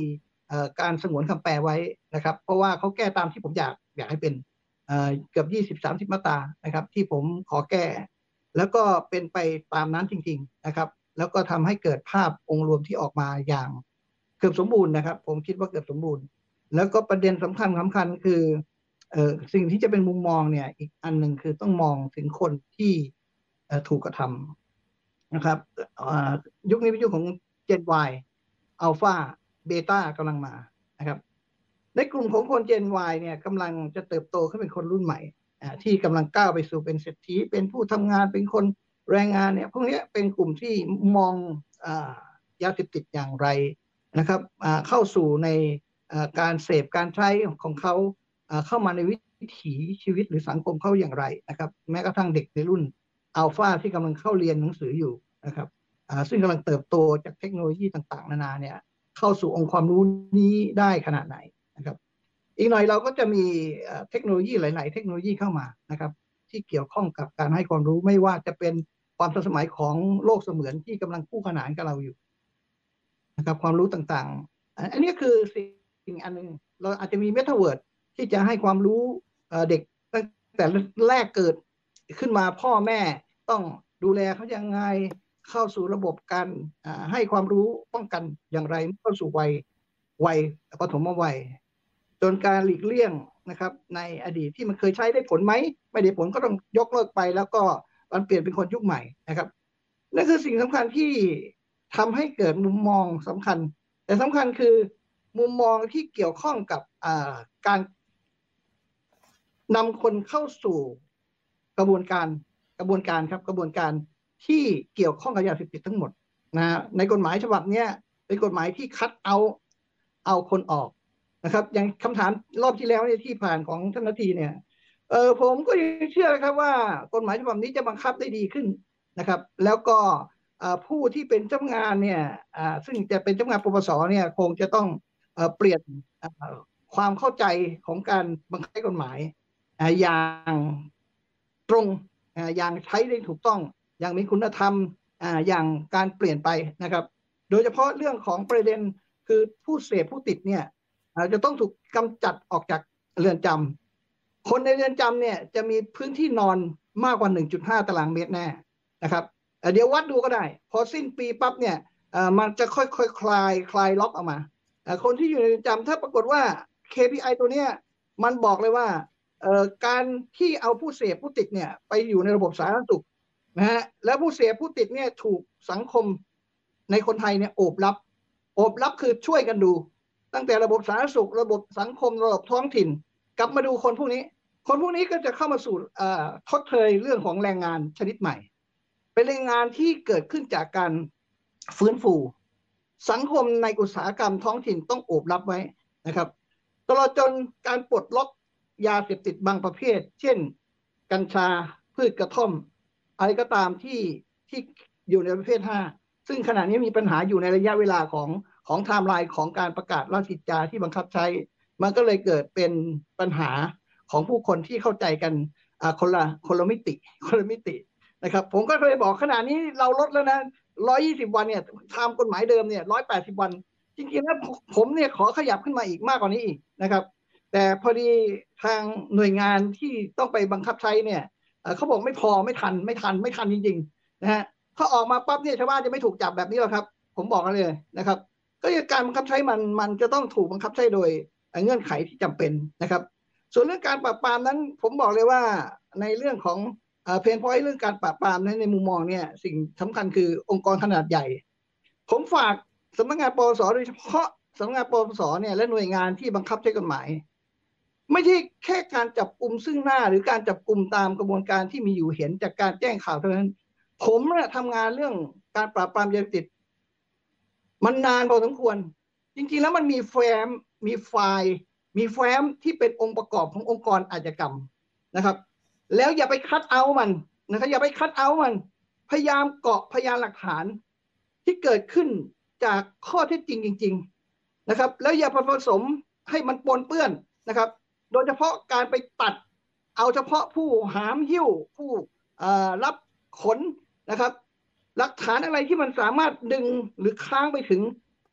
การสงวนคำแปลไว้นะครับเพราะว่าเขาแก้ตามที่ผมอยากอยากให้เป็นเกือบยี่สิบ สามสิบมาตรานะครับที่ผมขอแก้แล้วก็เป็นไปตามนั้นจริงๆนะครับแล้วก็ทำให้เกิดภาพองค์รวมที่ออกมาอย่างเกือบสมบูรณ์นะครับผมคิดว่าเกือบสมบูรณ์แล้วก็ประเด็นสำคัญสำคัญคือเอ่อสิ่งที่จะเป็นมุมมองเนี่ยอีกอันหนึ่งคือต้องมองถึงคนที่ถูกกระทำนะครับยุคนี้เป็นยุคของ Gen Y Alpha Beta กำลังมานะครับในกลุ่มของคน Gen Y เนี่ยกำลังจะเติบโตขึ้นเป็นคนรุ่นใหม่ที่กำลังก้าวไปสู่เป็นเศรษฐีเป็นผู้ทำงานเป็นคนแรงงานเนี่ยพวกนี้เป็นกลุ่มที่มองยาเสพติดอย่างไรนะครับเข้าสู่ในการเสพการใช้ของเขาเข้ามาในวิถีชีวิตหรือสังคมเขาอย่างไรนะครับแม้กระทั่งเด็กในรุ่นอัลฟาที่กำลังเข้าเรียนหนังสืออยู่นะครับซึ่งกำลังเติบโตจากเทคโนโลยีต่างๆนานาเนี่ยเข้าสู่องค์ความรู้นี้ได้ขนาดไหนนะครับอีกหน่อยเราก็จะมีเทคโนโลยีหลายๆเทคโนโลยีเข้ามานะครับที่เกี่ยวข้องกับการให้ความรู้ไม่ว่าจะเป็นความทันสมัยของโลกเสมือนที่กำลังคู่ขนานกับเราอยู่นะครับความรู้ต่างๆอันนี้คือสิ่งอันนึงเราอาจจะมีเมตาเวิร์ดที่จะให้ความรู้เด็กตั้งแต่แรกเกิดขึ้นมาพ่อแม่ต้องดูแลเขายังไงเข้าสู่ระบบการให้ความรู้ป้องกันอย่างไรเข้าสู่วัยวัยปฐมวัยจนการหลีกเลี่ยงนะครับในอดีตที่มันเคยใช้ได้ผลไหมไม่ได้ผลก็ต้องยกเลิกไปแล้วก็มันเปลี่ยนเป็นคนยุคใหม่นะครับนั่นคือสิ่งสำคัญที่ทำให้เกิดมุมมองสำคัญแต่สำคัญคือมุมมองที่เกี่ยวข้องกับการนำคนเข้าสู่กระบวนการกระบวนการครับกระบวนการที่เกี่ยวข้องกับยาเสพติดทั้งหมดนะในกฎหมายฉบับนี้เป็นกฎหมายที่คัดเอาเอาคนออกนะครับอย่างคำถามรอบที่แล้วเนี่ยที่ผ่านของท่านนาทีเนี่ยเออผมก็ยังเชื่อนะครับว่ากฎหมายฉบับนี้จะบังคับได้ดีขึ้นนะครับแล้วก็ผู้ที่เป็นเจ้างานเนี่ยซึ่งจะเป็นเจ้างานปปสเนี่ยคงจะต้องเปลี่ยนความเข้าใจของการบังคับกฎหมายอย่างตรงอย่างใช้ได้ถูกต้องอย่างมีคุณธรรมอย่างการเปลี่ยนไปนะครับโดยเฉพาะเรื่องของประเด็นคือผู้เสพผู้ติดเนี่ยจะต้องถูกกำจัดออกจากเรือนจำคนในเรือนจำเนี่ยจะมีพื้นที่นอนมากกว่า หนึ่งจุดห้า ตารางเมตรแน่นะครับเดี๋ยววัดดูก็ได้พอสิ้นปีปั๊บเนี่ยมันจะค่อยๆ ค, คลายคลายล็อกออกมาคนที่อยู่ในเรือนจำถ้าปรากฏว่า เค พี ไอ ตัวเนี้ยมันบอกเลยว่าการที่เอาผู้เสพผู้ติดเนี่ยไปอยู่ในระบบสาธารณสุขนะฮะแล้วผู้เสพผู้ติดเนี่ยถูกสังคมในคนไทยเนี่ยโอบรับโอบรับคือช่วยกันดูตั้งแต่ระบบสาธารณสุขระบบสังคมระบบท้องถิ่นกลับมาดูคนพวกนี้คนพวกนี้ก็จะเข้ามาสู่ทดเทยเรื่องของแรงงานชนิดใหม่เป็นแรงงานที่เกิดขึ้นจากการฟื้นฟูสังคมในอุตสาหกรรมท้องถิ่นต้องโอบรับไว้นะครับตลอดจนการปลดล็อกยาเสพติดบางประเภทเช่นกัญชาพืชกระท่อมอะไรก็ตามที่ที่อยู่ในประเภทห้าซึ่งขณะนี้มีปัญหาอยู่ในระยะเวลาของของไทม์ไลน์ของการประกาศราชกิจจาที่บังคับใช้มันก็เลยเกิดเป็นปัญหาของผู้คนที่เข้าใจกันคนละคนละมิติคนละมิตินะครับผมก็เคยบอกขณะนี้เราลดแล้วนะหนึ่งร้อยยี่สิบวันเนี่ยตามกฎหมายเดิมเนี่ยหนึ่งร้อยแปดสิบวันจริงๆแล้วผมเนี่ยขอขยับขึ้นมาอีกมากกว่านี้อีกนะครับแต่พอดีทางหน่วยงานที่ต้องไปบังคับใช้เนี่ยเขาบอกไม่พอไม่ทันไม่ทันไม่ทันจริงๆนะฮะเขาออกมาปั๊บเนี่ยชาวบ้านจะไม่ถูกจับแบบนี้หรอกครับผมบอกกันเลยนะครับก็การบังคับใช้มันมันจะต้องถูกบังคับใช้โดยเงื่อนไขที่จำเป็นนะครับส่วนเรื่องการปราบปรามนั้นผมบอกเลยว่าในเรื่องของเพนพอยต์เรื่องการปราบปรามในมุมมองเนี่ยสิ่งสำคัญคือองค์กรขนาดใหญ่ผมฝากสำนักงานปปสโดยเฉพาะสำนักงานปปสเนี่ยและหน่วยงานที่บังคับใช้กฎหมายไม่ใช่แค่การจับกุมซึ่งหน้าหรือการจับกุมตามกระบวนการที่มีอยู่เห็นจากการแจ้งข่าวเท่านั้นผมเนี่ยทำงานเรื่องการปราบปรามยาเสพติดมันนานพอสมควรจริงๆแล้วมันมีแฟ้มมีไฟล์มีแฟ้มที่เป็นองค์ประกอบขององค์กรอาชญากรรมนะครับแล้วอย่าไปคัดเอามันนะครับอย่าไปคัดเอามันพยายามเกาะพยานหลักฐานที่เกิดขึ้นจากข้อเท็จจริงจริงๆนะครับแล้วอย่าผสมให้มันปนเปื้อนนะครับโดยเฉพาะการไปตัดเอาเฉพาะผู้หามหิ้วผู้รับขนนะครับหลักฐานอะไรที่มันสามารถดึงหรือค้างไปถึง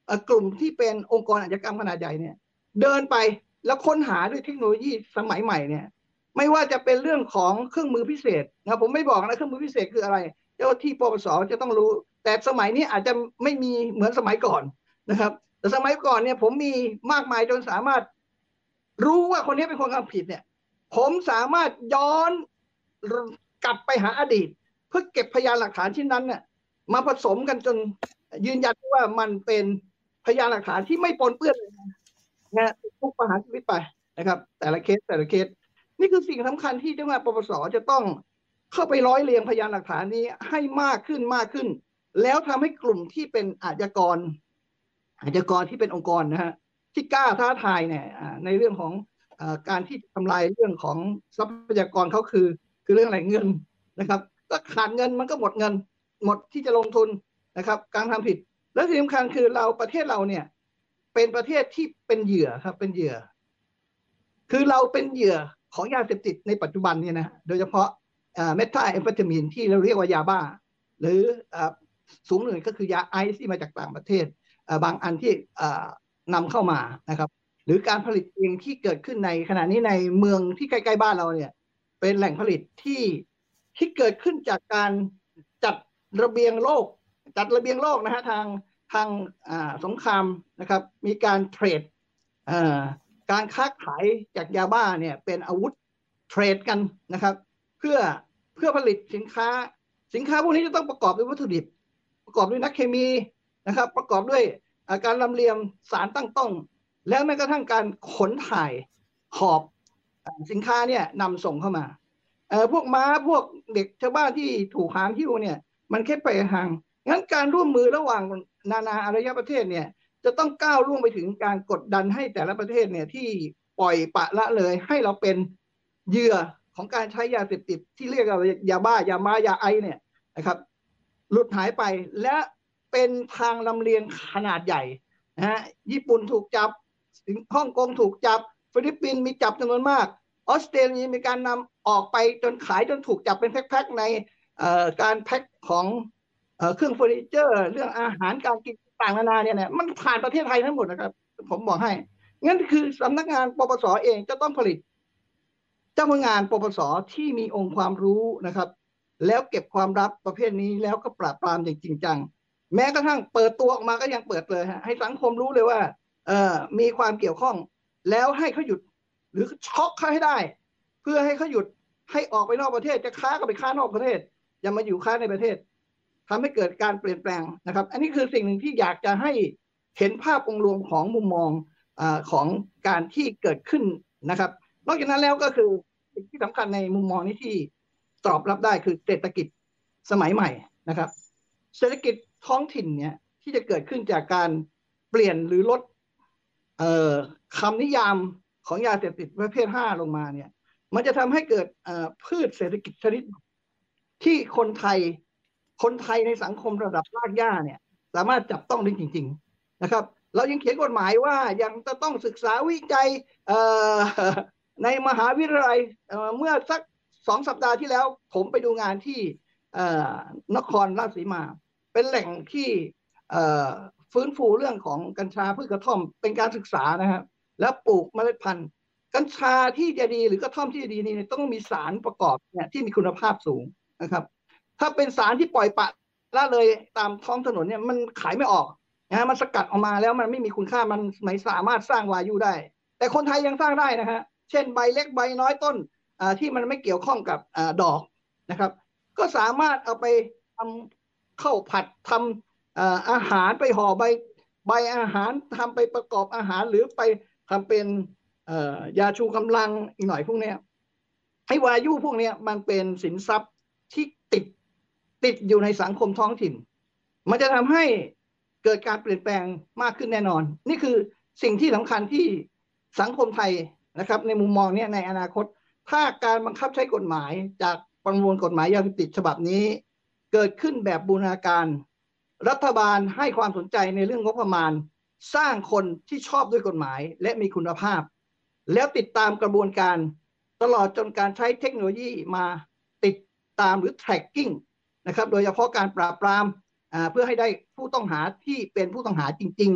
กลุ่มที่เป็นองค์กรอาชญากรรมขนาดใหญ่เนี่ยเดินไปแล้วค้นหาด้วยเทคโนโลยีสมัยใหม่เนี่ยไม่ว่าจะเป็นเรื่องของเครื่องมือพิเศษนะผมไม่บอกนะเครื่องมือพิเศษคืออะไรเจ้าที่ปปสจะต้องรู้แต่สมัยนี้อาจจะไม่มีเหมือนสมัยก่อนนะครับแต่สมัยก่อนเนี่ยผมมีมากมายจนสามารถรู้ว่าคนนี้เป็นคนทำผิดเนี่ยผมสามารถย้อนกลับไปหาอดีตเพื่อเก็บพยานหลักฐานชิ้นนั้นเนี่ยมาผสมกันจนยืนยันว่ามันเป็นพยานหลักฐานที่ไม่ปนเปื้อนนะทุกประหารชีวิตไปนะครับแต่ละเคสแต่ละเคสนี่คือสิ่งสำคัญที่เจ้าหน้าที่ปปสจะต้องเข้าไปร้อยเรียงพยานหลักฐานนี้ให้มากขึ้นมากขึ้นแล้วทำให้กลุ่มที่เป็นอาชญากรอาชญากรที่เป็นองค์กรนะฮะที่กล้าท้าทายเนี่ยในเรื่องของการที่ทำลายเรื่องของทรัพยากรเขาคือคือเรื่องอะไรเงินนะครับก็ขาดเงินมันก็หมดเงินหมดที่จะลงทุนนะครับการทำผิดและที่สำคัญคือเราประเทศเราเนี่ยเป็นประเทศที่เป็นเหยื่อครับเป็นเหยื่อคือเราเป็นเหยื่อของยาเสพติดในปัจจุบันเนี่ยนะโดยเฉพาะเมทาแอมเฟตามีนที่เราเรียกว่ายาบ้าหรือสูงหนึ่งก็คือยาไอซ์ที่มาจากต่างประเทศบางอันที่นำเข้ามานะครับหรือการผลิตเองที่เกิดขึ้นในขณะนี้ในเมืองที่ใกล้ๆบ้านเราเนี่ยเป็นแหล่งผลิตที่ที่เกิดขึ้นจากการจัดระเบียงโลกจัดระเบียงโลกนะฮะทางทางสงครามนะครับมีการเทรดการค้าขายจากยาบ้าเนี่ยเป็นอาวุธเทรดกันนะครับเพื่อเพื่อผลิตสินค้าสินค้าพวกนี้จะต้องประกอบด้วยวัตถุดิบประกอบด้วยนักเคมีนะครับประกอบด้วยการลำเลียงสารตั้งต้นแล้วแม้กระทั่งการขนถ่ายหอบสินค้าเนี่ยนำส่งเข้ามาพวกม้าพวกเด็กชาวบ้านที่ถูกหามหิ้วเนี่ยมันแค่ไปห่างงั้นการร่วมมือระหว่างนานาอารยประเทศเนี่ยจะต้องก้าวล่วงไปถึงการกดดันให้แต่ละประเทศเนี่ยที่ปล่อยปะละเลยให้เราเป็นเหยื่อของการใช้ยาเสพติดที่เรียกว่ายาบ้ายามายาไอเนี่ยนะครับหลุดหายไปและเป็นทางลำเลียงขนาดใหญ่นะฮะญี่ปุ่นถูกจับฮ่องกงถูกจับฟิลิปปินส์มีจับจำนวนมากออสเตรเลียมีการนำออกไปจนขายจนถูกจับเป็นแพ็คๆในการแพ็คของเครื่องเฟอร์นิเจอร์เรื่องอาหารการกินต่างๆนานาเนี่ยมันผ่านประเทศไทยทั้งหมดนะครับผมบอกให้งั้นคือสำนักงานปปสเองจะต้องผลิตเจ้าพนักงานปปสที่มีองค์ความรู้นะครับแล้วเก็บความลับประเภทนี้แล้วก็ปราบปรามอย่างจริงจังแม้กระทั่งเปิดตัวออกมาก็ยังเปิดเลยฮะให้สังคมรู้เลยว่าเอ่อมีความเกี่ยวข้องแล้วให้เขาหยุดหรือช็อกเขาให้ได้เพื่อให้เขาหยุดให้ออกไปนอกประเทศจะค้าก็ไปค้านอกประเทศอย่ามาอยู่ค้าในประเทศทำให้เกิดการเปลี่ยนแปลงนะครับอันนี้คือสิ่งหนึ่งที่อยากจะให้เห็นภาพองค์รวมของมุมมองอ่าของการที่เกิดขึ้นนะครับนอกจากนั้นแล้วก็คือสิ่งที่สำคัญในมุมมองนี้ที่ตอบรับได้คือเศรษฐกิจสมัยใหม่นะครับเศรษฐกิจท้องถิ่นเนี่ยที่จะเกิดขึ้นจากการเปลี่ยนหรือลดเอ่อคำนิยามของยาเสพติดประเภทห้าลงมาเนี่ยมันจะทำให้เกิดพืชเศรษฐกิจชนิดที่คนไทยคนไทยในสังคมระดับรากหญ้าเนี่ยสามารถจับต้องได้จริงๆนะครับเรายังเขียนกฎหมายว่ายังจะต้องศึกษาวิจัยในมหาวิทยาลัยเมื่อสักสองสัปดาห์ที่แล้วผมไปดูงานที่นครราชสีมาเป็นแหล่งที่ฟื้นฟูเรื่องของกัญชาพืชกระท่อมเป็นการศึกษานะครับแล้วปลูกเมล็ดพันธุ์กัญชาที่จะดีหรือกระท่อมที่จะดีนี่ต้องมีสารประกอบเนี่ยที่มีคุณภาพสูงนะครับถ้าเป็นสารที่ปล่อยปะละเลยตามท้องถนนเนี่ยมันขายไม่ออกนะมันสกัดออกมาแล้วมันไม่มีคุณค่ามันไม่สามารถสร้างวายุได้แต่คนไทยยังสร้างได้นะฮะเช่นใบเล็กใบน้อยต้นที่มันไม่เกี่ยวข้องกับดอกนะครับก็สามารถเอาไปทำข้าวผัดทำอาหารไปห่อใบใบอาหารทำไปประกอบอาหารหรือไปทำเป็นยาชูกำลังอีกหน่อยพวกนี้ให้วายุพวกนี้มันเป็นสินทรัพย์ที่ติดติดอยู่ในสังคมท้องถิ่นมันจะทำให้เกิดการเปลี่ยนแปลงมากขึ้นแน่นอนนี่คือสิ่งที่สำคัญที่สังคมไทยนะครับในมุมมองนี้ในอนาคตถ้าการบังคับใช้กฎหมายจากประมวลกฎหมายยาเสพติดฉบับนี้เกิดขึ้นแบบบูรณาการรัฐบาลให้ความสนใจในเรื่องงบประมาณสร้างคนที่ชอบด้วยกฎหมายและมีคุณภาพแล้วติดตามกระบวนการตลอดจนการใช้เทคโนโลยีมาติดตามหรือ tracking นะครับโดยเฉพาะการปราบปรามเพื่อให้ได้ผู้ต้องหาที่เป็นผู้ต้องหาจริง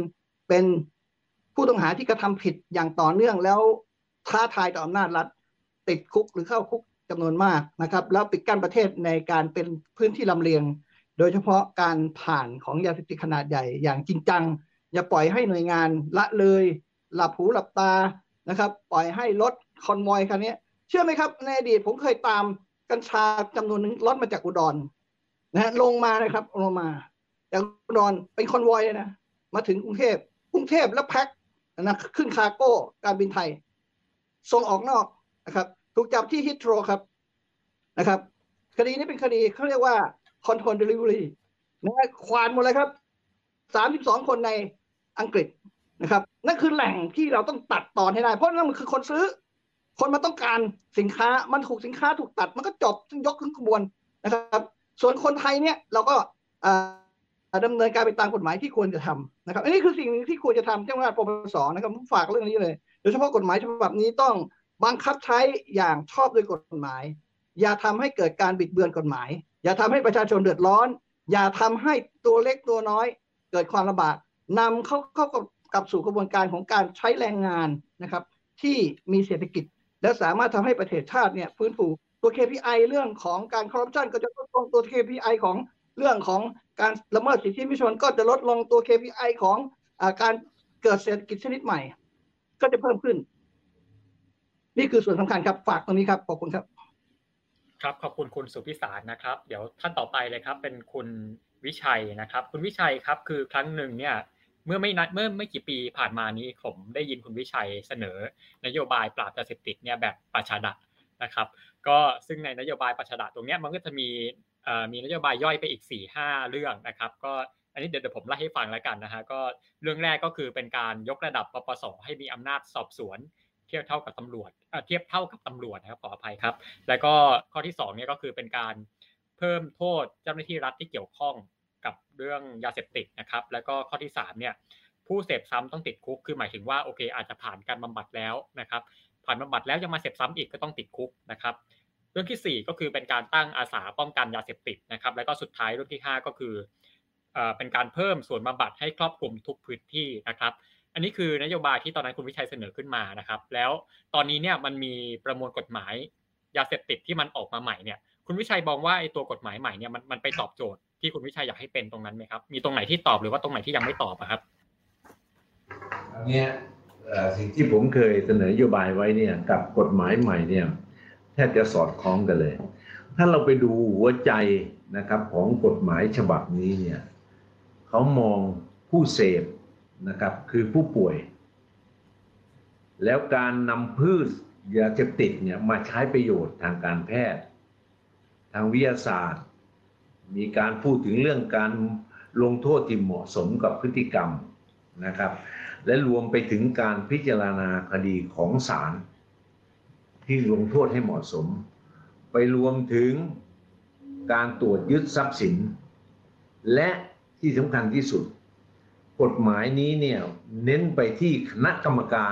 เป็นผู้ต้องหาที่กระทำผิดอย่างต่อเนื่องแล้วท้าทายต่ออำนาจรัฐติดคุกหรือเข้าคุกจำนวนมากนะครับแล้วปิดกั้นประเทศในการเป็นพื้นที่ลำเลียงโดยเฉพาะการผ่านของยาเสพติดขนาดใหญ่อย่างจริงจังอย่าปล่อยให้หน่วยงานละเลยหลับหูหลับตานะครับปล่อยให้รถคอนวอยคันนี้เชื่อไหมครับในอดีตผมเคยตามกัญชาจำนวนหนึ่งรถมาจากอุดรนะฮะลงมานะครับลงมาจากอุดรเป็นคอนวอยเลยนะมาถึงกรุงเทพกรุงเทพแล้วแพ็คนะขึ้นคาร์โก้การบินไทยส่งออกนอกนะครับถูกจับที่ฮิตโรครับนะครับคดีนี้เป็นคดีเขาเรียกว่า control delivery นะควานหมดเลยครับสามสิบสองคนในอังกฤษนะครับนั่นคือแหล่งที่เราต้องตัดตอนให้ได้เพราะนั่นมันคือคนซื้อคนมาต้องการสินค้ามันถูกสินค้าถูกตัดมันก็จบยกขึ้นขบวนนะครับส่วนคนไทยเนี่ยเราก็ดำเนินการไปตามกฎหมายที่ควรจะทำนะครับอันนี้คือสิ่งที่ควรจะทำเจ้าหน้าที่ปปสนะครับฝากเรื่องนี้เลยโดยเฉพาะกฎหมายฉบับนี้ต้องบังคับใช้อย่างชอบด้วยกฎหมายอย่าทำให้เกิดการบิดเบือนกฎหมายอย่าทำให้ประชาชนเดือดร้อนอย่าทำให้ตัวเล็กตัวน้อยเกิดความลำบากนำเข้าเข้ากับสู่กระบวนการของการใช้แรงงานนะครับที่มีเศรษฐกิจและสามารถทำให้ประเทศชาติเนี่ยฟื้นฟูตัว เค พี ไอ เรื่องของการคอร์รัปชันก็จะลดลงตัว เค พี ไอ ของเรื่องของการละเมิดสิทธิมนุษยชนก็จะลดลงตัว เค พี ไอ ของอ่าการเกิดเศรษฐกิจชนิดใหม่ก็จะเพิ่มขึ้นนี่คือส่วนสำคัญครับฝากตรงนี้ครับขอบคุณครับครับขอบคุณคุณสุพิสารนะครับเดี๋ยวท่านต่อไปเลยครับเป็นคุณวิชัยนะครับคุณวิชัยครับคือครั้งหนึ่งเนี่ยเมื่อไม่นัดเมื่อไม่กี่ปีผ่านมานี้ผมได้ยินคุณวิชัยเสนอนโยบายปราบยาเสพติดเนี่ยแบบปชดนะครับก็ซึ่งในนโยบายปชดตรงเนี้ยมันก็จะมีเอ่อมีนโยบายย่อยไปอีก สี่ห้า เรื่องนะครับก็อันนี้เดี๋ยวเดี๋ยวผมไล่ให้ฟังแล้วกันนะฮะก็เรื่องแรกก็คือเป็นการยกระดับปปสให้มีอำนาจสอบสวนเทียบเท่ากับตำรวจเอ่อเทียบเท่ากับตำรวจนะครับขออภัยครับแล้วก็ข้อที่สองเนี่ยก็คือเป็นการเพิ่มโทษเจ้าหน้าที่รัฐที่เกี่ยวข้องกับเรื่องยาเสพติดนะครับแล้วก็ข้อที่สามเนี่ยผู้เสพซ้ำต้องติดคุกคือหมายถึงว่าโอเคอาจจะผ่านการบำบัดแล้วนะครับผ่านบำบัดแล้วยังมาเสพซ้ำอีกก็ต้องติดคุกนะครับเรื่องที่สี่ก็คือเป็นการตั้งอาสาป้องกันยาเสพติดนะครับแล้วก็สุดท้ายเรื่องที่ห้าก็คือเอ่อเป็นการเพิ่มส่วนบำบัดให้ครอบคลุมทุกพื้นที่นะครับอันนี้คือนโยบายที่ตอนนั้นคุณวิชัยเสนอขึ้นมานะครับแล้วตอนนี้เนี่ยมันมีประมวลกฎหมายยาเสพติดที่มันออกมาใหม่เนี่ยคุณวิชัยมองว่าไอ้ตัวกฎหมายใหม่เนี่ยมันมันไปตอบโจทย์ที่คุณวิชัยอยากให้เป็นตรงนั้นไหมครับมีตรงไหนที่ตอบหรือว่าตรงไหนที่ยังไม่ตอบครับอันนี้สิ่งที่ผมเคยเสนอนโยบายไว้เนี่ยกับกฎหมายใหม่เนี่ยแทบจะสอดคล้องกันเลยถ้าเราไปดูหัวใจนะครับของกฎหมายฉบับนี้เนี่ยเขามองผู้เสพนะครับคือผู้ป่วยแล้วการนำพืชยาเสพติดเนี่ยมาใช้ประโยชน์ทางการแพทย์ทางวิทยาศาสตร์มีการพูดถึงเรื่องการลงโทษที่เหมาะสมกับพฤติกรรมนะครับและรวมไปถึงการพิจารณาคดีของศาลที่ลงโทษให้เหมาะสมไปรวมถึงการตรวจยึดทรัพย์สินและที่สำคัญที่สุดกฎหมายนี้เนี่ยเน้นไปที่คณะกรรมการ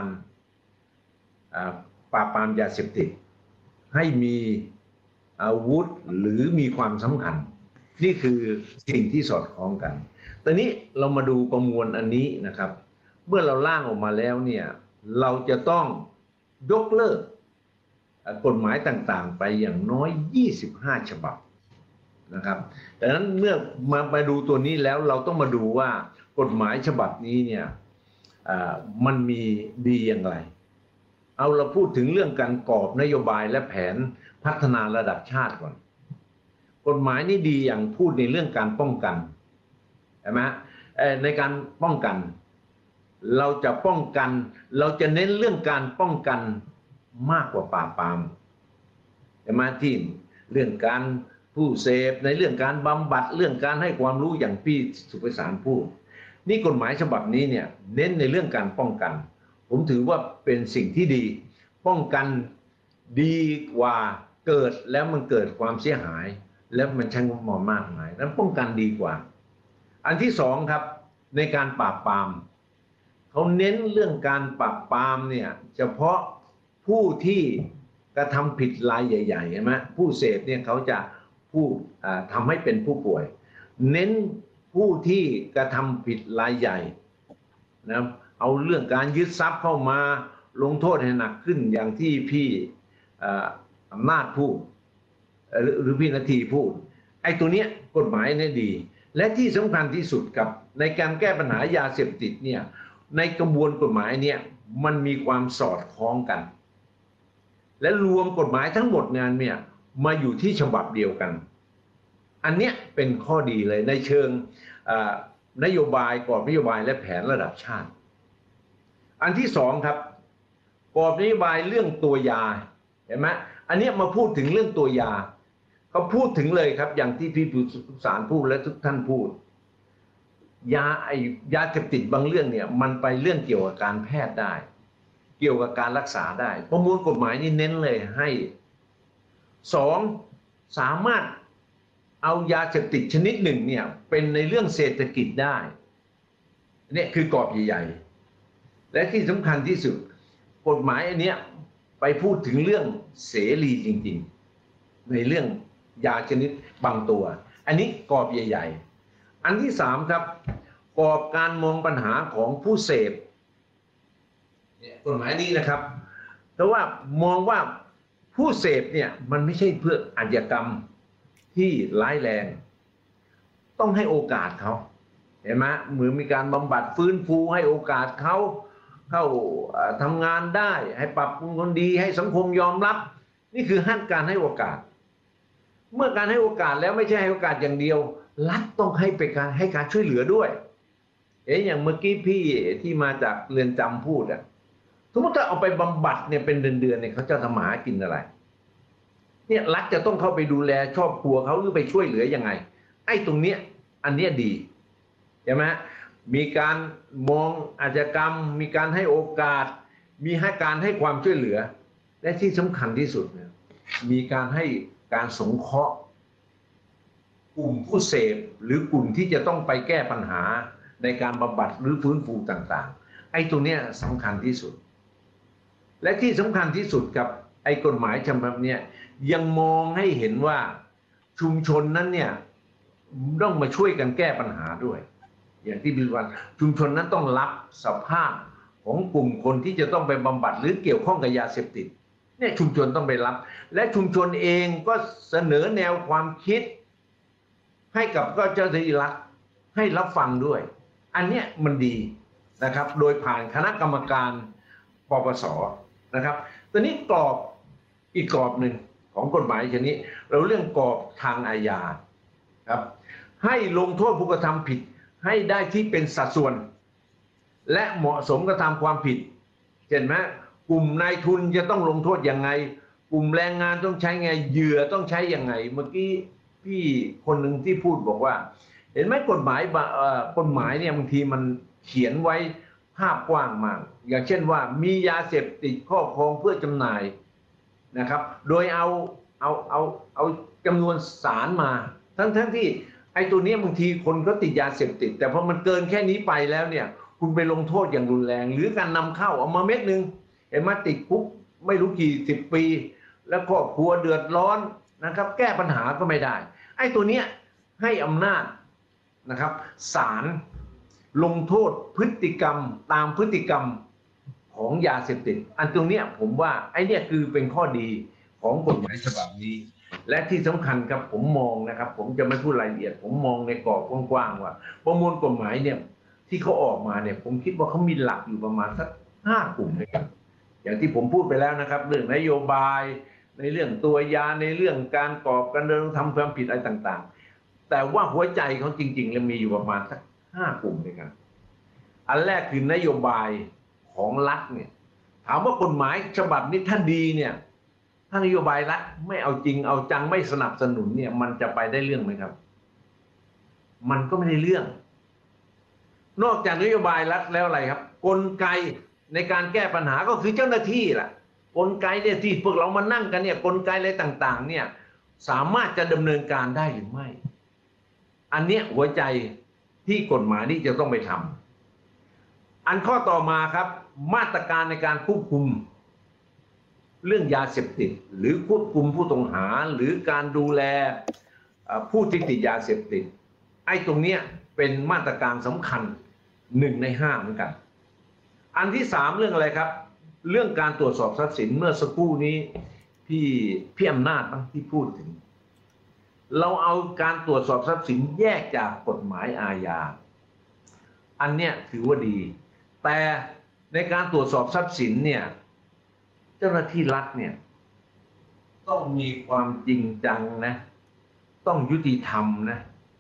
ปราบปรามยาเสพติดให้มีอาวุธหรือมีความสำคัญนี่คือสิ่งที่สอดคล้องกันตอนนี้เรามาดูประมวลอันนี้นะครับเมื่อเราร่างออกมาแล้วเนี่ยเราจะต้องยกเลิกกฎหมายต่างๆไปอย่างน้อยยี่สิบห้าฉบับนะครับดังนั้นเมื่อมามาดูตัวนี้แล้วเราต้องมาดูว่ากฎหมายฉบับนี้เนี่ยมันมีดีอย่างไรเอาเราพูดถึงเรื่องการกรอบนโยบายและแผนพัฒนาระดับชาติก่อนกฎหมายนี้ดีอย่างพูดในเรื่องการป้องกันใช่ไหมในการป้องกันเราจะป้องกันเราจะเน้นเรื่องการป้องกันมากกว่าปราบปรามใช่ไหมที่เรื่องการผู้เสพในเรื่องการบำบัดเรื่องการให้ความรู้อย่างพี่สุพิสารพูดนี่กฎหมายฉบับนี้เนี่ยเน้นในเรื่องการป้องกันผมถือว่าเป็นสิ่งที่ดีป้องกันดีกว่าเกิดแล้วมันเกิดความเสียหายแล้วมันใช้งบประมาณมากมายนั้นป้องกันดีกว่าอันที่สองครับในการปราบปรามเขาเน้นเรื่องการปราบปรามเนี่ยเฉพาะผู้ที่กระทำผิดรายใหญ่ๆใช่ไหมผู้เสพเนี่ยเขาจะผู้ทำให้เป็นผู้ป่วยเน้นผู้ที่กระทำผิดรายใหญ่นะเอาเรื่องการยึดทรัพย์เข้ามาลงโทษให้หนักขึ้นอย่างที่พี่อำนาจพูดหรือพี่นาทีพูดไอ้ตัวเนี้ยกฎหมายเนี่ยดีและที่สำคัญที่สุดกับในการแก้ปัญหายาเสพติดเนี่ยในกระบวนกฎหมายเนี่ยมันมีความสอดคล้องกันและรวมกฎหมายทั้งหมดงานเนี่ยมาอยู่ที่ฉบับเดียวกันอันเนี้ยเป็นข้อดีเลยในเชิงนโยบายกรอบนโยบายและแผนระดับชาติอันที่สองครับกรอบนโยบายเรื่องตัวยาเห็นไหมอันนี้มาพูดถึงเรื่องตัวยาเขาพูดถึงเลยครับอย่างที่พี่ผู้สารพูดและทุกท่านพูดยาไอยาเสพติดบางเรื่องเนี่ยมันไปเรื่องเกี่ยวกับการแพทย์ได้เกี่ยวกับการรักษาได้ประมวลกฎหมายนี่เน้นเลยให้สองสามารถเอายาเสพติดชนิดหนึ่งเนี่ยเป็นในเรื่องเศรษฐกิจได้เนี่ยคือกรอบใหญ่ๆและที่สำคัญที่สุดกฎหมายอันเนี้ยไปพูดถึงเรื่องเสรีจริงๆในเรื่องยาชนิดบางตัวอันนี้กรอบใหญ่ๆอันที่สามครับกรอบการมองปัญหาของผู้เสพเนี่ยกฎหมายนี้นะครับเพราะว่ามองว่าผู้เสพเนี่ยมันไม่ใช่เพื่ออาชญากรรมที่ร้ายแรงต้องให้โอกาสเขาเห็นไหมเหมือนมีการบำบัดฟื้นฟูให้โอกาสเขาเข้าทำงานได้ให้ปรับปรุงคนดีให้สังคมยอมรับนี่คือให้การให้โอกาสเมื่อการให้โอกาสแล้วไม่ใช่ให้โอกาสอย่างเดียวรัฐต้องให้ไปการให้การช่วยเหลือด้วยเอ๊ะอย่างเมื่อกี้พี่ที่มาจากเรือนจำพูดอ่ะสมมติถ้าเอาไปบำบัดเนี่ยเป็นเดือนๆเนี่ยเขาจะทำหากินอะไรเนี่ยรัฐจะต้องเข้าไปดูแลครอบครัวเขาหรือไปช่วยเหลือยังไงไอ้ตรงเนี้ยอันเนี้ยดีใช่ไหมมีการมองอาชญากรรมมีการให้โอกาสมีให้การให้ความช่วยเหลือและที่สำคัญที่สุดเนี่ยมีการให้การสงเคราะห์กลุ่มผู้เสพหรือกลุ่มที่จะต้องไปแก้ปัญหาในการบำบัดหรือฟื้นฟูต่างๆไอ้ตรงเนี้ยสำคัญที่สุดและที่สำคัญที่สุดกับไอ้กฎหมายฉบับเนี้ยยังมองให้เห็นว่าชุมชนนั้นเนี่ยต้องมาช่วยกันแก้ปัญหาด้วยอย่างที่บิลวันชุมชนนั้นต้องรับสภาพของกลุ่มคนที่จะต้องไปบำบัดหรือเกี่ยวข้องกับยาเสพติดเนี่ยชุมชนต้องไปรับและชุมชนเองก็เสนอแนวความคิดให้กับก็เจ้าหน้าที่รัฐให้รับฟังด้วยอันเนี้ยมันดีนะครับโดยผ่านคณะกรรมการปปส.นะครับตอนนี้กรอบอีกกรอบหนึ่งของกฎหมายชนิดเราเรื่องกรอบทางอาญาครับให้ลงโทษผู้กระทำผิดให้ได้ที่เป็นสัดส่วนและเหมาะสมกระทำความผิดเห็นไหมกลุ่มนายทุนจะต้องลงโทษยังไงกลุ่มแรงงานต้องใช้ไงเหยื่อต้องใช้ยังไงเมื่อกี้พี่คนหนึ่งที่พูดบอกว่าเห็นไหมกฎหมายกฎหมายเนี่ยบางทีมันเขียนไว้ภาพกว้างมากอย่างเช่นว่ามียาเสพติดครอบครองเพื่อจำหน่ายนะครับโดยเอาเอาเอาเอาจำนวนสารมาทั้งทั้งที่ไอ้ตัวนี้บางทีคนก็ติดยาเสพติดแต่พอมันเกินแค่นี้ไปแล้วเนี่ยคุณไปลงโทษอย่างรุนแรงหรือการนำเข้าเอามาเม็ดหนึ่งเห็นไหมติดคุกไม่รู้กี่สิบปีแล้วครอบครัวเดือดร้อนนะครับแก้ปัญหาก็ไม่ได้ไอ้ตัวเนี้ยให้อำนาจนะครับศาลลงโทษพฤติกรรมตามพฤติกรรมของยาเสพติดอันตรงเนี้ยผมว่าไอ้เนี่ยคือเป็นข้อดีของกฎหมายฉบับนี้และที่สำคัญครับผมมองนะครับผมจะไม่พูดรายละเอียดผมมองในกรอบกว้างๆว่าประมวลกฎหมายเนี่ยที่เขาออกมาเนี่ยผมคิดว่าเขามีหลักอยู่ประมาณสักห้ากลุ่มด้วยกันอย่างที่ผมพูดไปแล้วนะครับเรื่องนโยบายในเรื่องตัวยาในเรื่องการกอบการเดินทำความผิดอะไรต่างๆแต่ว่าหัวใจเขาจริงๆแล้วมีอยู่ประมาณสักห้ากลุ่มด้วยกันอันแรกคือนโยบายของรัฐเนี่ยถามว่ากฎหมายฉบับนี้ถ้าดีเนี่ยถ้านโยบายรัฐไม่เอาจริงเอาจังไม่สนับสนุนเนี่ยมันจะไปได้เรื่องไหมครับมันก็ไม่ได้เรื่องนอกจากนโยบายรัฐแล้วอะไรครับกลไกในการแก้ปัญหาก็คือเจ้าหน้าที่แหละกลไกเนี่ยที่พวกเรามานั่งกันเนี่ยกลไกอะไรต่างๆเนี่ยสามารถจะดำเนินการได้หรือไม่อันเนี้ยหัวใจที่กฎหมายนี่จะต้องไปทำอันข้อต่อมาครับมาตรการในการควบคุมเรื่องยาเสพติดหรือควบคุมผู้ต้องหาหรือการดูแลผู้ที่ติดยาเสพติดไอ้ตรงเนี้ยเป็นมาตรการสำคัญหนึ่งในห้าเหมือนกันอันที่สามเรื่องอะไรครับเรื่องการตรวจสอบทรัพย์สินเมื่อสักครู่นี้พี่พี่อำนาจที่พูดถึงเราเอาการตรวจสอบทรัพย์สินแยกจากกฎหมายอาญาอันเนี้ยถือว่าดีแต่ในการตรวจสอบทรัพย์สินเนี่ยเจ้าหน้าที่รัฐเนี่ยต้องมีความจริงจังนะต้องยุติธรรมนะ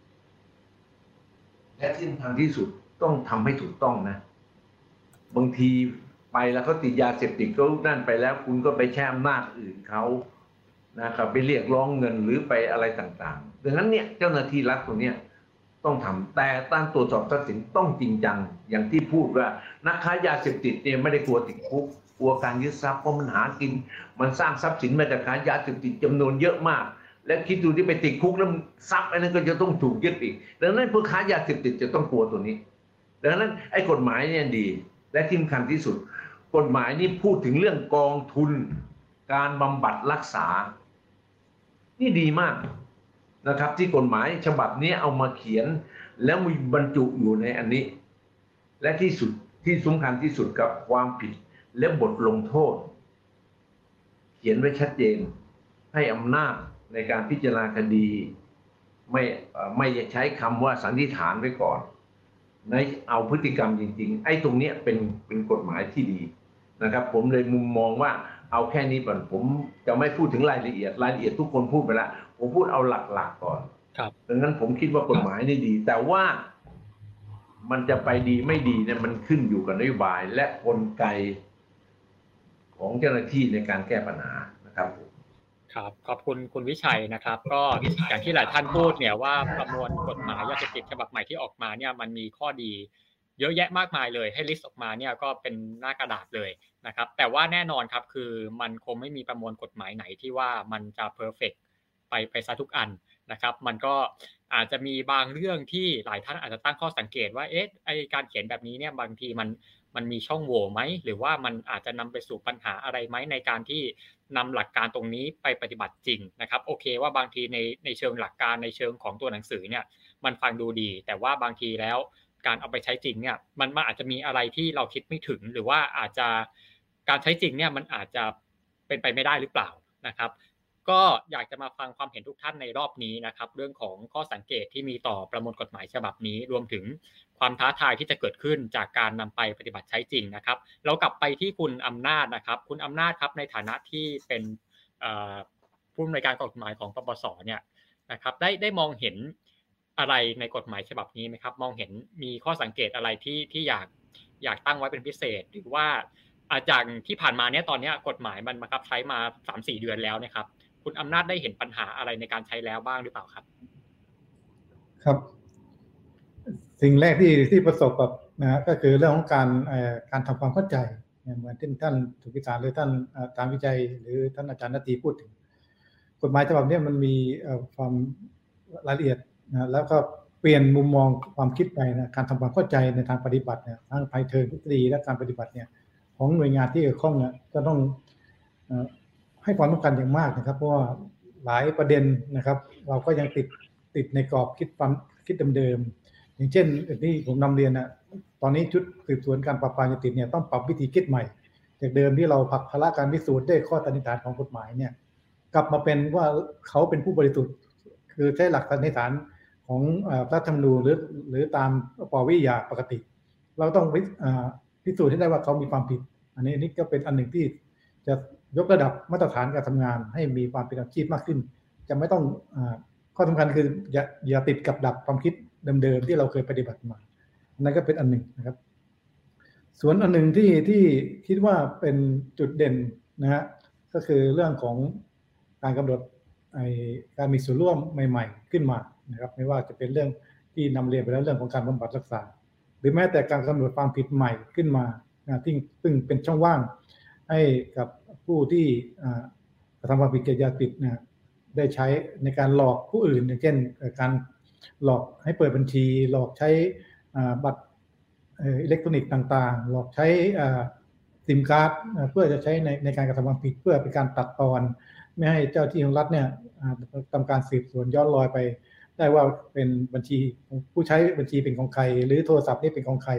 และที่สำคัญที่สุดต้องทำให้ถูกต้องนะบางทีไปแล้วเขาติดยาเสพติดเขานั่นไปแล้วคุณก็ไปแช่อำนาจอื่นเขานะครับไปเรียกร้องเงินหรือไปอะไรต่างๆดังนั้นเนี่ยเจ้าหน้าที่รัฐตัวเนี้ยต้องทำแต่การตรวจสอบทรัพย์สินต้องจริงจังอย่างที่พูดว่านักค้ายาเสพติดเนี่ยไม่ได้กลัวติดคุกกลัวการยึดทรัพย์เพราะมันหากินมันสร้างทรัพย์สินมาจากการยาเสพติดจำนวนเยอะมากและคิดดูที่ไปติดคุกแล้วทรัพย์อันนั้นก็จะต้องถูกยึดอีกดังนั้นผู้ค้ายาเสพติดจะต้องกลัวตัวนี้ดังนั้นไอ้กฎหมายเนี่ยดีและที่สำคัญที่สุดกฎหมายนี่พูดถึงเรื่องกองทุนการบำบัดรักษานี่ดีมากนะครับที่กฎหมายฉบับนี้เอามาเขียนแล้วมีบรรจุอยู่ในอันนี้และที่สุดที่สำคัญที่สุดกับความผิดและบทลงโทษเขียนไว้ชัดเจนให้อำนาจในการพิจารณาคดีไม่ไม่ใช้คำว่าสันนิษฐานไว้ก่อนในเอาพฤติกรรมจริงๆไอ้ตรงนี้เป็นเป็นกฎหมายที่ดีนะครับผมเลยมุมมองว่าเอาแค่นี้ก่อนผมจะไม่พูดถึงรายละเอียดรายละเอียดทุกคนพูดไปแล้วผมพูดเอาหลักๆก่อนครับดังนั้นผมคิดว่ากฎหมายนี่ดีแต่ว่ามันจะไปดีไม่ดีเนี่ยมันขึ้นอยู่กับนโยบายและกลไกของเจ้าหน้าที่ในการแก้ปัญหานะครับครับขอบคุณคุณวิชัยนะครับก็อย่างที่หลายท่านพูดเนี่ยว่าประมวลกฎหมายยาเสพติดฉบับใหม่ที่ออกมาเนี่ยมันมีข้อดีเยอะแยะมากมายเลยให้ลิสต์ออกมาเนี่ยก็เป็นหน้ากระดาษเลยนะครับแต่ว่าแน่นอนครับคือมันคงไม่มีประมวลกฎหมายไหนที่ว่ามันจะเพอร์เฟกต์ไปไปซะทุกอันนะครับมันก็อาจจะมีบางเรื่องที่หลายท่านอาจจะตั้งข้อสังเกตว่าเอ๊ะไอการเขียนแบบนี้เนี่ยบางทีมันมันมีช่องโหว่ไหมหรือว่ามันอาจจะนำไปสู่ปัญหาอะไรไหมในการที่นำหลักการตรงนี้ไปปฏิบัติจริงนะครับโอเคว่าบางทีในในเชิงหลักการในเชิงของตัวหนังสือเนี่ยมันฟังดูดีแต่ว่าบางทีแล้วการเอาไปใช้จริงเนี่ยมันมันอาจจะมีอะไรที่เราคิดไม่ถึงหรือว่าอาจจะการใช้จริงเนี่ยมันอาจจะเป็นไปไม่ได้หรือเปล่านะครับก็อยากจะมาฟังความเห็นทุกท่านในรอบนี้นะครับเรื่องของข้อสังเกตที่มีต่อประมวลกฎหมายฉบับนี้รวมถึงความท้าทายที่จะเกิดขึ้นจากการนำไปปฏิบัติใช้จริงนะครับเรากลับไปที่คุณอำนาจนะครับคุณอำนาจครับในฐานะที่เป็นผู้อำนวยการกฎหมายของปปสเนี่ยนะครับได้ได้มองเห็นอะไรในกฎหมายฉบับนี้ไหมครับมองเห็นมีข้อสังเกตอะไรที่ที่อยากอยากตั้งไว้เป็นพิเศษหรือว่าอาจากที่ผ่านมาเนี่ยตอนนี้กฎหมายมันบังคับใช้มา สามถึงสี่ เดือนแล้วนะครับคุณอำนาจได้เห็นปัญหาอะไรในการใช้แล้วบ้างหรือเปล่าครับครับสิ่งแรกที่ที่ประสบกับนะก็คือเรื่องของการเอ่อการทำความเข้าใจเหมือนที่ท่านสุพิสารหรือท่านตามวิจัยหรือท่านอาจารย์ณตีพูดถึงกฎหมายฉบับนี้มันมีความรายละเอียดนะแล้วก็เปลี่ยนมุมมองความคิดไปนะการทำความเข้าใจในทางปฏิบัติเนี่ยทั้งภายเชิงทฤษฎีและการปฏิบัติเนี่ยของหน่วยงานที่เกี่ยวข้องเนี่ยจะต้องให้ความสำคัญอย่างมากนะครับเพราะว่าหลายประเด็นนะครับเราก็ยังติดติดในกรอบคิดความคิดเดิมๆอย่างเช่นที่ผมนำเรียนนะตอนนี้ชุดสืบสวนการปราบปรามยาเสพติดเนี่ยต้องปรับวิธีคิดใหม่จากเดิมที่เราผลักภาระการพิสูจน์ด้วยข้อสันนิษฐานของกฎหมายเนี่ยกลับมาเป็นว่าเขาเป็นผู้บริสุทธิ์คือใช้หลักสันนิษฐานของรัฐธรรมนูญหรือหรือตามปวิทยาปกติเราต้องพิสูจน์ให้ได้ว่าเขามีความผิดอันนี้นี่ก็เป็นอันหนึ่งที่จะยกระดับมาตรฐานการทำงานให้มีความเป็นอาชีพมากขึ้นจะไม่ต้องข้อสำคัญคืออย่าอย่าติดกับดักความคิดเดิมๆที่เราเคยปฏิบัติมานั่นก็เป็นอันหนึ่งนะครับส่วนอันหนึ่งที่ที่คิดว่าเป็นจุดเด่นนะฮะก็คือเรื่องของการกำหนดการมีส่วนร่วมใหม่ๆขึ้นมานะครับไม่ว่าจะเป็นเรื่องที่นำเรียนไปแล้วเรื่องของการบำบัดรักษาหรือแม้แต่การกำหนดความผิดใหม่ขึ้นมาที่ซึ่งเป็นช่องว่างให้กับผู้ที่กระทำความผิดเกี่ยวกับยาเสพติดนะได้ใช้ในการหลอกผู้อื่นอย่างเช่นการหลอกให้เปิดบัญชีหลอกใช้บัตรอิเล็กทรอนิกส์ต่างๆหลอกใช้ซิมการ์ดเพื่อจะใช้ในในการกระทำความผิดเพื่อเป็นการตัดตอนไม่ให้เจ้าที่ของรัฐเนี่ยทำการสืบสวนย้อนรอยไปได้ว่าเป็นบัญชีผู้ใช้บัญชีเป็นของใครหรือโทรศัพท์นี่เป็นของใคร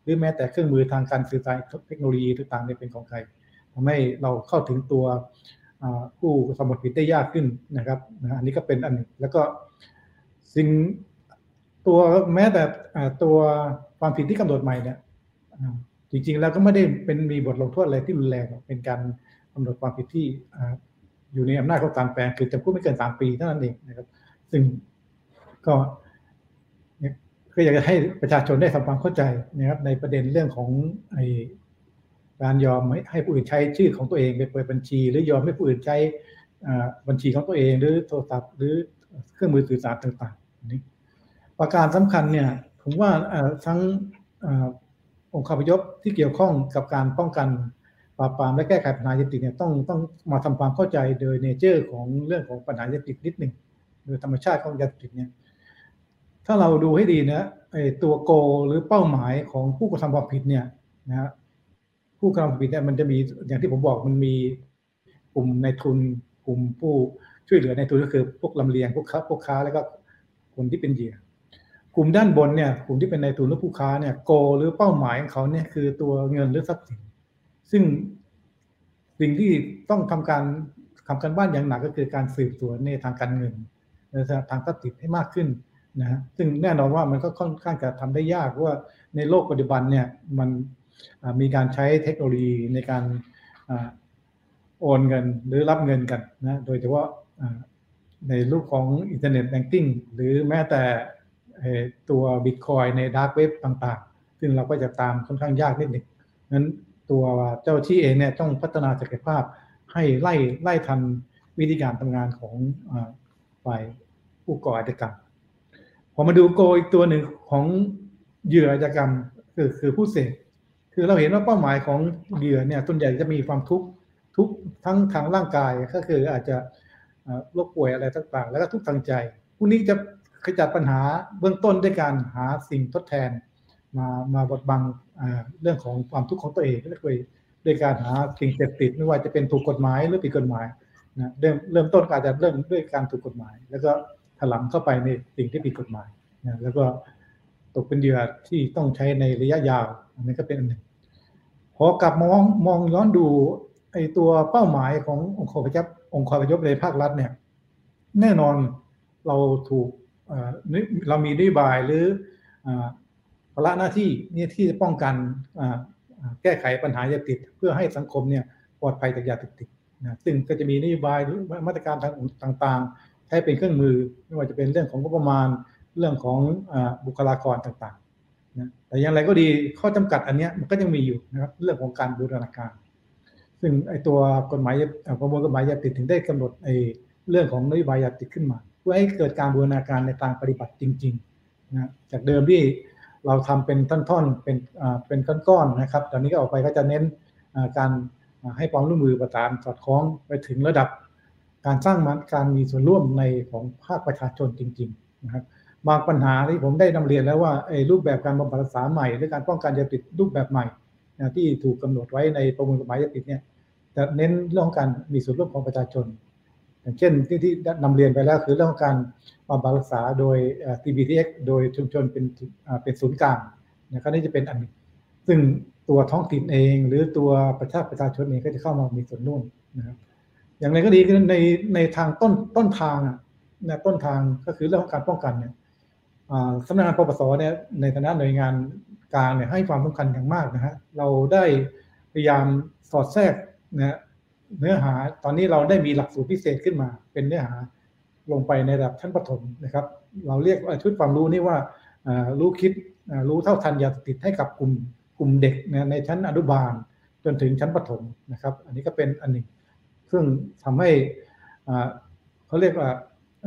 หรือแม้แต่เครื่องมือทางการสื่อสารเทคโนโลยีต่างๆเนี่ยเป็นของใครทำให้เราเข้าถึงตัวผู้กระทำความผิดได้ยากขึ้นนะครับอันนี้ก็เป็นอันหนึ่งแล้วก็สิ่งตัวแม้แต่ตัวความผิดที่กำหนดใหม่เนี่ยจริงๆแล้วก็ไม่ได้เป็นมีบทลงโทษอะไรที่รุนแรงเป็นการกำหนดความผิดที่อยู่ในอำนาจของศาลแปลงคือจำคุกไม่เกินสามปีเท่านั้นเองนะครับซึ่งก็ก็อยากจะให้ประชาชนได้ทำความเข้าใจนะครับในประเด็นเรื่องของไอ้การยอมให้ผู้อื่นใช้ชื่อของตัวเองไปเปิดบัญชีหรือยอมให้ผู้อื่นใช้บัญชีของตัวเองหรือโทรศัพท์หรือเครื่องมือสื่อสารต่างๆนี้ประการสำคัญเนี่ยผมว่าทั้งองค์คาพยพที่เกี่ยวข้องกับการป้องกันปราบปรามและแก้ไขปัญหายาเสพติดเนี่ยต้องต้องมาทำความเข้าใจโดยเนเจอร์ของเรื่องของปัญหายาเสพติดนิดหนึ่งโดยธรรมชาติของยาเสพติดเนี่ยถ้าเราดูให้ดีนะไอ้ตัวโกหรือเป้าหมายของผู้กระทำความผิดเนี่ยนะผู้กระทำความผิดเนี่ยมันจะมีอย่างที่ผมบอกมันมีกลุ่มนายทุนกลุ่มผู้ช่วยเหลือนายทุนก็คือพวกลำเลียงพวกค้าพวกค้าแล้วก็คนที่เป็นเหยื่อกลุ่มด้านบนเนี่ยกลุ่มที่เป็นนายทุนหรือผู้ค้าเนี่ยโกหรือเป้าหมายของเขาเนี่ยคือตัวเงินหรือทรัพย์สินซึ่งสิ่งที่ต้องทำการทำการบ้านอย่างหนักก็คือการสืบสวนในทางการเงินในทางทรัพย์สินให้มากขึ้นนะซึ่งแน่นอนว่ามันก็ค่อนข้างจะทำได้ยากว่าในโลกปัจจุบันเนี่ยมันมีการใช้เทคโนโลยีในการโอนเงินหรือรับเงินกันนะโดยเฉพาะในรูปของอินเทอร์เน็ตแบงกิ้งหรือแม้แต่ตัวบิตคอยในดาร์กเว็บต่างๆซึ่งเราก็จะตามค่อนข้างยากนิดหนึ่งนั้นตัวเจ้าที่เองเนี่ยต้องพัฒนาศักยภาพให้ไล่ไล่ทันวิธีการทำงานของฝ่ายผู้ก่ออาชญากรรมพอมาดูโกอีกตัวหนึ่งของเหยื่ออาชญากรรมคือคือผู้เสพคือเราเห็นว่าเป้าหมายของเหยื่อเนี่ยส่วนใหญ่จะมีความทุกข์ทุกทั้งทางร่างกายก็คืออาจจะโรคป่วยอะไรต่างๆแล้วก็ทุกทางใจพวกนี้จะขจัดปัญหาเบื้องต้นด้วยการหาสิ่งทดแทนมามาบดบังเรื่องของความทุกข์ของตัวเองก็เลยโดยการหาสิ่งเสพติดไม่ว่าจะเป็นถูกกฎหมายหรือผิดกฎหมายนะเริ่มเริ่มต้นอาจจะเริ่มด้วยการถูกกฎหมายแล้วก็ถลำเข้าไปในสิ่งที่ผิดกฎหมายนะแล้วก็ตกเป็นเหยื่อที่ต้องใช้ในระยะยาวอันนี้ก็เป็นอันหนึ่งพอกลับมองมองย้อนดูไอ้ตัวเป้าหมายขององค์กรพยพองค์กรพยพในภาครัฐเนี่ยแน่นอนเราถูกเรามีนโยบายหรือภาระหน้าที่นี่ที่จะป้องกันแก้ไขปัญหายาเสพติดเพื่อให้สังคมเนี่ยปลอดภัยจากยาเสพติดนะซึ่งก็จะมีนโยบายหรือมาตรการต่างๆใช้เป็นเครื่องมือไม่ว่าจะเป็นเรื่องของงบประมาณเรื่องของบุคลากรต่างๆนะแต่อย่างไรก็ดีข้อจำกัดอันนี้มันก็ยังมีอยู่นะครับเรื่องของการบูรณาการซึ่งไอ้ตัวกฎหมายประมวลกฎหมายยาเสพติดถึงได้กำหนดไอ้เรื่องของนโยบายยาเสพติดขึ้นมาเพื่อให้เกิดการบูรณาการในทางปฏิบัติจริงๆนะจากเดิมที่เราทำเป็นท่อนๆเป็นเป็นก้อนๆนะครับตอนนี้ก็ออกไปก็จะเน้นการให้ความร่วมมือประสานสอดคล้องไปถึงระดับการสร้างมันการมีส่วนร่วมในของภาคประชาชนจริงๆนะครับบางปัญหาที่ผมได้นำเรียนแล้วว่าไอ้รูปแบบการบำบัดรักษาใหม่หรือการป้องกันยาเสพติดรูปแบบใหม่นะที่ถูกกำหนดไว้ในประมวลกฎหมายยาเสพติดเนี่ยจะเน้นเรื่องการมีส่วนร่วมของประชาชนอย่างเช่นที่ที่นำเรียนไปแล้วคือเรื่องของการบำบัดรักษาโดย ที บี ที เอ็กซ์ โดยชุมชนเป็นเป็นศูนย์กลางนะครับนี่จะเป็นอันนึงซึ่งตัวท้องถิ่นเองหรือตัวประชาประชาชนเองก็จะเข้ามามีส่วนร่วมนะครับอย่างไรก็ดีในในทางต้นต้นทางอ่ะนะต้นทางก็คือเรื่องของการป้องกันเนี่ยสำนักงานปปสเนี่ยในฐานะหน่วยงานกลางเนี่ยให้ความสำคัญอย่างมากนะฮะเราได้พยายามสอดแทรกนะเนื้อหาตอนนี้เราได้มีหลักสูตรพิเศษขึ้นมาเป็นเนื้อหาลงไปในระดับชั้นประถมนะครับเราเรียกชุดความรู้นี่ว่ารู้คิดรู้เท่าทันยาเสพติดให้กับกลุ่มกลุ่มเด็กในชั้นอนุบาลจนถึงชั้นประถมนะครับอันนี้ก็เป็นอันหนึ่งซึ่งทำให้เขาเรียกว่า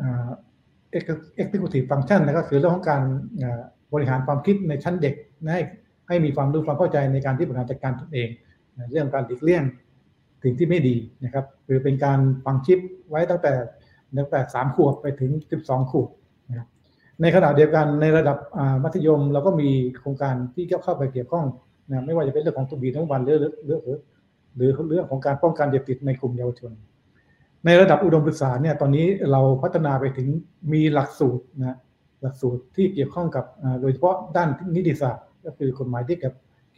executive function นะครับคือเรื่องของการบริหารความคิดในชั้นเด็กให้ให้มีความรู้ความเข้าใจในการที่บริหารจัดการตนเองเรื่องการหลีกเลี่ยงสิ่งที่ไม่ดีนะครับคือเป็นการฝังชิปไว้ตั้งแต่ตั้งแต่สามขวบไปถึงสิบสองขวบนะครับในขณะเดียวกันในระดับมัธยมเราก็มีโครงการที่เข้าไปเกี่ยวข้องนะไม่ว่าจะเป็นเรื่องของตุบีทั้งวันหรือหรือหรือเรื่องของการป้องกันยาเสพติดในกลุ่มเยาวชนในระดับอุดมศึกษาเนี่ยตอนนี้เราพัฒนาไปถึงมีหลักสูตรนะหลักสูตรที่เกี่ยวข้องกับโดยเฉพาะด้านนิติศาสตร์ก็คือกฎหมายที่กับ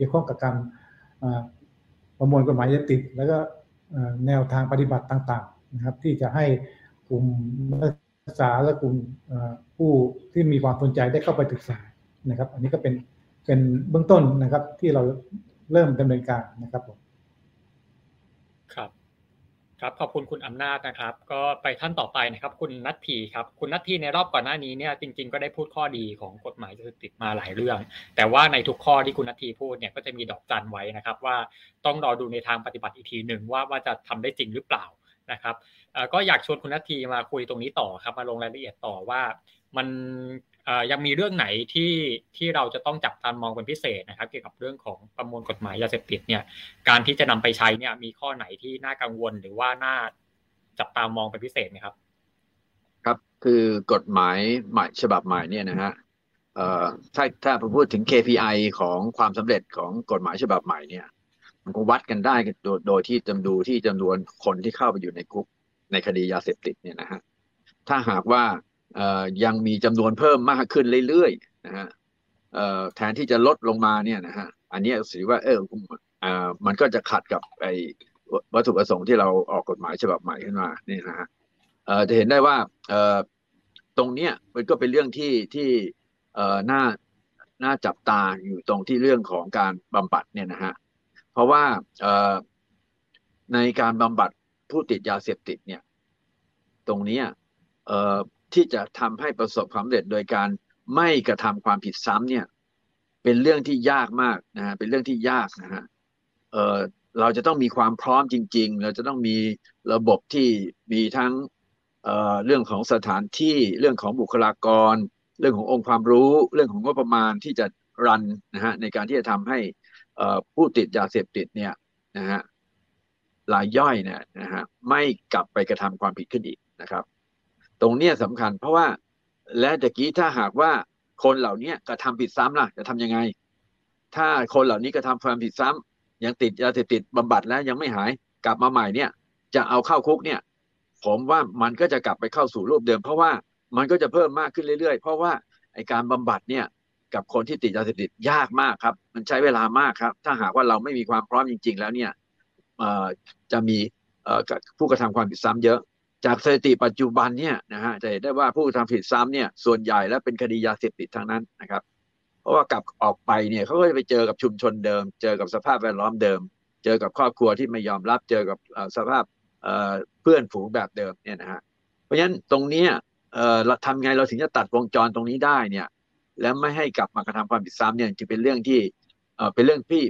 กี่ยวข้องกับการประมวลกฎหมายยาเสพติดแล้วก็แนวทางปฏิบัติต่างๆนะครับที่จะให้กลุ่มนักศึกษาและกลุ่มผู้ที่มีความสนใจได้เข้าไปศึกษานะครับอันนี้ก็เป็นเป็นเบื้องต้นนะครับที่เราเริ่มดำเนินการนะครับผมครับครับขอบคุณคุณอำนาจนะครับก็ไปท่านต่อไปนะครับคุณณัฐฐีครับคุณณัฐฐีในรอบก่อนหน้านี้เนี่ยจริงๆก็ได้พูดข้อดีของกฎหมายยาเสพติดมาหลายเรื่องแต่ว่าในทุกข้อที่คุณณัฐฐีพูดเนี่ยก็จะมีดอกจันไว้นะครับว่าต้องรอดูในทางปฏิบัติอีกทีหนึ่งว่าว่าจะทำได้จริงหรือเปล่านะครับก็อยากชวนคุณณัฐฐีมาคุยตรงนี้ต่อครับมาลงรายละเอียดต่อว่ามันยังมีเรื่องไหนที่ที่เราจะต้องจับตามองเป็นพิเศษนะครับเกี่ยวกับเรื่องของประมวลกฎหมายยาเสพติดเนี่ยการที่จะนำไปใช้เนี่ยมีข้อไหนที่น่ากังวลหรือว่าน่าจับตามองเป็นพิเศษไหมครับครับคือกฎหมายใหม่ฉบับใหม่เนี่ยนะฮะเอ่อถ้าถ้าผมพูดถึง เค พี ไอ ของความสำเร็จของกฎหมายฉบับใหม่เนี่ยมันก็วัดกันได้โดยโดยที่จำดูที่จำนวนคนที่เข้าไปอยู่ในคุกในคดียาเสพติดเนี่ยนะฮะถ้าหากว่าเอ่อยังมีจำนวนเพิ่มมากขึ้นเรื่อยๆนะฮะเอ่อแทนที่จะลดลงมาเนี่ยนะฮะอันนี้ถือว่าเออเอ่อมันก็จะขัดกับไอ้วัตถุประสงค์ที่เราออกกฎหมายฉบับใหม่ขึ้นมานี่นะฮะเอ่อจะเห็นได้ว่าเอ่อตรงเนี้ยมันก็เป็นเรื่องที่ที่เอ่อน่าน่าจับตาอยู่ตรงที่เรื่องของการบำบัดเนี่ยนะฮะเพราะว่าเอ่อในการบำบัดผู้ติดยาเสพติดเนี่ยตรงนี้เอ่อที่จะทำให้ประสบความสำเร็จโดยการไม่กระทำความผิดซ้ำเนี่ยเป็นเรื่องที่ยากมากนะฮะเป็นเรื่องที่ยากนะฮะเอ่อเราจะต้องมีความพร้อมจริงๆเราจะต้องมีระบบที่มีทั้งเอ่อเรื่องของสถานที่เรื่องของบุคลากรเรื่องขององค์ความรู้เรื่องของงบประมาณที่จะรันนะฮะในการที่จะทำให้เอ่อผู้ติดยาเสพติดเนี่ยนะฮะรายย่อยเนี่ยนะฮะไม่กลับไปกระทำความผิดขึ้นอีกนะครับตรงนี้สำคัญเพราะว่าและตะกี้ถ้าหากว่าคนเหล่านี้กระทำผิดซ้ำล่ะจะทำยังไงถ้าคนเหล่านี้กระทำความผิดซ้ำยังติดยาเสพติดบำบัดแล้วยังไม่หายกลับมาใหม่เนี่ยจะเอาเข้าคุกเนี่ยผมว่ามันก็จะกลับไปเข้าสู่รูปเดิมเพราะว่ามันก็จะเพิ่มมากขึ้นเรื่อยๆเพราะว่าไอ้การบำบัดเนี่ยกับคนที่ติดยาเสพติดยากมากครับมันใช้เวลามากครับถ้าหากว่าเราไม่มีความพร้อมจริงๆแล้วเนี่ยจะมีผู้กระทำความผิดซ้ำเยอะจากสถิติปัจจุบันเนี่ยนะฮะจะเห็นได้ว่าผู้กระทำผิดซ้ำเนี่ยส่วนใหญ่แล้วเป็นคดียาเสพติดทั้งนั้นนะครับเพราะว่ากลับออกไปเนี่ยเขาก็จะไปเจอกับชุมชนเดิมเจอกับสภาพแวดล้อมเดิมเจอกับครอบครัวที่ไม่ยอมรับเจอกับสภาพเพื่อนฝูงแบบเดิมเนี่ยนะฮะเพราะฉะนั้นตรงนี้เราทำไงเราถึงจะตัดวงจรตรงนี้ได้เนี่ยแล้วไม่ให้กลับมากระทำความผิดซ้ำเนี่ยจะเป็นเรื่องที่เป็นเรื่องที่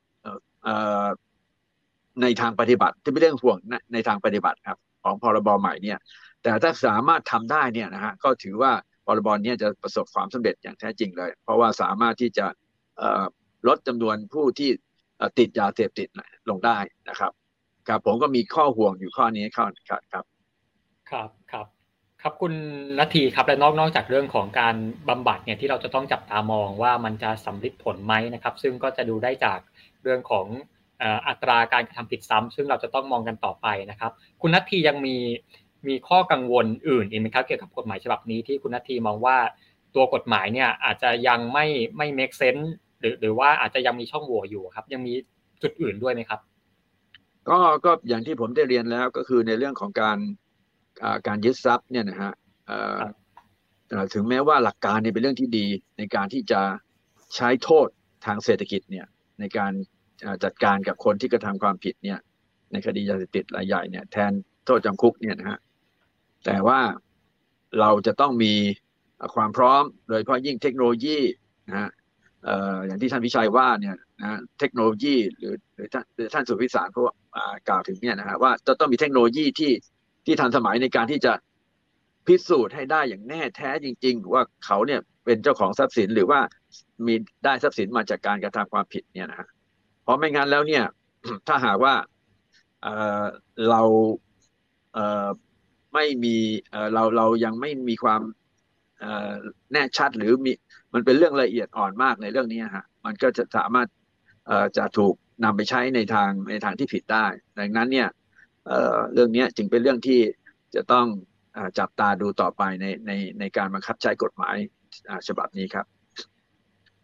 ในทางปฏิบัติที่เป็นเรื่องห่วงในทางปฏิบัติครับของพรบใหม่เนี่ยแต่ถ้าสามารถทำได้เนี่ยนะฮะก็ถือว่าพรบนี้จะประสบความสำเร็จอย่างแท้จริงเลยเพราะว่าสามารถที่จะลดจำนวนผู้ที่ติดยาเสพติดลงได้นะครับครับผมก็มีข้อห่วงอยู่ข้อนี้ข้อครับครับครับครับครับคุณณัฐฐีครับและนอกนอกจากเรื่องของการบำบัดเนี่ยที่เราจะต้องจับตามองว่ามันจะสำเร็จผลไหมนะครับซึ่งก็จะดูได้จากเรื่องของอัตราการกระทำผิดซ้ำซึ่งเราจะต้องมองกันต่อไปนะครับคุณณัฐฐียังมีมีข้อกังวลอื่นอีกไหมครับเกี่ยวกับกฎหมายฉบับนี้ที่คุณณัฐฐีมองว่าตัวกฎหมายเนี่ยอาจจะยังไม่ไม่ make sense หรือหรือว่าอาจจะยังมีช่องโหว่อยู่ครับยังมีจุดอื่นด้วยไหมครับก็ก็อย่างที่ผมได้เรียนแล้วก็คือในเรื่องของการการยึดทรัพย์เนี่ยนะฮะถึงแม้ว่าหลักการเนี่ยเป็นเรื่องที่ดีในการที่จะใช้โทษทางเศรษฐกิจเนี่ยในการจัดการกับคนที่กระทำความผิดเนี่ยในคดียาเสพติดรายใหญ่เนี่ยแทนโทษจำคุกเนี่ยนะฮะแต่ว่าเราจะต้องมีความพร้อมโดยเฉพาะยิ่งเทคโนโลยีนะฮะอย่างที่ท่านวิชัยว่าเนี่ยนะเทคโนโลยีหรือหรือท่านท่านสุวิสารเขากล่าวถึงเนี่ยนะฮะว่าจะต้องมีเทคโนโลยีที่ที่ทันสมัยในการที่จะพิสูจน์ให้ได้อย่างแน่แท้จริงๆว่าเขาเนี่ยเป็นเจ้าของทรัพย์สินหรือว่ามีได้ทรัพย์สินมาจากการกระทำความผิดเนี่ยนะฮะเพราะไม่งั้นแล้วเนี่ยถ้าหากว่าเอ่อเราเอ่อไม่มีเอ่อเราเรายังไม่มีความเอ่อแน่ชัดหรือมีมันเป็นเรื่องละเอียดอ่อนมากในเรื่องนี้ฮะมันก็จะสามารถเอ่อจะถูกนำไปใช้ในทางในทางที่ผิดได้ดังนั้นเนี่ยเอ่อเรื่องนี้จึงเป็นเรื่องที่จะต้องจับตาดูต่อไปในในในการบังคับใช้กฎหมายฉบับนี้ครับ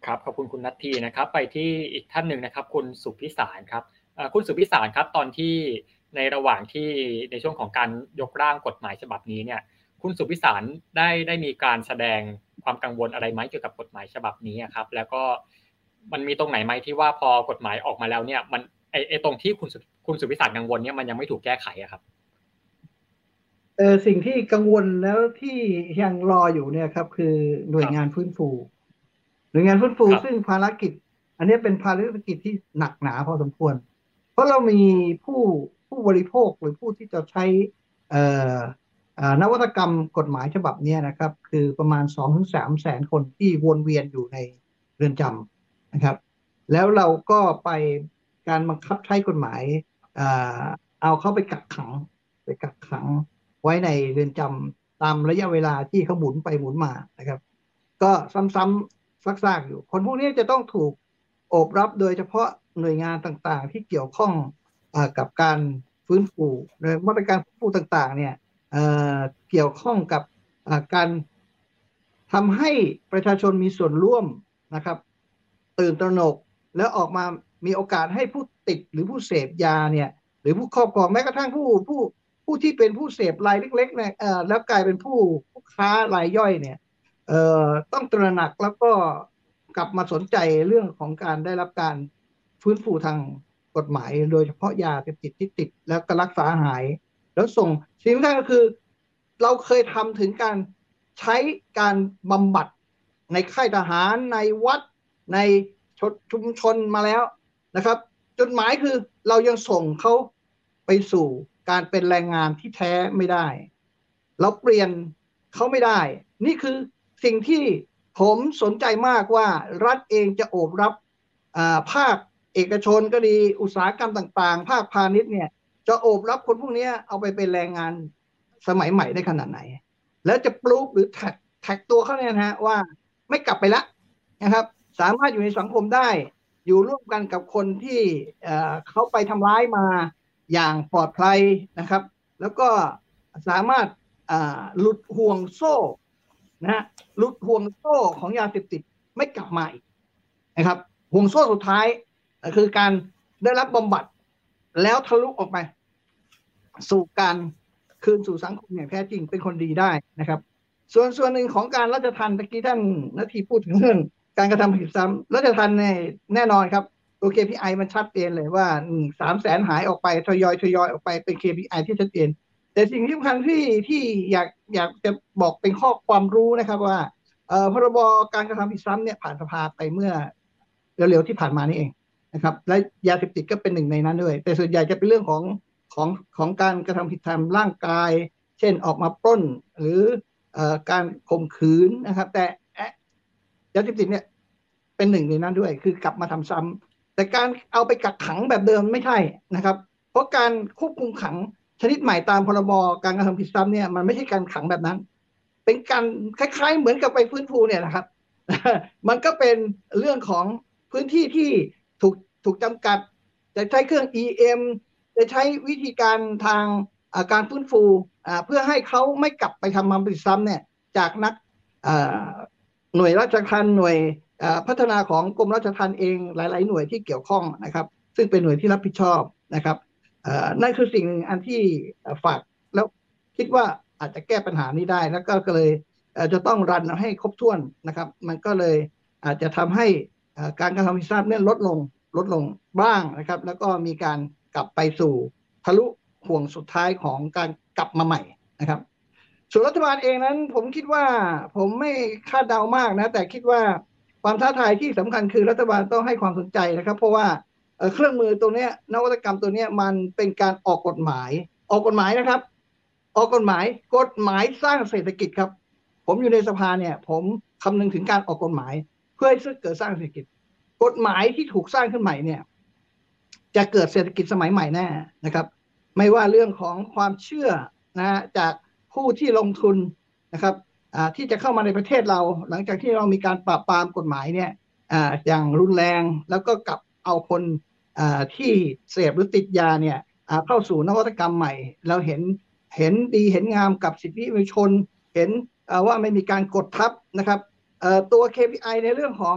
ครับขอบคุณคุณณัฐทีนะครับไปที่อีกท่านหนึ่งนะครับคุณสุพิสารครับคุณสุพิสารครับตอนที่ในระหว่างที่ในช่วงของการยกร่างกฎหมายฉบับนี้เนี่ยคุณสุพิสารได้ได้มีการแสดงความกังวลอะไรไหมเกี่ยวกับกฎหมายฉบับนี้ครับแล้วก็มันมีตรงไหนไหมที่ว่าพอกฎหมายออกมาแล้วเนี่ยมันไอไอตรงที่คุณคุณสุพิสารกังวลเนี่ยมันยังไม่ถูกแก้ไขอะครับเออสิ่งที่กังวลแล้วที่ยังรออยู่เนี่ยครับคือหน่วยงานฟื้นฟูหน่วยงานฟื้นฟูซึ่งภารกิจอันนี้เป็นภารกิจที่หนักหนาพอสมควรเพราะเรามีผู้ผู้บริโภคหรือผู้ที่จะใช้เอ่อนวัตกรรมกฎหมายฉบับนี้นะครับคือประมาณ สองถึงสาม แสนคนที่วนเวียนอยู่ในเรือนจำนะครับแล้วเราก็ไปการบังคับใช้กฎหมายเอาเข้าไปกักขังไปกักขังไว้ในเรือนจำตามระยะเวลาที่เขาหมุนไปหมุนมานะครับก็ซ้ำๆซากๆอยู่คนพวกนี้จะต้องถูกโอบรับโดยเฉพาะหน่วยงานต่างๆที่เกี่ยวข้องกับการฟื้นฟูโดยมาตรการฟื้นฟูต่างๆเนี่ยเอ่อเกี่ยวข้องกับการทำให้ประชาชนมีส่วนร่วมนะครับตื่นตระหนกแล้วออกมามีโอกาสให้ผู้ติดหรือผู้เสพยาเนี่ยหรือผู้ครอบครองแม้กระทั่งผู้ผู้ผู้ที่เป็นผู้เสพรายเล็กๆเนี่ยเอ่อแล้วกลายเป็นผู้ผู้ค้ารายย่อยเนี่ยเอ่อต้องตระหนักแล้วก็กลับมาสนใจเรื่องของการได้รับการฟื้นฟูทางกฎหมายโดยเฉพาะยาเสพติดที่ติดแล้วก็รักษาหายแล้วส่งสิ่งที่ก็คือเราเคยทำถึงการใช้การบำบัดในค่ายทหารในวัดในชุมชนมาแล้วนะครับจดหมายคือเรายังส่งเขาไปสู่การเป็นแรงงานที่แท้ไม่ได้เราเปลี่ยนเขาไม่ได้นี่คือสิ่งที่ผมสนใจมากว่ารัฐเองจะโอบรับภาคเอกชนก็ดีอุตสาหกรรมต่างๆภาคพาณิชย์เนี่ยจะโอบรับคนพวกนี้เอาไปเป็นแรงงานสมัยใหม่ได้ขนาดไหนแล้วจะปลูกหรือแท็กแท็กตัวเขาเนี่ยนะฮะว่าไม่กลับไปละนะครับสามารถอยู่ในสังคมได้อยู่ร่วมกันกับคนที่เขาไปทำร้ายมาอย่างปลอดภัยนะครับแล้วก็สามารถหลุดห่วงโซ่นะฮะหลุดห่วงโซ่ของยาเสพติดไม่กลับมาอีกนะครับห่วงโซ่สุดท้ายคือการได้รับบำบัดแล้วทะลุออกไปสู่การคืนสู่สังคมอย่างแท้จริงเป็นคนดีได้นะครับส่วนส่วนหนึ่งของการราชทัณฑ์ตะกี้ท่านณัฐทีพูดถึงเรื่องการกระทำผิดซ้ำราชทัณฑ์เนี่ยแน่นอนครับตัว เค พี ไอ มันชัดเจนเลยว่าสามแสนหายออกไปทยอยทยอยออกไปเป็น เค พี ไอ ที่ชัดเจนแต่สิ่งที่สำคัญที่ที่อยากอยากจะบอกเป็นข้อความรู้นะครับว่าเอ่อพรบการกระทำผิดซ้ำเนี่ยผ่านสภาไปเมื่อเร็วๆที่ผ่านมานี่เองนะครับและยาเสพติดก็เป็นหนึ่งในนั้นด้วยแต่ส่วนใหญ่จะเป็นเรื่องของของของการกระทำผิดทางร่างกายเช่นออกมาปล้นหรือเอ่อการข่มขืนนะครับแต่ยาเสพติดเนี่ยเป็นหนึ่งในนั้นด้วยคือกลับมาทำซ้ำแต่การเอาไปกักขังแบบเดิมไม่ใช่นะครับเพราะการควบคุมขังชนิดใหม่ตามพรบการกระทำผิดซ้ำเนี่ยมันไม่ใช่การขังแบบนั้นเป็นการคล้ายๆเหมือนกับไปฟื้นฟูเนี่ยนะครับมันก็เป็นเรื่องของพื้นที่ที่ถูกถูกจำกัดจะใช้เครื่อง อี เอ็ม จะใช้วิธีการทางการฟื้นฟูเพื่อให้เขาไม่กลับไปทำความผิดซ้ำเนี่ยจากนักหน่วยราชทัณฑ์หน่วยพัฒนาของกรมราชทัณฑ์เองหลายๆหน่วยที่เกี่ยวข้องนะครับซึ่งเป็นหน่วยที่รับผิดชอบนะครับนั่นคือสิ่งหนึ่งอันที่ฝากแล้วคิดว่าอาจจะแก้ปัญหานี้ได้แล้วก็เลยจะต้องรันให้ครบถ้วนนะครับมันก็เลยอาจจะทำให้การกระทำผิดซ้ำเนี่ยลดลงลดลงบ้างนะครับแล้วก็มีการกลับไปสู่ทะลุห่วงสุดท้ายของการกลับมาใหม่นะครับส่วนรัฐบาลเองนั้นผมคิดว่าผมไม่คาดเดามากนะแต่คิดว่าความท้าทายที่สำคัญคือรัฐบาลต้องให้ความสนใจนะครับเพราะว่าเครื่องมือตัวนี้นวัตกรรมตัวนี้มันเป็นการออกกฎหมายออกกฎหมายนะครับออกกฎหมายกฎหมายสร้างเศรษฐกิจครับผมอยู่ในสภาเนี่ยผมคำนึงถึงการออกกฎหมายเพื่อให้เกิดสร้างเศรษฐกิจกฎหมายที่ถูกสร้างขึ้นใหม่เนี่ยจะเกิดเศรษฐกิจสมัยใหม่แน่นะครับไม่ว่าเรื่องของความเชื่อนะจากผู้ที่ลงทุนนะครับที่จะเข้ามาในประเทศเราหลังจากที่เรามีการปราบปรามกฎหมายเนี่ยอย่างรุนแรงแล้วก็กลับเอาคนที่เสพหรือติดยาเนี่ยเข้าสู่นวัตกรรมใหม่เราเห็นเห็นดีเห็นงามกับสิทธิมนุษยชนเห็นว่าไม่มีการกดทับนะครับตัว เค พี ไอ ในเรื่องของ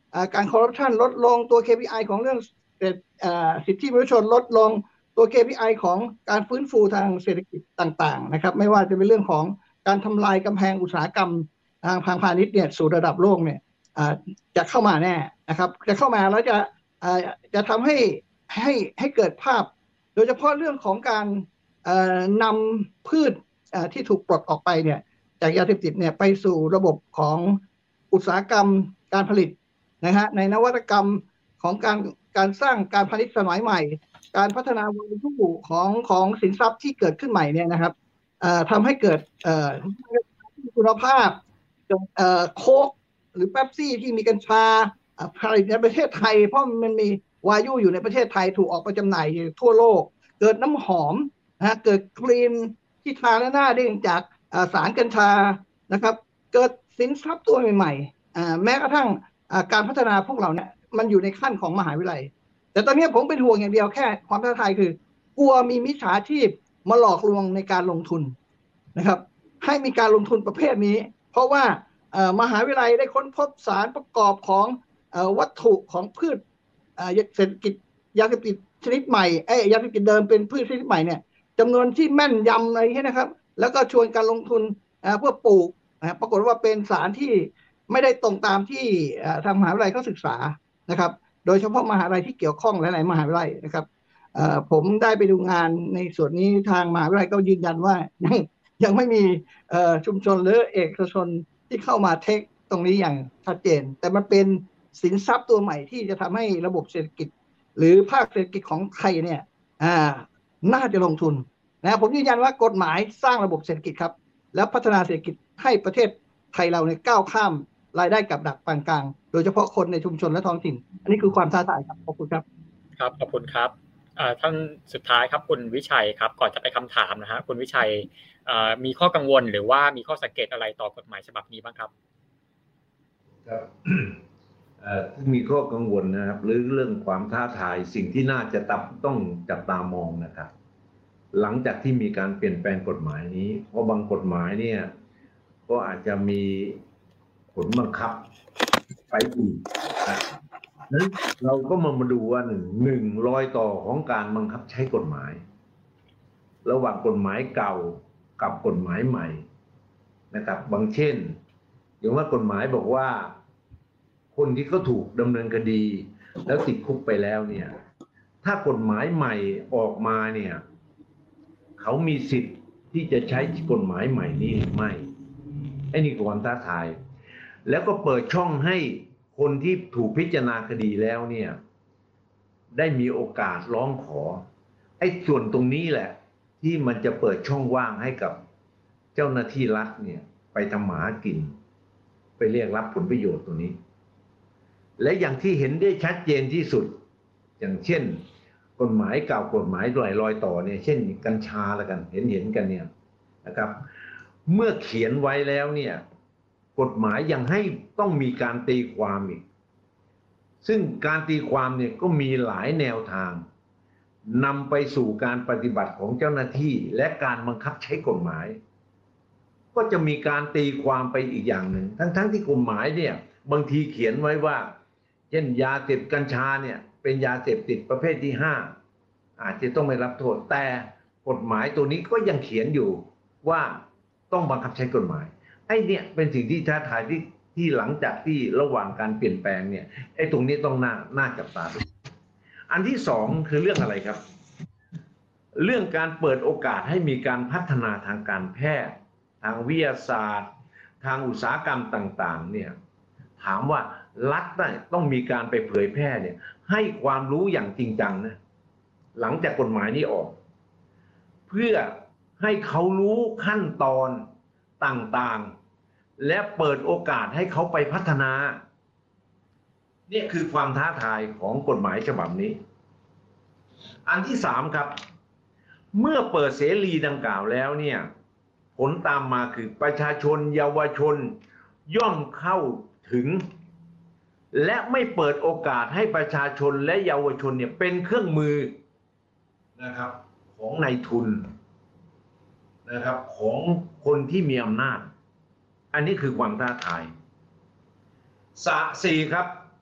การคอร์รัปชันลดลงตัว เค พี ไอ ของเรื่องสิทธิมนุษยชนลดลงตัว เค พี ไอ ของการฟื้นฟูทางเศรษฐกิจต่างๆนะครับไม่ว่าจะเป็นเรื่องของการทำลายกำแพงอุตสาหกรรมทางพาณิชย์เนี่ยสู่ระดับโลกเนี่ยจะเข้ามาแน่นะครับจะเข้ามาแล้วจะจะทำให้ให้ให้เกิดภาพโดยเฉพาะเรื่องของการนำพืชที่ถูกปลดออกไปเนี่ยจากยาเสพติดเนี่ยไปสู่ระบบของอุตสาหกรรมการผลิตนะฮะในนวัตกรรมของการการสร้างการผลิตสมัยใหม่การพัฒนาวัตถุของของสินทรัพย์ที่เกิดขึ้นใหม่เนี่ยนะครับทำให้เกิดคุณภาพโค้กหรือเป๊ปซี่ที่มีกัญชาผลิตในประเทศไทยเพราะมันมีวายุอยู่ในประเทศไทยถูกออกไปจำหน่ายทั่วโลกเกิดน้ำหอมนะเกิดครีมที่ทาหน้าได้จากสารกัญชานะครับเกิดสินทรัพย์ตัวใหม่ๆแม้กระทั่งการพัฒนาพวกเราเนี่ยมันอยู่ในขั้นของมหาวิทยาลัยแต่ตอนนี้ผมเป็นห่วงอย่างเดียวแค่ความท้าทายคือกลัวมีมิจฉาชีพมาหลอกลวงในการลงทุนนะครับให้มีการลงทุนประเภทนี้เพราะว่ามหาวิทยาลัยได้ค้นพบสารประกอบของวัตถุของพืชเศรษฐกิจยาเสพติดชนิดใหม่ไอ้ยาเสพติดเดิมเป็นพืชชนิดใหม่เนี่ยจำนวนที่แม่นยำอะไรที่นะครับแล้วก็ชวนการลงทุนเพื่อปลูกปรากฏว่าเป็นสารที่ไม่ได้ตรงตามที่ทางมหาวิทยาลัยเขาศึกษานะครับโดยเฉพาะมหาวิทยาลัยที่เกี่ยวข้องหลายๆมหาวิทยาลัยนะครับผมได้ไปดูงานในส่วนนี้ทางมหาวิทยาลัยก็ยืนยันว่ายังยังไม่มีชุมชนหรือเอกชนที่เข้ามาเทคตรงนี้อย่างชัดเจนแต่มันเป็นสินทรัพย์ตัวใหม่ที่จะทำให้ระบบเศรษฐกิจหรือภาคเศรษฐกิจของไทยเนี่ยน่าจะลงทุนนะผมยืนยันว่ากฎหมายสร้างระบบเศรษฐกิจครับแล้วพัฒนาเศรษฐกิจให้ประเทศไทยเราเนี่ยก้าวข้ามรายได้กับดักปานกลางโดยเฉพาะคนในชุมชนและท้องถิ่นอันนี้คือความท้าทายครับขอบคุณครับครับขอบคุณครับท่านสุดท้ายครับคุณวิชัยครับก่อนจะไปคำถามนะฮะคุณวิชัยมีข้อกังวลหรือว่ามีข้อสังเกตอะไรต่อกฎหมายฉบับนี้บ้างครับครับที่มีข้อกังวลนะครับหรือเรื่องความท้าทายสิ่งที่น่าจะตับต้องจับตามองนะครับหลังจากที่มีการเปลี่ยนแปลงกฎหมายนี้เพราะบางกฎหมายเนี่ยก็อาจจะมีผลบังคับไปอีกนั้นเราก็มามาดูว่าหนึ่งหนึ่งรอยต่อของการบังคับใช้กฎหมายระหว่างกฎหมายเก่ากับกฎหมายใหม่นะครับบางเช่นอย่างว่ากฎหมายบอกว่าคนที่เขาถูกดำเนินคดีแล้วติดคุกไปแล้วเนี่ยถ้ากฎหมายใหม่ออกมาเนี่ยเขามีสิทธิ์ที่จะใช้กฎหมายใหม่นี้หรือไม่ไอ้นี่คือความท้าทายแล้วก็เปิดช่องให้คนที่ถูกพิจารณาคดีแล้วเนี่ยได้มีโอกาสร้องขอไอ้ส่วนตรงนี้แหละที่มันจะเปิดช่องว่างให้กับเจ้าหน้าที่รัฐเนี่ยไปทำหมากินไปเรียกรับผลประโยชน์ตรงนี้และอย่างที่เห็นได้ชัดเจนที่สุดอย่างเช่นกฎหมายเก่ากฎหมายหลายรอยต่อเนี่ยเช่นกัญชาละกันเห็นเห็นกันเนี่ยนะครับเมื่อเขียนไว้แล้วเนี่ยกฎหมายยังให้ต้องมีการตีความอีกซึ่งการตีความเนี่ยก็มีหลายแนวทางนำไปสู่การปฏิบัติของเจ้าหน้าที่และการบังคับใช้กฎหมายก็จะมีการตีความไปอีกอย่างหนึ่งทั้งๆที่กฎหมายเนี่ยบางทีเขียนไว้ว่าเช่นยาเสพกัญชาเนี่ยเป็นยาเสพติดประเภทที่ห้าอาจจะต้องไม่รับโทษแต่กฎหมายตัวนี้ก็ยังเขียนอยู่ว่าต้องบังคับใช้กฎหมายไอ้เนี่ยเป็นสิ่งที่ท้าทายที่ที่หลังจากที่ระหว่างการเปลี่ยนแปลงเนี่ยไอ้ตรงนี้ต้องน่าน่าจับตาดูอันที่สองคือเรื่องอะไรครับเรื่องการเปิดโอกาสให้มีการพัฒนาทางการแพทย์ทางวิทยาศาสตร์ทางอุตสาหกรรมต่างๆเนี่ยถามว่ารัฐต้องมีการไปเผยแพร่เนี่ยให้ความรู้อย่างจริงจังนะหลังจากกฎหมายนี้ออกเพื่อให้เขารู้ขั้นตอนต่างๆและเปิดโอกาสให้เขาไปพัฒนานี่คือความท้าทายของกฎหมายฉบับนี้อันที่สามครับเมื่อเปิดเสรีดังกล่าวแล้วเนี่ยผลตามมาคือประชาชนเยาวชนย่อมเข้าถึงและไม่เปิดโอกาสให้ประชาชนและเยาวชนเนี่ยเป็นเครื่องมือนะครับของนายทุนนะครับของคนที่มีอำนาจอันนี้คือความท้าทายสี่ครับ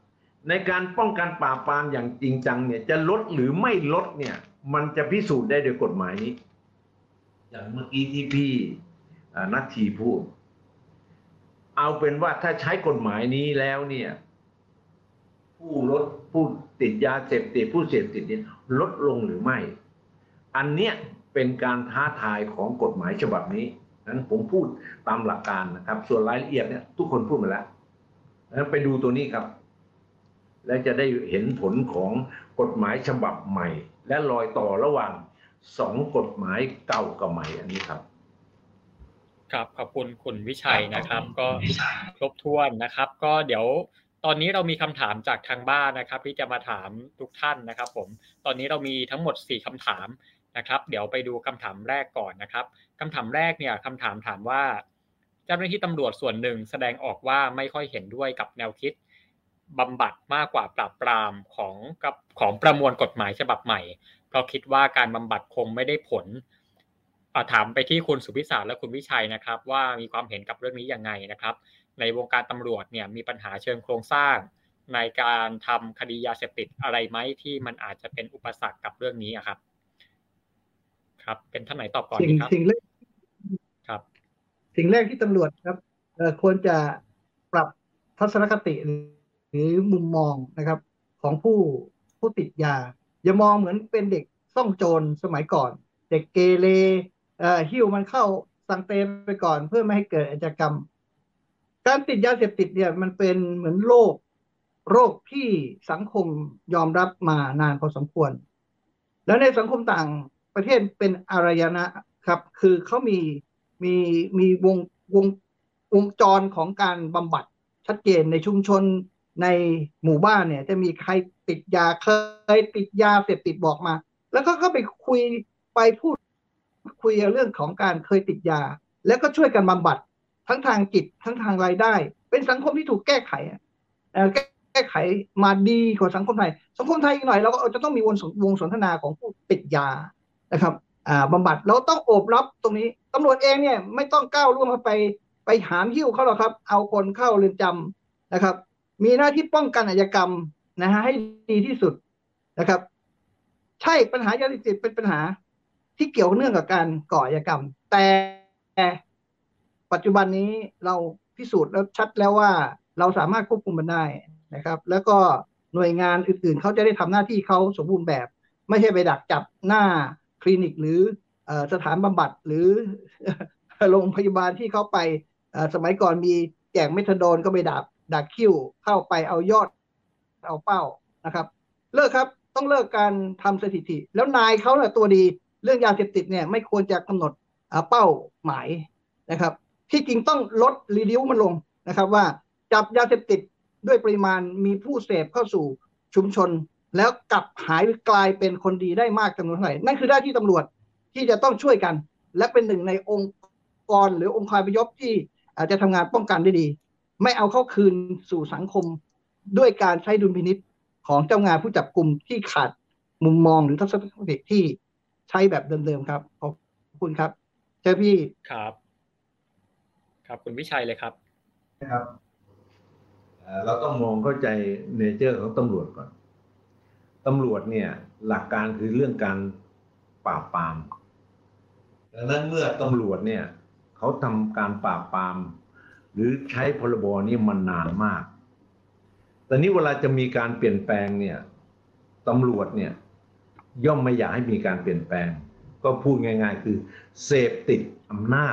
ในการป้องกันปราบปรามอย่างจริงจังเนี่ยจะลดหรือไม่ลดเนี่ยมันจะพิสูจน์ได้โดยกฎหมายนี้อย่างเมื่อกี้ที่พี่นัททีพูดเอาเป็นว่าถ้าใช้กฎหมายนี้แล้วเนี่ยผู้ลดผู้ติดยาเสพติดผู้เสพติดเนี่ยลดลงหรือไม่อันเนี้ยเป็นการท้าทายของกฎหมายฉบับนี้นั้นผมพูดตามหลักการนะครับส่วนรายละเอียดเนี่ยทุกคนพูดมาแล้วนั้นไปดูตัวนี้ครับและจะได้เห็นผลของกฎหมายฉบับใหม่และรอยต่อระหว่างสองกฎหมายเก่ากับใหม่อันนี้ครับครับขอบคุณคุณวิชัยนะครับก็ครบถ้วนนะครับก็เดี๋ยวตอนนี้เรามีคำถามจากทางบ้านนะครับที่จะมาถามทุกท่านนะครับผมตอนนี้เรามีทั้งหมดสี่คำถามนะครับเดี๋ยวไปดูคำถามแรกก่อนนะครับคำถามแรกเนี่ยคำถามถามว่าเจ้าหน้าที่ตำรวจส่วนหนึ่งแสดงออกว่าไม่ค่อยเห็นด้วยกับแนวคิดบำบัดมากกว่าปราบปรามของกับของประมวลกฎหมายฉบับใหม่เพราะคิดว่าการบำบัดคงไม่ได้ผลถามไปที่คุณสุพิศาสและคุณวิชัยนะครับว่ามีความเห็นกับเรื่องนี้ยังไงนะครับในวงการตำรวจเนี่ยมีปัญหาเชิงโครงสร้างในการทำคดียาเสพติดอะไรไหมที่มันอาจจะเป็นอุปสรรคกับเรื่องนี้ครับครับเป็นท่านไหนตอบก่อนดีครับสิ่งแรกครับสิ่งแรกที่ตำรวจครับควรจะปรับทัศนคติหรือมุมมองนะครับของผู้ผู้ติดยาอย่ามองเหมือนเป็นเด็กซ่องโจรสมัยก่อนเด็กเกเรเอ่อหิ้วมันเข้าสังเตมไปก่อนเพื่อไม่ให้เกิดอาชญากรรมการติดยาเสพติดเนี่ยมันเป็นเหมือนโรคโรคที่สังคมยอมรับมานานพอสมควรแล้วในสังคมต่างประเทศเป็นอารยนะครับคือเขามีมีมีวงวงวงจรของการบำบัดชัดเจนในชุมชนในหมู่บ้านเนี่ยจะมีใครติดยาเคยติดยาเสพติดบอกมาแล้วก็เข้าไปคุยไปพูดคุยเรื่องของการเคยติดยาแล้วก็ช่วยกันบำบัดทั้งทางจิตทั้งทางรายได้เป็นสังคมที่ถูกแก้ไขแก้ไขมาดีกว่าสังคมไทยสังคมไทยอีกหน่อยเราก็จะต้องมีวงวงสนทนาของผู้ติดยานะครับอ่าบำบัดเราต้องโอบรับตรงนี้ตำรวจเองเนี่ยไม่ต้องก้าวล่วงเข้าไปไปหามหิ้วเขาหรอกครับเอาคนเข้าเรือนจำนะครับมีหน้าที่ป้องกันอาชญากรรมนะฮะให้ดีที่สุดนะครับใช่ปัญหายาเสพติดเป็นปัญหาที่เกี่ยวเนื่องกับการก่ออาชญากรรมแต่ปัจจุบันนี้เราพิสูจน์แล้วชัดแล้วว่าเราสามารถควบคุมมันได้นะครับแล้วก็หน่วยงานอื่นๆเขาจะได้ทำหน้าที่เขาสมบูรณ์แบบไม่ใช่ไปดักจับหน้าคลินิกหรือสถานบำบัดหรือโรงพยาบาลที่เขาไปสมัยก่อนมีแจกเมทาโดนก็ไปดักดักคิวเข้าไปเอายอดเอาเป้านะครับเลิกครับต้องเลิกการทำสถิติแล้วนายเขาเนี่ยตัวดีเรื่องยาเสพติดเนี่ยไม่ควรจะกำหนดเป้าหมายนะครับที่จริงต้องลดรีดิวมันลงนะครับว่าจับยาเสพติดด้วยปริมาณมีผู้เสพเข้าสู่ชุมชนแล้วกลับหายกลายเป็นคนดีได้มากจำนวนเท่าไหร่นั่นคือหน้าที่ตำรวจที่จะต้องช่วยกันและเป็นหนึ่งในองค์กรหรือองค์คาพยพที่อาจจะทำงานป้องกันได้ดีไม่เอาเข้าคืนสู่สังคมด้วยการใช้ดุลพินิจของเจ้างานผู้จับกุมที่ขาดมุมมองหรือทัศนคติที่ใช้แบบเดิมๆครับขอบคุณครับเจ้าพี่ครับครับคุณวิชัยเลยครับนะครับเราต้องมองเข้าใจเนเจอร์ของตำรวจก่อนตำรวจเนี่ยหลักการคือเรื่องการปราบปรามดังนั้นเมื่อตำรวจเนี่ยเขาทำการปราบปรามหรือใช้พรบนี้มานานมากแต่นี้เวลาจะมีการเปลี่ยนแปลงเนี่ยตำรวจเนี่ยย่อมไม่อยากให้มีการเปลี่ยนแปลงก็พูดง่ายๆคือเสพติดอำนาจ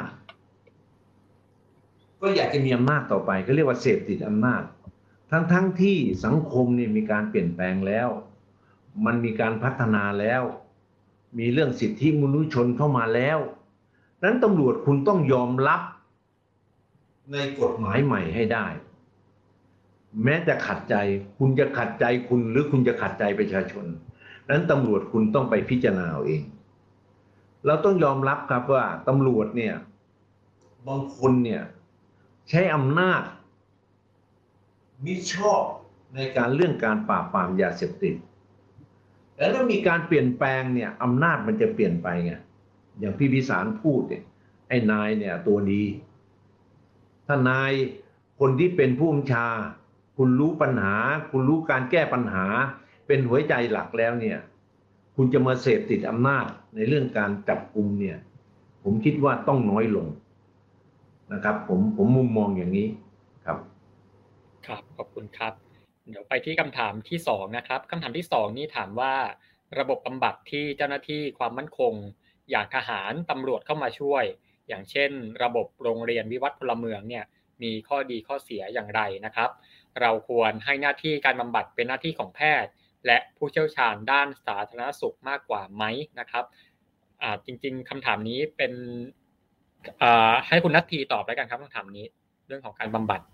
ก็อยากจะมีอำนาจต่อไปก็เรียกว่าเสพติดอำนาจทั้งๆ ท, ที่สังคมเนี่ยมีการเปลี่ยนแปลงแล้วมันมีการพัฒนาแล้วมีเรื่องสิทธิมนุษยชนเข้ามาแล้วนั้นตำรวจคุณต้องยอมรับในกฎหมายใหม่ให้ได้แม้จะขัดใจคุณจะขัดใจคุณหรือคุณจะขัดใจประชาชนนั้นตำรวจคุณต้องไปพิจารณาเอาเองเราต้องยอมรับครับว่าตำรวจเนี่ยบางคนเนี่ยใช้อำนาจมิชอบในการเรื่องการปราบปรามยาเสพติดแล้วถ้ามีการเปลี่ยนแปลงเนี่ยอำนาจมันจะเปลี่ยนไปไงอย่างพี่พิสารพูดเนี่ยไอ้นายเนี่ยตัวดีถ้านายคนที่เป็นผู้บัญชาคุณรู้ปัญหาคุณรู้การแก้ปัญหาเป็นหัวใจหลักแล้วเนี่ยคุณจะมาเสพติดอำนาจในเรื่องการจับกุมเนี่ยผมคิดว่าต้องน้อยลงนะครับผมผมมุมมองอย่างนี้ครับครับขอบคุณครับเดี๋ยวไปที่คำถามที่สองนะครับคำถามที่สองนี่ถามว่าระบบบำบัดที่เจ้าหน้าที่ความมั่นคงอย่างทหารตำรวจเข้ามาช่วยอย่างเช่นระบบโรงเรียนวิวัฒน์พลเมืองเนี่ยมีข้อดีข้อเสียอย่างไรนะครับเราควรให้หน้าที่การบำบัดเป็นหน้าที่ของแพทย์และผู้เชี่ยวชาญด้านสาธารณสุขมากกว่าไหมนะครับอ่าจริงๆคำถามนี้เป็นอ่าให้คุณณัฐทีตอบแล้วกันครับคำถามนี้เรื่องของการบำบัด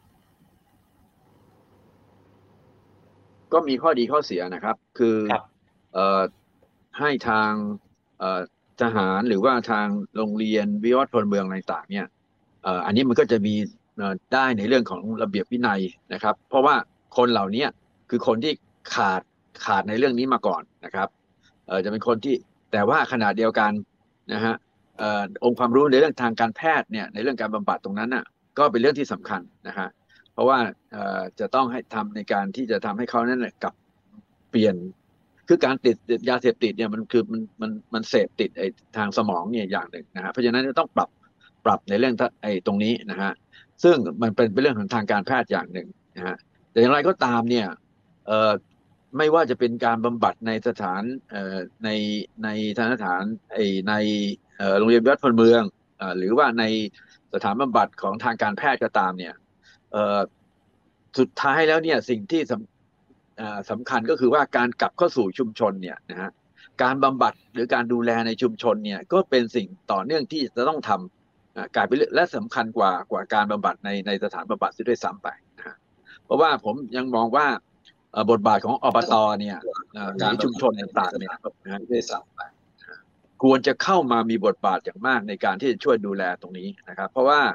ก็มีข้อดีข้อเสียนะครับคือเอ่อให้ทางเอ่อทหารหรือว่าทางโรงเรียนวิวัฒน์พลเมืองอะไรต่างเนี่ยเอ่ออันนี้มันก็จะมีได้ในเรื่องของระเบียบวินัยนะครับเพราะว่าคนเหล่านี้คือคนที่ขาดขาดในเรื่องนี้มาก่อนนะครับเอ่อจะเป็นคนที่แต่ว่าขณะเดียวกันนะฮะเอ่อองค์ความรู้ในเรื่องทางการแพทย์เนี่ยในเรื่องการบำบัดตรงนั้นน่ะก็เป็นเรื่องที่สำคัญนะฮะเพราะว่าจะต้องให้ทำในการที่จะทำให้เขานั้นกลับเปลี่ยนคือการติดยาเสพติดเนี่ยมันคือมันมันมันเสพติดไอ้ทางสมองเนี่ยอย่างหนึ่งนะฮะเพราะฉะนั้นต้องปรับปรับในเรื่องไอ้ตรงนี้นะฮะซึ่งมันเป็นเป็นเรื่องของทางการแพทย์อย่างหนึ่งนะฮะแต่อย่างไรก็ตามเนี่ยเอ่อไม่ว่าจะเป็นการบำบัดในสถานเอ่อในในสถานไอ้ในเอ่อโรงเรียนวิวัฒน์พลเมืองเอ่อหรือว่าในสถานบำบัดของทางการแพทย์ก็ตามเนี่ยเอ่อสุดท้ายแล้วเนี่ยสิ่งที่สำสำคัญก็คือว่าการกลับเข้าสู่ชุมชนเนี่ยนะฮะการบำบัดหรือการดูแลในชุมชนเนี่ยก็เป็นสิ่งต่อเนื่องที่จะต้องทำกลายเป็นและสำคัญกว่ากว่าการบำบัดในในสถานบำบัดซะด้วยซ้ำไปนะฮะเพราะว่าผมยังมองว่าบทบาทของอบตเนี่ยในชุมชนต่างๆเนี่ยนะด้วยซ้ำไปควรจะเข้ามามีบทบาทอย่างมากในการที่จะช่วยดูแลตรงนี้นะครับเพราะว่า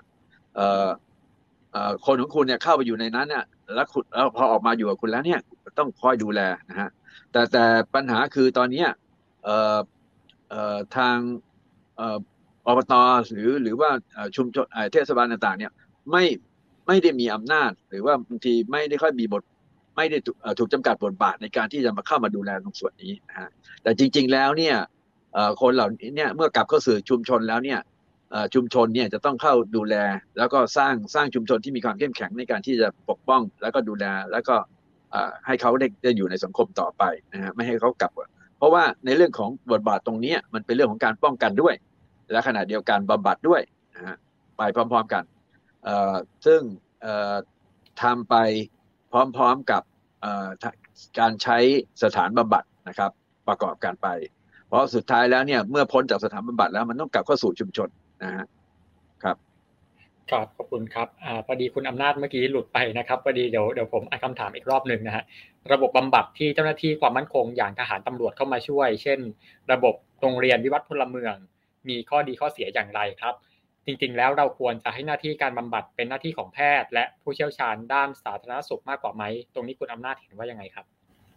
คนของคุณเนี่ยเข้าไปอยู่ในนั้นเนี่ยแล้วคุณแล้วพอออกมาอยู่กับคุณแล้วเนี่ยต้องคอยดูแลนะฮะแต่แต่ปัญหาคือตอนนี้เอ่อเอ่อทางเอ่ออบตหรือหรือว่าชุมชนเทศบาลต่างๆเนี่ยไม่ไม่ได้มีอำนาจหรือว่าบางทีไม่ได้ค่อยมีบทไม่ได้ถูกจำกัดบทบาทในการที่จะมาเข้ามาดูแลตรงส่วนนี้นะฮะแต่จริงๆแล้วเนี่ยคนเหล่านี้เนี่ยเมื่อกลับเข้าสู่ชุมชนแล้วเนี่ยชุมชนเนี่ยจะต้องเข้าดูแลแล้วก็สร้างสร้างชุมชนที่มีความเข้มแข็งในการที่จะปกป้องแล้วก็ดูแลแล้วก็ให้เขาได้ได้อยู่ในสังคมต่อไปนะฮะไม่ให้เขากลับเพราะว่าในเรื่องของบทบาทตรงนี้มันเป็นเรื่องของการป้องกันด้วยและขณะเดียวกันบำบัดด้วยนะฮะไปพร้อมๆกันซึ่งทำไปพร้อมๆกับการใช้สถานบำบัดนะครับประกอบกันไปเพราะสุดท้ายแล้วเนี่ยเมื่อพ้นจากสถานบำบัดแล้วมันต้องกลับเข้าสู่ชุมชนนะฮะครับครับขอบคุณครับอ่าพอดีคุณอำนาจเมื่อกี้หลุดไปนะครับพอดีเดี๋ยวเดี๋ยวผมอ่านคำถามอีกรอบหนึ่งนะฮะระบบบำบัดที่เจ้าหน้าที่ความมั่นคงอย่างทหารตำรวจเข้ามาช่วยเช่นระบบโรงเรียนวิวัฒน์พลเมืองมีข้อดีข้อเสียอย่างไรครับจริงๆแล้วเราควรจะให้หน้าที่การบำบัดเป็นหน้าที่ของแพทย์และผู้เชี่ยวชาญด้านสาธารณสุขมากกว่าไหมตรงนี้คุณอำนาจเห็นว่ายังไงครับ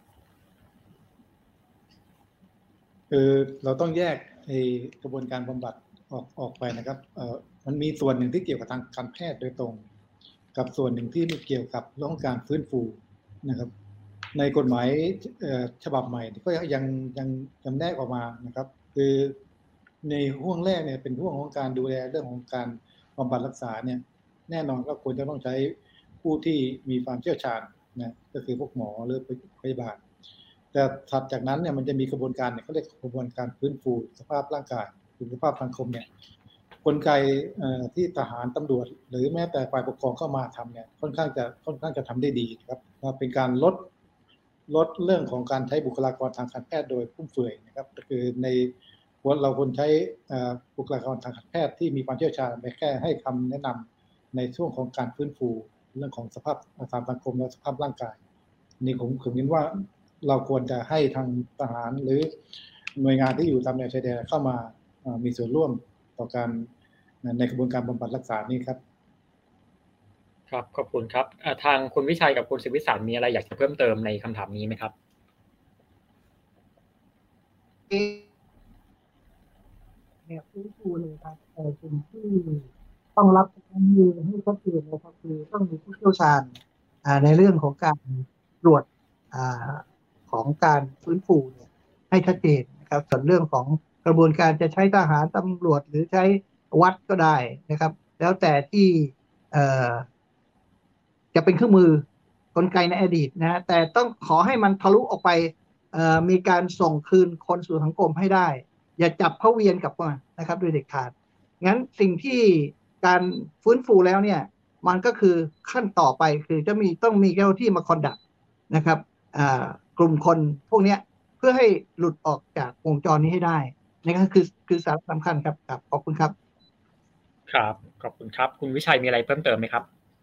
คือเราต้องแยกในกระบวนการบำบัดออกออกไปนะครับเอ่อมันมีส่วนหนึ่งที่เกี่ยวกับทางการแพทย์โดยตรงกับส่วนหนึ่งที่เกี่ยวกับเรื่องการฟื้นฟูนะครับในกฎหมายฉบับใหม่ก็ยังยังจำแนกออกมานะครับคือในห่วงแรกเนี่ยเป็นห่วงของการดูแลเรื่องของการบำบัดรักษาเนี่ยแน่นอนก็ควรจะต้องใช้ผู้ที่มีความเชี่ยวชาญนะก็คือพวกหมอหรือพยาบาลแต่ถัดจากนั้นเนี่ยมันจะมีกระบวนการเนี่ยเขาเรียกกระบวนการฟื้นฟูสภาพร่างกายสุขภาพสังคมเนี่ยกลไกที่ทหารตำรวจหรือแม้แต่ฝ่ายปกครองเข้ามาทำเนี่ยค่อนข้างจะค่อนข้างจะทำได้ดีครับเป็นการลดลดเรื่องของการใช้บุคลากรทางการแพทย์โดยฟุ่มเฟือยนะครับก็คือในเราควรใช้บุคลากรทางการแพทย์ที่มีความเชี่ยวชาญไปแค่ให้คำแนะนำในช่วงของการฟื้นฟูเรื่องของสภาพสังคมและสภาพร่างกายนี่ผมผมคิดว่าเราควรจะให้ทางทหารหรือหน่วยงานที่อยู่ตามแนวชายแดนเข้ามามีส่วนร่วมต่อการในกระบวนการบำบัดรักษานี้ครับครับขอบคุณครับทางคุณวิชัยกับคุณศิวิสารมีอะไรอยากจะเพิ่มเติมในคำถามนี้ไหมครับเนี่ยฟื้นฟูเลยครับแต่สิ่งที่ต้องรับการยืนให้ชัดเจนนะครับคือต้องมีผู้เชี่ยวชาญในเรื่องของการตรวจของการฟื้นฟูเนี่ยให้ชัดเจนนะครับส่วนเรื่องของกระบวนการจะใช้ทหารตำรวจหรือใช้วัดก็ได้นะครับแล้วแต่ที่จะเป็นเครื่องมือกลไกในอดีตนะแต่ต้องขอให้มันทะลุออกไปมีการส่งคืนคนสู่สังคมให้ได้อย่าจับเขาเวียนกลับมานะครับโดยเด็ดขาดงั้นสิ่งที่การฟื้นฟูแล้วเนี่ยมันก็คือขั้นต่อไปคือจะมีต้องมีเจ้าที่มาคอนดักนะครับกลุ่มคนพวกนี้เพื่อให้หลุดออกจากวงจรนี้ให้ได้นี่ก็คือคือสาระสำคัญครับครับขอบคุณครับครับขอบคุณครับคุณวิชัยมีอะไรเพิ่มเติมไหมครับ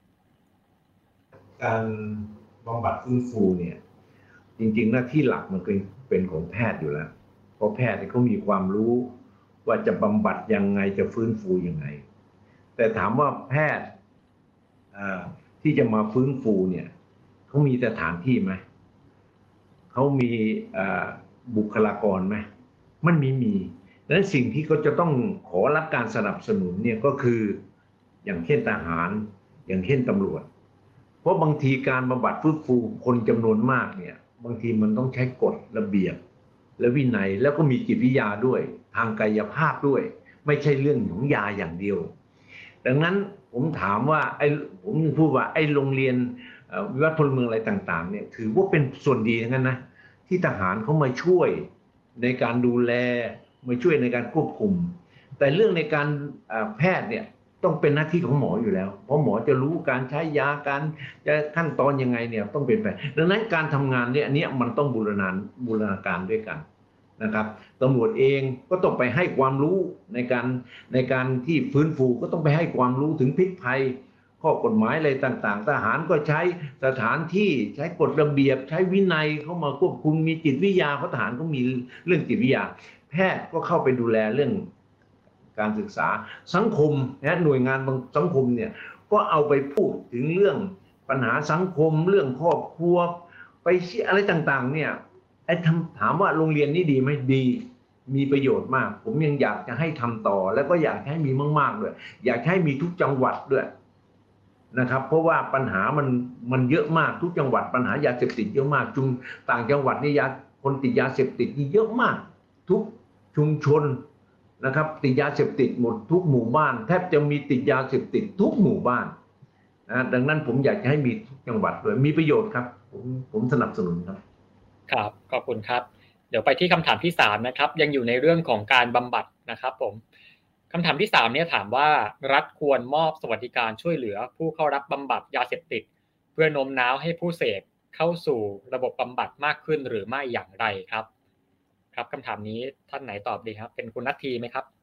การบำบัดฟื้นฟูเนี่ยจริงๆหน้าที่หลักมันเป็นเป็นของแพทย์อยู่แล้วเพราะแพทย์เขามีความรู้ว่าจะบำบัดยังไงจะฟื้นฟูยังไงแต่ถามว่าแพทย์ที่จะมาฟื้นฟูเนี่ยเขามีสถานที่ไหมเขามีบุคลากรไหมมันมีมีและสิ่งที่เขาจะต้องขอรับการสนับสนุนเนี่ยก็คืออย่างเช่นทหารอย่างเช่นตำรวจเพราะบางทีการบำบัดฟื้นฟูคนจำนวนมากเนี่ยบางทีมันต้องใช้กฎระเบียบและวินัยแล้วก็มีจิตวิทยาด้วยทางกายภาพด้วยไม่ใช่เรื่องของยาอย่างเดียวดังนั้นผมถามว่าไอ้ผมพูดว่าไอ้โรงเรียนวิวัฒน์พลเมืองอะไรต่างๆเนี่ยถือว่าเป็นส่วนดีทั้งนั้นนะที่ทหารเขามาช่วยในการดูแลมาช่วยในการควบคุมแต่เรื่องในการแพทย์เนี่ยต้องเป็นหน้าที่ของหมออยู่แล้วเพราะหมอจะรู้การใช้ยาการจะขั้นตอนยังไงเนี่ยต้องเป็นไปดังนั้นการทำงานเนี่ยอันนี้มันต้องบูรณาบูรณาการด้วยกันนะครับตำรวจเองก็ต้องไปให้ความรู้ในการในการที่ฟื้นฟูก็ต้องไปให้ความรู้ถึงพิษภัยข้อกฎหมายอะไรต่างๆทหารก็ใช้สถานที่ใช้กฎระเบียบใช้วินัยเข้ามาควบคุมมีจิตวิทยาเพราะทหารก็มีเรื่องจิตวิทยาแพทย์ก็เข้าไปดูแลเรื่องการศึกษาสังคมนะหน่วยงานบางสังคมเนี่ยก็เอาไปพูดถึงเรื่องปัญหาสังคมเรื่องครอบครัวไปอะไรต่างๆเนี่ยไอ้ถามว่าโรงเรียนนี่ดีไหมดีมีประโยชน์มากผมยังอยากจะให้ทำต่อแล้วก็อยากให้มีมากๆด้วยอยากให้มีทุกจังหวัดด้วยนะครับเพราะว่าปัญหามันมันเยอะมากทุกจังหวัดปัญหายาเสพติดเยอะมากจุงต่างจังหวัดนี่ยาคนติดยาเสพติดนี่เยอะมากทุกชุมชนนะครับติดยาเสพติดหมดทุกหมู่บ้านแทบจะมีติดยาเสพติดทุกหมู่บ้านนะดังนั้นผมอยากจะให้มีทุกจังหวัดด้วยมีประโยชน์ครับผมผมสนับสนุนครับครับขอบคุณครับเดี๋ยวไปที่คำถามที่สามนะครับยังอยู่ในเรื่องของการบำบัดนะครับผมคำถามที่สามเนี่ยถามว่ารัฐควรมอบสวัสดิการช่วยเหลือผู้เข้ารับบำบัดยาเสพติดเพื่อโน้มน้าวให้ผู้เสพเข้าสู่ระบบบำบัดมากขึ้นหรือไม่อย่างไรครับครับคำถามนี้ท่านไหนตอบดีครับเป็นคุณณัฐทีไหมครับ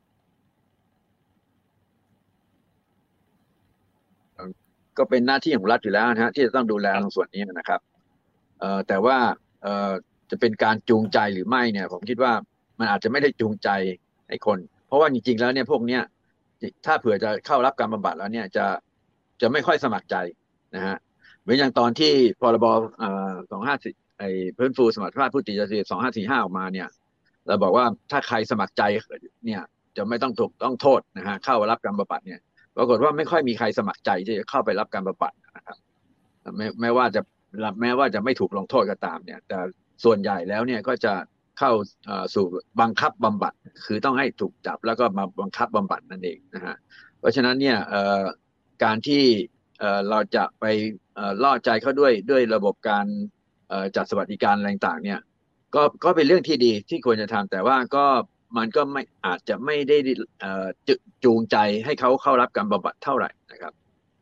ก็เป็นหน้าที่ของรัฐอยู่แล้วนะฮะที่จะต้องดูแลตรงส่วนนี้นะครับเอ่อแต่ว่าเอ่อจะเป็นการจูงใจหรือไม่เนี่ยผมคิดว่ามันอาจจะไม่ได้จูงใจให้คนเพราะว่าจริงๆแล้วเนี่ยพวกเนี้ยถ้าเผื่อจะเข้ารับการบำบัดแล้วเนี่ยจะจะไม่ค่อยสมัครใจนะฮะเหมือนอย่างตอนที่พรบเอ่อสองห้าสี่ไอ้ฟื้นฟูสมรรถภาพผู้ติดยาเสพติดสองห้าสี่ห้าออกมาเนี่ยเราบอกว่าถ้าใครสมัครใจเนี่ยจะไม่ต้องถูกต้องโทษนะฮะเข้ารับการบำบัดเนี่ยปรากฏว่าไม่ค่อยมีใครสมัครใจที่จะเข้าไปรับการบำบัดนะครับแม้แม้ว่าจะแม้ว่าจะไม่ถูกลงโทษก็ตามเนี่ยแต่ส่วนใหญ่แล้วเนี่ยก็จะเข้าสู่บังคับบำบัดคือต้องให้ถูกจับแล้วก็มาบังคับบำบัดนั่นเองนะฮะเพราะฉะนั้นเนี่ยการที่เราจะไปล่อใจเขาด้วยด้วยระบบการจัดสวัสดิการอะไรต่างๆเนี่ยก็ก็เป็นเรื่องที่ดีที่ควรจะทำแต่ว่าก็มันก็ไม่อาจจะไม่ได้จูงใจให้เขาเข้ารับการบำบัดเท่าไหร่นะครับ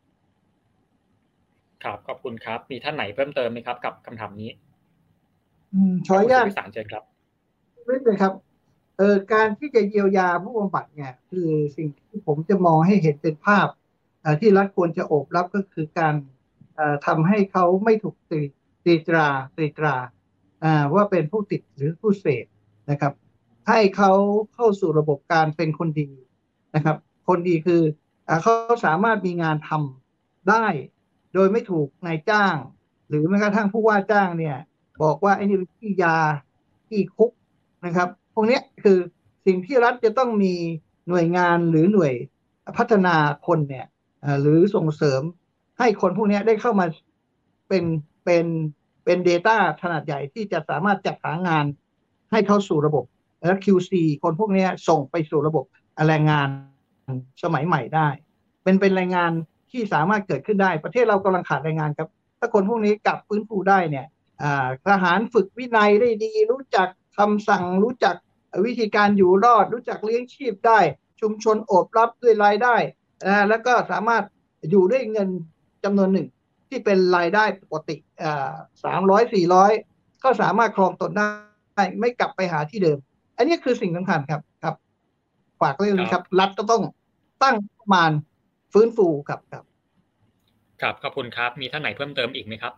ครับขอบคุณครับมีท่านไหนเพิ่มเติมไหมครับกับคำถามนี้อืมขออนุญาตพิสารเชิญครับไม่เป็นครับเอ่อการที่จะเยียวยาผู้บำบัดเนี่ยคือสิ่งที่ผมจะมองให้เห็นเป็นภาพเอ่อที่รัฐควรจะโอบรับก็คือการเอ่อทำให้เขาไม่ถูกตีตีตราตีตราอ่าว่าเป็นผู้ติดหรือผู้เสพนะครับให้เขาเข้าสู่ระบบการเป็นคนดีนะครับคนดีคืออ่าเขาสามารถมีงานทำได้โดยไม่ถูกนายจ้างหรือแม้กระทั่งผู้ว่าจ้างเนี่ยบอกว่าไอ้นี่เป็นที่ยาที่คุกนะครับพวกนี้คือสิ่งที่รัฐจะต้องมีหน่วยงานหรือหน่วยพัฒนาคนเนี่ยหรือส่งเสริมให้คนพวกนี้ได้เข้ามาเป็นเป็นเป็น Data ขนาดใหญ่ที่จะสามารถจัดหางานให้เข้าสู่ระบบแล้ว คิว ซี คนพวกนี้ส่งไปสู่ระบบแรงงานสมัยใหม่ได้เป็นเป็นแรงงานที่สามารถเกิดขึ้นได้ประเทศเรากำลังขาดแรงงานครับถ้าคนพวกนี้กลับฟื้นฟูได้เนี่ยทหารฝึกวินัยได้ดีรู้จักคำสั่งรู้จักวิธีการอยู่รอดรู้จักเลี้ยงชีพได้ชุมชนโอบรับด้วยรายได้แล้วก็สามารถอยู่ด้วยเงินจำนวนหนึ่งที่เป็นรายได้ปกติสามร้อยสี่ร้อยก็สามารถครองตนได้ไม่กลับไปหาที่เดิมอันนี้คือสิ่งสำคัญครับครับฝากเรื่องนี้ครับรัฐก็ต้องตั้งประมาณฟื้นฟูครับครับครับขอบคุณครับมีท่านไหนเพิ่มเติมอีกไหมครับ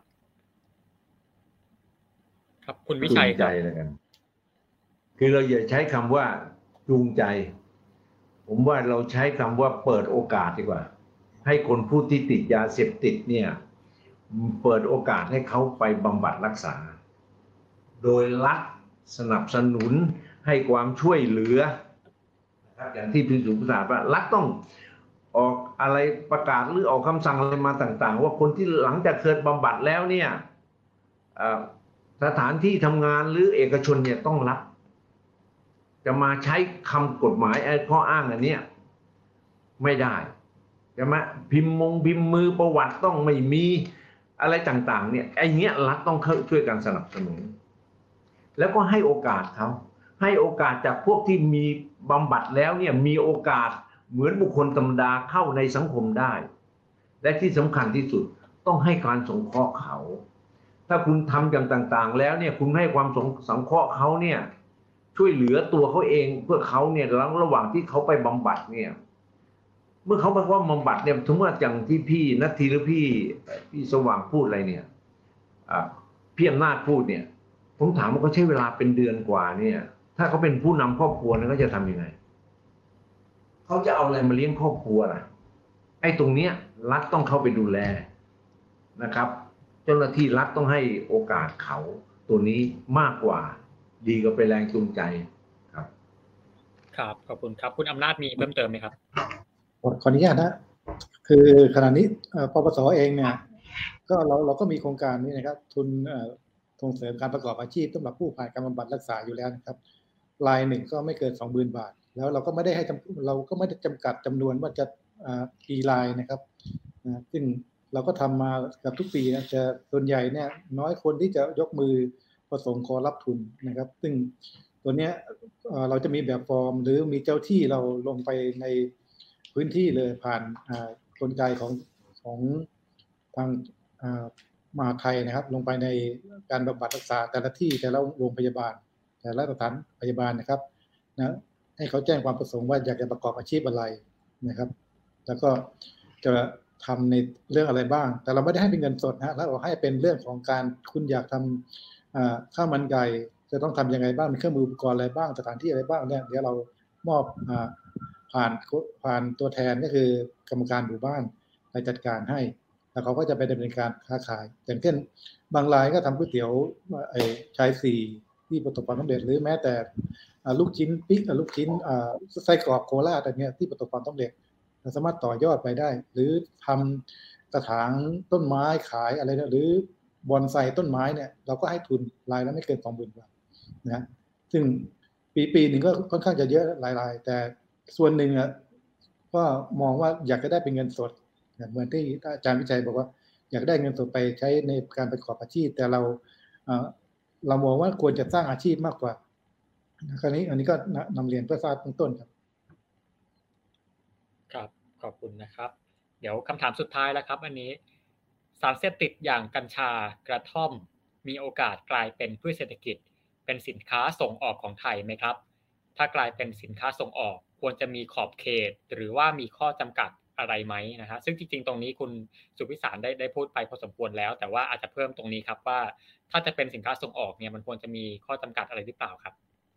ครับคุณวิชัยจูงใจแล้วกันคือเราอย่าใช้คำว่าจูงใจผมว่าเราใช้คำว่าเปิดโอกาสดีกว่าให้คนผู้ที่ติดยาเสพติดเนี่ยเปิดโอกาสให้เขาไปบำบัดรักษาโดยรัฐสนับสนุนให้ความช่วยเหลือนะครับอย่างที่พิสุทธิ์ประสาทว่ารัฐต้องออกอะไรประกาศหรือออกคำสั่งอะไรมาต่างๆว่าคนที่หลังจากเคยบำบัดแล้วเนี่ยสถานที่ทำงานหรือเอกชนเนี่ยต้องรับจะมาใช้คำกฎหมายข้ออ้างอันนี้ไม่ได้ใช่ไหมพิมพ์มงพิมพ์มือประวัติต้องไม่มีอะไรต่างๆเนี่ยไอ้เงี้ยรัฐต้องเข้าช่วยกันสนับสนุนแล้วก็ให้โอกาสเขาให้โอกาสจากพวกที่มีบำบัดแล้วเนี่ยมีโอกาสเหมือนบุคคลธรรมดาเข้าในสังคมได้และที่สำคัญที่สุดต้องให้การสงเคราะห์เขาถ้าคุณทำอย่างต่างๆแล้วเนี่ยคุณให้ความสงเคราะห์เขาเนี่ยช่วยเหลือตัวเขาเองเพื่อเขาเนี่ยระหว่างที่เขาไปบำบัดเนี่ยเมื่อเขาไปว่าบำบัดเนี่ยถึงว่าอย่างที่พี่นัทธีหรือพี่พี่สว่างพูดอะไรเนี่ยพี่อำนาจพูดเนี่ยผมถามว่าเขาใช้เวลาเป็นเดือนกว่าเนี่ยถ้าเขาเป็นผู้นำครอบครัวเนี่ยเขาจะทำยังไงเขาจะเอาอะไรมาเลี้ยงครอบครัวล่ะไอ้ตรงเนี้ยรัฐต้องเข้าไปดูแลนะครับเจ้าหน้าที่รัฐต้องให้โอกาสเขาตัวนี้มากกว่าดีกว่าเป็นแรงจูงใจครับครับขอบคุณครับคุณอำนาจมีเพิ่มเติมไหมครับขออนุญาตนะคือขณะนี้ปปส.เองเนี่ยก็เราเราก็มีโครงการนี้นะครับทุนส่งเสริมการประกอบอาชีพสำหรับผู้ผ่านการบำบัดรักษาอยู่แล้วนะครับรายหนึ่งก็ไม่เกิน สองหมื่น บาทแล้วเราก็ไม่ได้ให้เราก็ไม่ได้จำกัดจำนวนว่าจะกี่รายนะครับซึ่งเราก็ทำมากับทุกปีนะจะส่วนใหญ่เนี่ยน้อยคนที่จะยกมือประสงค์ขอรับทุนนะครับซึ่งตัวเนี้ยเราจะมีแบบฟอร์มหรือมีเจ้าที่เราลงไปในพื้นที่เลยผ่านกลไกของของทางมหาไทยนะครับลงไปในการบำบัดรักษาแต่ละที่แต่ละโรงพยาบาลแต่ละสถานพยาบาลนะครับนะให้เขาแจ้งความประสงค์ว่าอยากจะประกอบอาชีพอะไรนะครับแล้วก็จะทำในเรื่องอะไรบ้างแต่เราไม่ได้ให้เป็นเงินสดนะแล้วเราให้เป็นเรื่องของการคุณอยากทำข้าวมันไก่จะต้องทำยังไงบ้างมีเครื่องมืออุปกรณ์อะไรบ้างสถานที่อะไรบ้างเนี่ยเดี๋ยวเรามอบผ่านผ่านตัวแทนก็คือกรรมการหมู่บ้านไปจัดการให้แล้วเขาก็จะไปดำเนินการค้าขายอย่างเช่นบางรายก็ทำก๋วยเตี๋ยวไอ้ชายสี่ที่ประสบความสำเร็จหรือแม้แต่ลูกชิ้นปิ๊กลูกชิ้นไส้กรอกโคราชอะไรเงี้ยที่ประสบความสำเร็จสามารถต่อยอดไปได้หรือทำกระถางต้นไม้ขายอะไรนะหรือบอนไซต้นไม้เนี่ยเราก็ให้ทุนรายละไม่เกิน สองหมื่น บาทนะซึ่งปีปีหนึ่งก็ค่อนข้างจะเยอะหลายๆแต่ส่วนหนึ่งอ่ะก็มองว่าอยากจะได้เป็นเงินสดเหมือนที่อาจารย์วิชัยบอกว่าอยากได้เงินสดไปใช้ในการประกอบอาชีพแต่เราเรามองว่าควรจะสร้างอาชีพมากกว่าคราวนี้อันนี้ก็นำเรียนเพื่อทราบเบื้องต้นครับครับขอบคุณนะครับเดี๋ยวคำถามสุดท้ายแล้วครับอันนี้สารเสพติดอย่างกัญชากระท่อมมีโอกาสกลายเป็นพืชเศรษฐกิจเป็นสินค้าส่งออกของไทยไหมครับถ้ากลายเป็นสินค้าส่งออกควรจะมีขอบเขตหรือว่ามีข้อจำกัดอะไรไหมนะฮะซึ่งจริงๆตรงนี้คุณสุพิสารได้ได้พูดไปพอสมควรแล้วแต่ว่าอาจจะเพิ่มตรงนี้ครับว่าถ้าจะเป็นสินค้าส่งออกเนี่ยมันควรจะมีข้อจำกัดอะไรหรือเปล่าครับ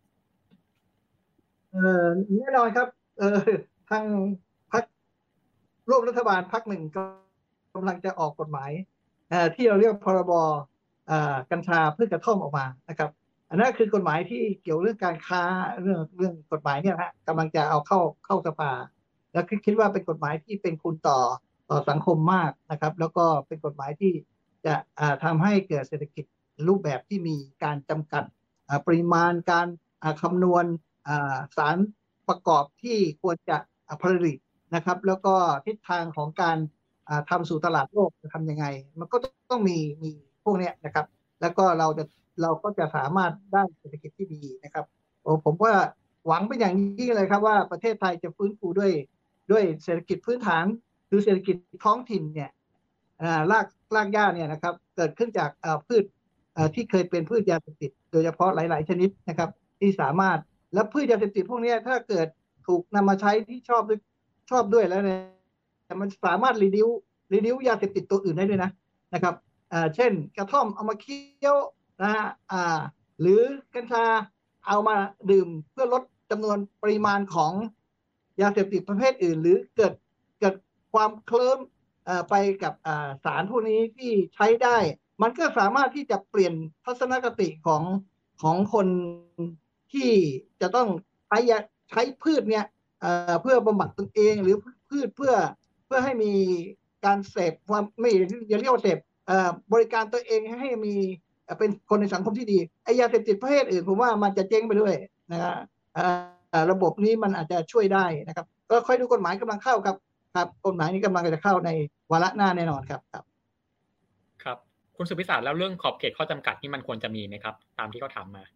เออแน่นอนครับเออทางพรรคร่วมรัฐบาลพรรคหนึ่งกำลังจะออกกฎหมายที่เราเรียกพรบกัญชาพืชกระท่อมออกมานะครับอันนั้นคือกฎหมายที่เกี่ยวเรื่องการค้าเรื่องเรื่องกฎหมายเนี่ยฮะกำลังจะเอาเข้าเข้าสภาแล้วคิดว่าเป็นกฎหมายที่เป็นคุณต่อต่อสังคมมากนะครับแล้วก็เป็นกฎหมายที่จะทำให้เกิดเศรษฐกิจรูปแบบที่มีการจำกัดปริมาณการคำนวณสารประกอบที่ควรจะผลิตนะครับแล้วก็ทิศทางของการทำสู่ตลาดโลกจะทำยังไงมันก็ต้องมีมีพวกนี้นะครับแล้วก็เราจะเราก็จะสามารถได้เศรษฐกิจที่ดีนะครับผมว่าหวังเป็นอย่างยิ่งเลยครับว่าประเทศไทยจะฟื้นฟูด้วยด้วยเศรษฐกิจพื้นฐานคือเศรษฐกิจท้องถิ่นเนี่ยรากรากหญ้าเนี่ยนะครับเกิดขึ้นจากพืชที่เคยเป็นพืชยาเสพติดโดยเฉพาะหลายๆชนิดนะครับที่สามารถและพืชยาเสพติดพวกนี้ถ้าเกิดถูกนำมาใช้ที่ชอบด้วยชอบด้วยแล้วเนี่ยมันสามารถรีดิวรีดิวยาเสพติดตัวอื่นได้ด้วยนะนะครับเช่นกระท่อมเอามาเคี้ยวนะฮะหรือกัญชาเอามาดื่มเพื่อลดจำนวนปริมาณของยาเสพติดประเภทอื่นหรือเกิดเกิดความเคลิ้มไปกับสารพวกนี้ที่ใช้ได้มันก็สามารถที่จะเปลี่ยนทัศนคติของของคนที่จะต้องใช้ใช้พืชเนี่ยเพื่อบำบัดตนเองหรือพืชเพื่อเพื่อให้มีการเสพความไม่อย่าเรียกว่าเสพบริการตัวเองให้มีเป็นคนในสังคมที่ดีไอ้ยาเสพติดประเภทอื่นผมว่ามันจะเจ๊งไปด้วยนะฮะระบบนี้มันอาจจะช่วยได้นะครับก็ค่อยดูกฎหมายกำลังเข้าครับครับกฎหมายนี้กำลังจะเข้าในวาระหน้าแน่นอนครับครับครับคุณสุพิสารแล้วเรื่องขอบเขตข้อจำกัดนี่มันควรจะมีไหมครับตามที่เขาถามมา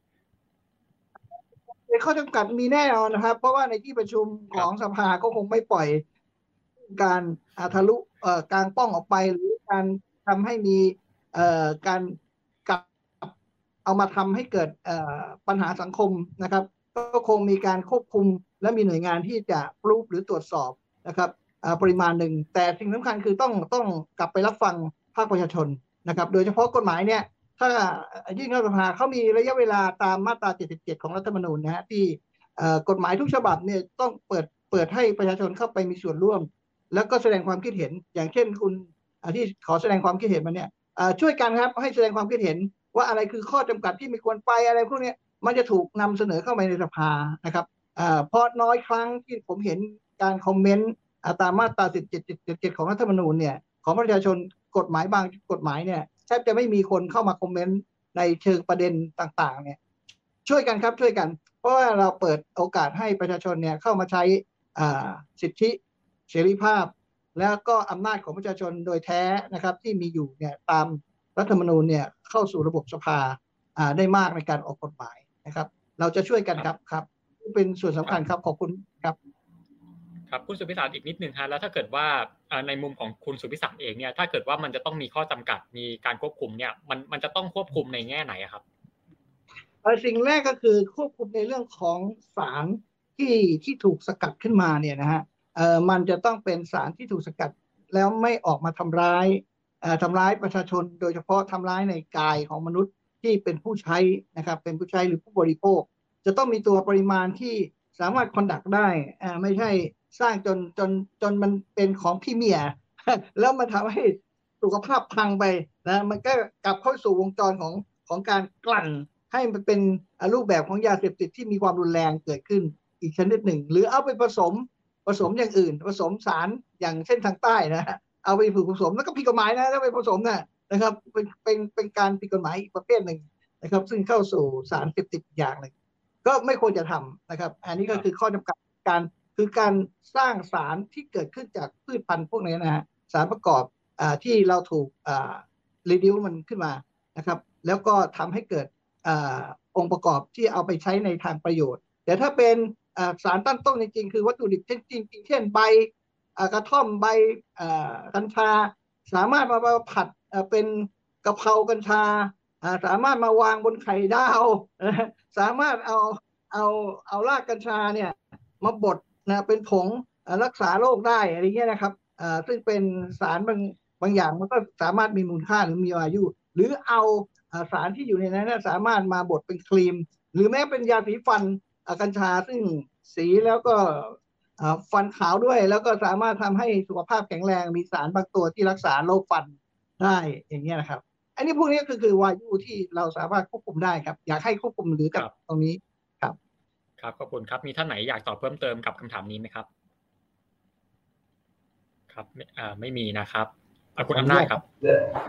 ข้อจำกัดมีแน่นอนนะครับเพราะว่าในที่ประชุมของสภาก็คงไม่ปล่อยการทะลุกลางป้องออกไปหรือการทำให้มีการกลับเอามาทำให้เกิดปัญหาสังคมนะครับก็คงมีการควบคุมและมีหน่วยงานที่จะปรูฟหรือตรวจสอบนะครับปริมาณหนึ่งแต่สิ่งสำคัญคือต้องต้องกลับไปรับฟังภาคประชาชนนะครับโดยเฉพาะกฎหมายเนี่ยถ้ายื่นเข้าสภาเขามีระยะเวลาตามมาตราเจ็ดสิบเจ็ดของรัฐธรรมนูญนะฮะที่กฎหมายทุกฉบับเนี่ยต้องเปิดเปิดให้ประชาชนเข้าไปมีส่วนร่วมแล้วก็แสดงความคิดเห็นอย่างเช่นคุณที่ขอแสดงความคิดเห็นมาเนี่ยช่วยกันครับให้แสดงความคิดเห็นว่าอะไรคือข้อจำกัดที่ไม่ควรไปอะไรพวกนี้มันจะถูกนำเสนอเข้าไปในสภานะครับเพราะน้อยครั้งที่ผมเห็นการคอมเมนต์ตามมาตราสิบเจ็ด เจ็ดของรัฐธรรมนูญเนี่ยของประชาชนกฎหมายบางกฎหมายเนี่ยแทบจะไม่มีคนเข้ามาคอมเมนต์ในเชิงประเด็นต่างๆเนี่ยช่วยกันครับช่วยกันเพราะว่าเราเปิดโอกาสให้ประชาชนเนี่ยเข้ามาใช้สิทธิเสรีภาพแล้วก็อำนาจของประชาชนโดยแท้นะครับที่มีอยู่เนี่ยตามรัฐธรรมนูญเนี่ยเข้าสู่ระบบสภาได้มากในการออกกฎหมายนะครับเราจะช่วยกันครับครับเป็นส่วนสำคัญครับขอบคุณครับครับคุณสุพิสารอีกนิดนึงฮะแล้วถ้าเกิดว่าในมุมของคุณสุพิสารเองเนี่ยถ้าเกิดว่ามันจะต้องมีข้อจำกัดมีการควบคุมเนี่ยมันมันจะต้องควบคุมในแง่ไหนครับสิ่งแรกก็คือควบคุมในเรื่องของสารที่ที่ถูกสกัดขึ้นมาเนี่ยนะฮะเอ่อมันจะต้องเป็นสารที่ถูกสกัดแล้วไม่ออกมาทำร้ายเอ่อทำร้ายประชาชนโดยเฉพาะทำร้ายในกายของมนุษย์ที่เป็นผู้ใช้นะครับเป็นผู้ใช้หรือผู้บริโภคจะต้องมีตัวปริมาณที่สามารถคอนดักได้อ่าไม่ใช่สร้างจนจนจนมันเป็นของพี่เมียแล้วมันทำให้สุขภาพพังไปนะมันก็กลับเข้าสู่วงจรของของการกลั่นให้มันเป็นรูปแบบของยาเสพติดที่มีความรุนแรงเกิดขึ้นอีกชนิดหนึ่งหรือเอาไปผสมผสมอย่างอื่นผสมสารอย่างเช่นทางใต้นะฮะเอาไปผสมแล้วก็ผิดกฎหมายนะถ้าไปผสมนะนะครับเป็นเป็นเป็นการผิดกฎหมายอีกประเภทหนึ่งนะครับซึ่งเข้าสู่สารเสพติดอย่างหนึ่งก็ไม่ควรจะทำนะครับอันนี้ก็คือข้อจำกัดการคือการสร้างสารที่เกิดขึ้นจากพืชพันธุ์พวกนี้นะฮะสารประกอบอ่าที่เราถูกอ่ารีดิวมันขึ้นมานะครับแล้วก็ทำให้เกิดองค์ประกอบที่เอาไปใช้ในทางประโยชน์แต่ถ้าเป็นสารตั้งต้นจริงๆคือวัตถุดิบจริงๆเช่นใบกระท่อมใบกัญชาสามารถมาผัดเป็นกะเพรากัญชาสามารถมาวางบนไข่ดาวสามารถเอาเอาเอารากกัญชาเนี่ยมาบดนะเป็นผงรักษาโรคได้อะไรเงี้ยนะครับซึ่งเป็นสารบางบางอย่างมันก็สามารถมีมูลค่าหรือมีอายุหรือเอาสารที่อยู่ในนั้นสามารถมาบดเป็นครีมหรือแม้เป็นยาสีฟันกัญชาซึ่งสีแล้วก็ฟันขาวด้วยแล้วก็สามารถทำให้สุขภาพแข็งแรงมีสารบางตัวที่รักษาโรคฟันได้อย่างเงี้ยนะครับอันนี้พวกนี้ก็คือวายุที่เราสามารถควบคุมได้ครับอยากให้ควบคุมหรือกับตรงนี้ครับครับขอบคุณครับมีท่านไหนอยากตอบเพิ่มเติมกับคำถามนี้ไหมครับครับอ่าไม่มีนะครับคุณอำนาจครับ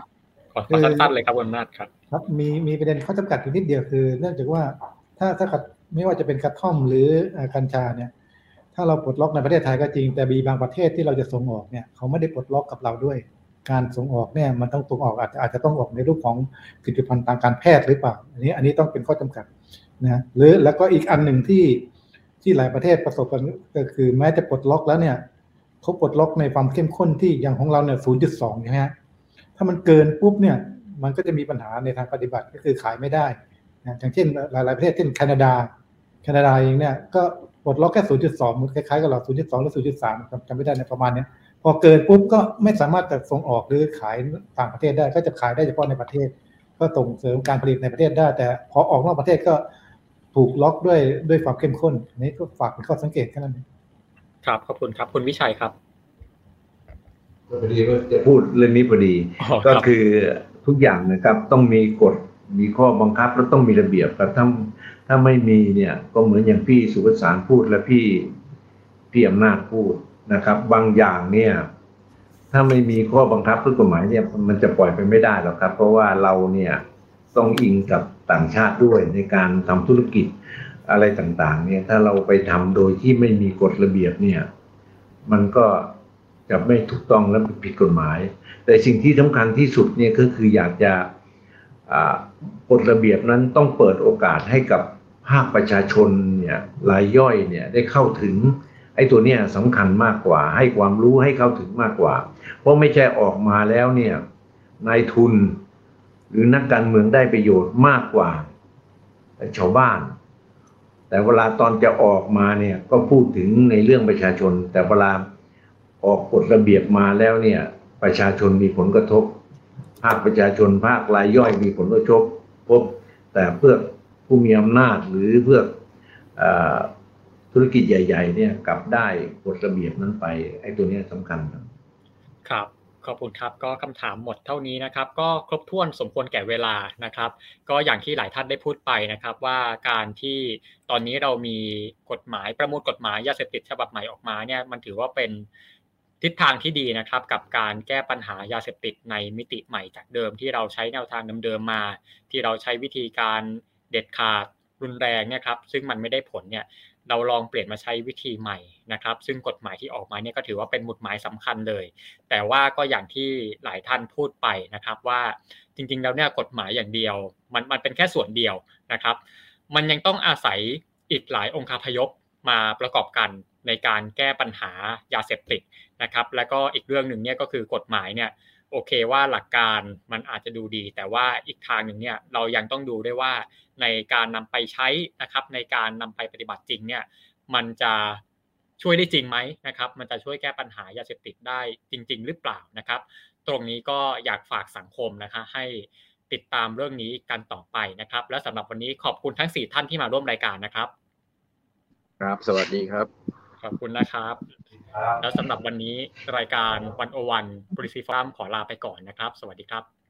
ขอสั้นๆเลยครับคุณอำนาจครับครับมีมีประเด็นข้อจำกัดอยู่นิดเดียวคือเนื่องจากว่าถ้าถ้าไม่ว่าจะเป็นกระท่อมหรือกัญชาเนี่ยถ้าเราปลดล็อกในประเทศไทยก็จริงแต่มีบางประเทศที่เราจะส่งออกเนี่ยเขาไม่ได้ปลดล็อกกับเราด้วยการส่งออกเนี่ยมันต้องส่งออกอาจจะอาจจะต้องออกในรูปของผลิตภัณฑ์ทางการแพทย์หรือเปล่าอันนี้อันนี้ต้องเป็นข้อจำกัดนะหรือแล้วก็อีกอันหนึ่งที่ที่หลายประเทศประสบกันก็คือแม้จะปลดล็อกแล้วเนี่ยเขาปลดล็อกในความเข้มข้นที่อย่างของเราเนี่ย ศูนย์จุดสอง ใช่ไหมฮะถ้ามันเกินปุ๊บเนี่ยมันก็จะมีปัญหาในทางปฏิบัติก็คือขายไม่ได้นะอย่างเช่นหลายๆประเทศเช่นแคนาดาแคนาดาเองเนี่ยก็ปลดล็อกแค่ ศูนย์จุดสอง คล้ายๆกับเรา ศูนย์จุดสอง หรือ ศูนย์จุดสาม จำไม่ได้ในประมาณนี้พอเกินปุ๊บก็ไม่สามารถจะส่งออกหรือขายต่างประเทศได้ก็จะขายได้เฉพาะในประเทศก็ส่งเสริมการผลิตในประเทศได้แต่พอออกนอกประเทศก็ถูกล็อกด้วยด้วยความเข้มข้นนี้ก็ฝากเป็นข้อสังเกตแค่นั้นเองครับขอบคุณครับคุณวิชัยครับพอดีก็จะพูดเรื่องนี้พอดีก็คือทุกอย่างนะครับต้องมีกฎมีข้อบังคับแล้วต้องมีระเบียบครับถ้าถ้าไม่มีเนี่ยก็เหมือนอย่างพี่สุวสานพูดและพี่พี่อำนาจพูดนะครับบางอย่างเนี่ยถ้าไม่มีข้อบังคับหรือกฎหมายเนี่ยมันจะปล่อยไปไม่ได้หรอกครับเพราะว่าเราเนี่ยต้องอิงกับต่างชาติด้วยในการทำธุรกิจอะไรต่างๆเนี่ยถ้าเราไปทำโดยที่ไม่มีกฎระเบียบเนี่ยมันก็จะไม่ถูกต้องและผิดกฎหมายแต่สิ่งที่สำคัญที่สุดเนี่ยก็คืออยากจะกฎระเบียบนั้นต้องเปิดโอกาสให้กับภาคประชาชนเนี่ยรายย่อยเนี่ยได้เข้าถึงไอ้ตัวเนี้ยสำคัญมากกว่าให้ความรู้ให้เข้าถึงมากกว่าเพราะไม่ใช่ออกมาแล้วเนี่ยนายทุนหรือนักการเมืองได้ประโยชน์มากกว่าชาวบ้านแต่เวลาตอนจะออกมาเนี่ยก็พูดถึงในเรื่องประชาชนแต่เวลาออกกฎระเบียบมาแล้วเนี่ยประชาชนมีผลกระทบภาคประชาชนภาครายย่อยมีผลกระทบพบแต่เพื่อผู้มีอำนาจหรือเพื่อธุรกิจใหญ่ๆเนี่ยกลับได้กฎระเบียบนั้นไปไอ้ตัวนี้สำคัญครับครับขอบคุณครับก็คำถามหมดเท่านี้นะครับก็ครบถ้วนสมควรแก่เวลานะครับก็อย่างที่หลายท่านได้พูดไปนะครับว่าการที่ตอนนี้เรามีกฎหมายประมวลกฎหมายยาเสพติดฉบับใหม่ออกมาเนี่ยมันถือว่าเป็นทิศทางที่ดีนะครับกับการแก้ปัญหายาเสพติดในมิติใหม่จากเดิมที่เราใช้แนวทางเดิมๆมาที่เราใช้วิธีการเด็ดขาดรุนแรงเนี่ยครับซึ่งมันไม่ได้ผลเนี่ยเราลองเปลี่ยนมาใช้วิธีใหม่นะครับซึ่งกฎหมายที่ออกมาเนี่ยก็ถือว่าเป็นหมุดหมายสำคัญเลยแต่ว่าก็อย่างที่หลายท่านพูดไปนะครับว่าจริงๆแล้วเนี่ยกฎหมายอย่างเดียวมันมันเป็นแค่ส่วนเดียวนะครับมันยังต้องอาศัยอีกหลายองค์คาพยพมาประกอบกันในการแก้ปัญหายาเสพติดนะครับแล้วก็อีกเรื่องหนึ่งเนี่ยก็คือกฎหมายเนี่ยโอเคว่าหลักการมันอาจจะดูดีแต่ว่าอีกทางหนึ่งเนี่ยเรายังต้องดูด้วยว่าในการนำไปใช้นะครับในการนำไปปฏิบัติจริงเนี่ยมันจะช่วยได้จริงไหมนะครับมันจะช่วยแก้ปัญหายาเสพติดได้จริงๆหรือเปล่านะครับตรงนี้ก็อยากฝากสังคมนะคะให้ติดตามเรื่องนี้กันต่อไปนะครับและสำหรับวันนี้ขอบคุณทั้งสี่ท่านที่มาร่วมรายการนะครับครับสวัสดีครับขอบคุณนะครับแล้วสำหรับวันนี้รายการหนึ่งศูนย์หนึ่ง Policy Forum ขอลาไปก่อนนะครับสวัสดีครับ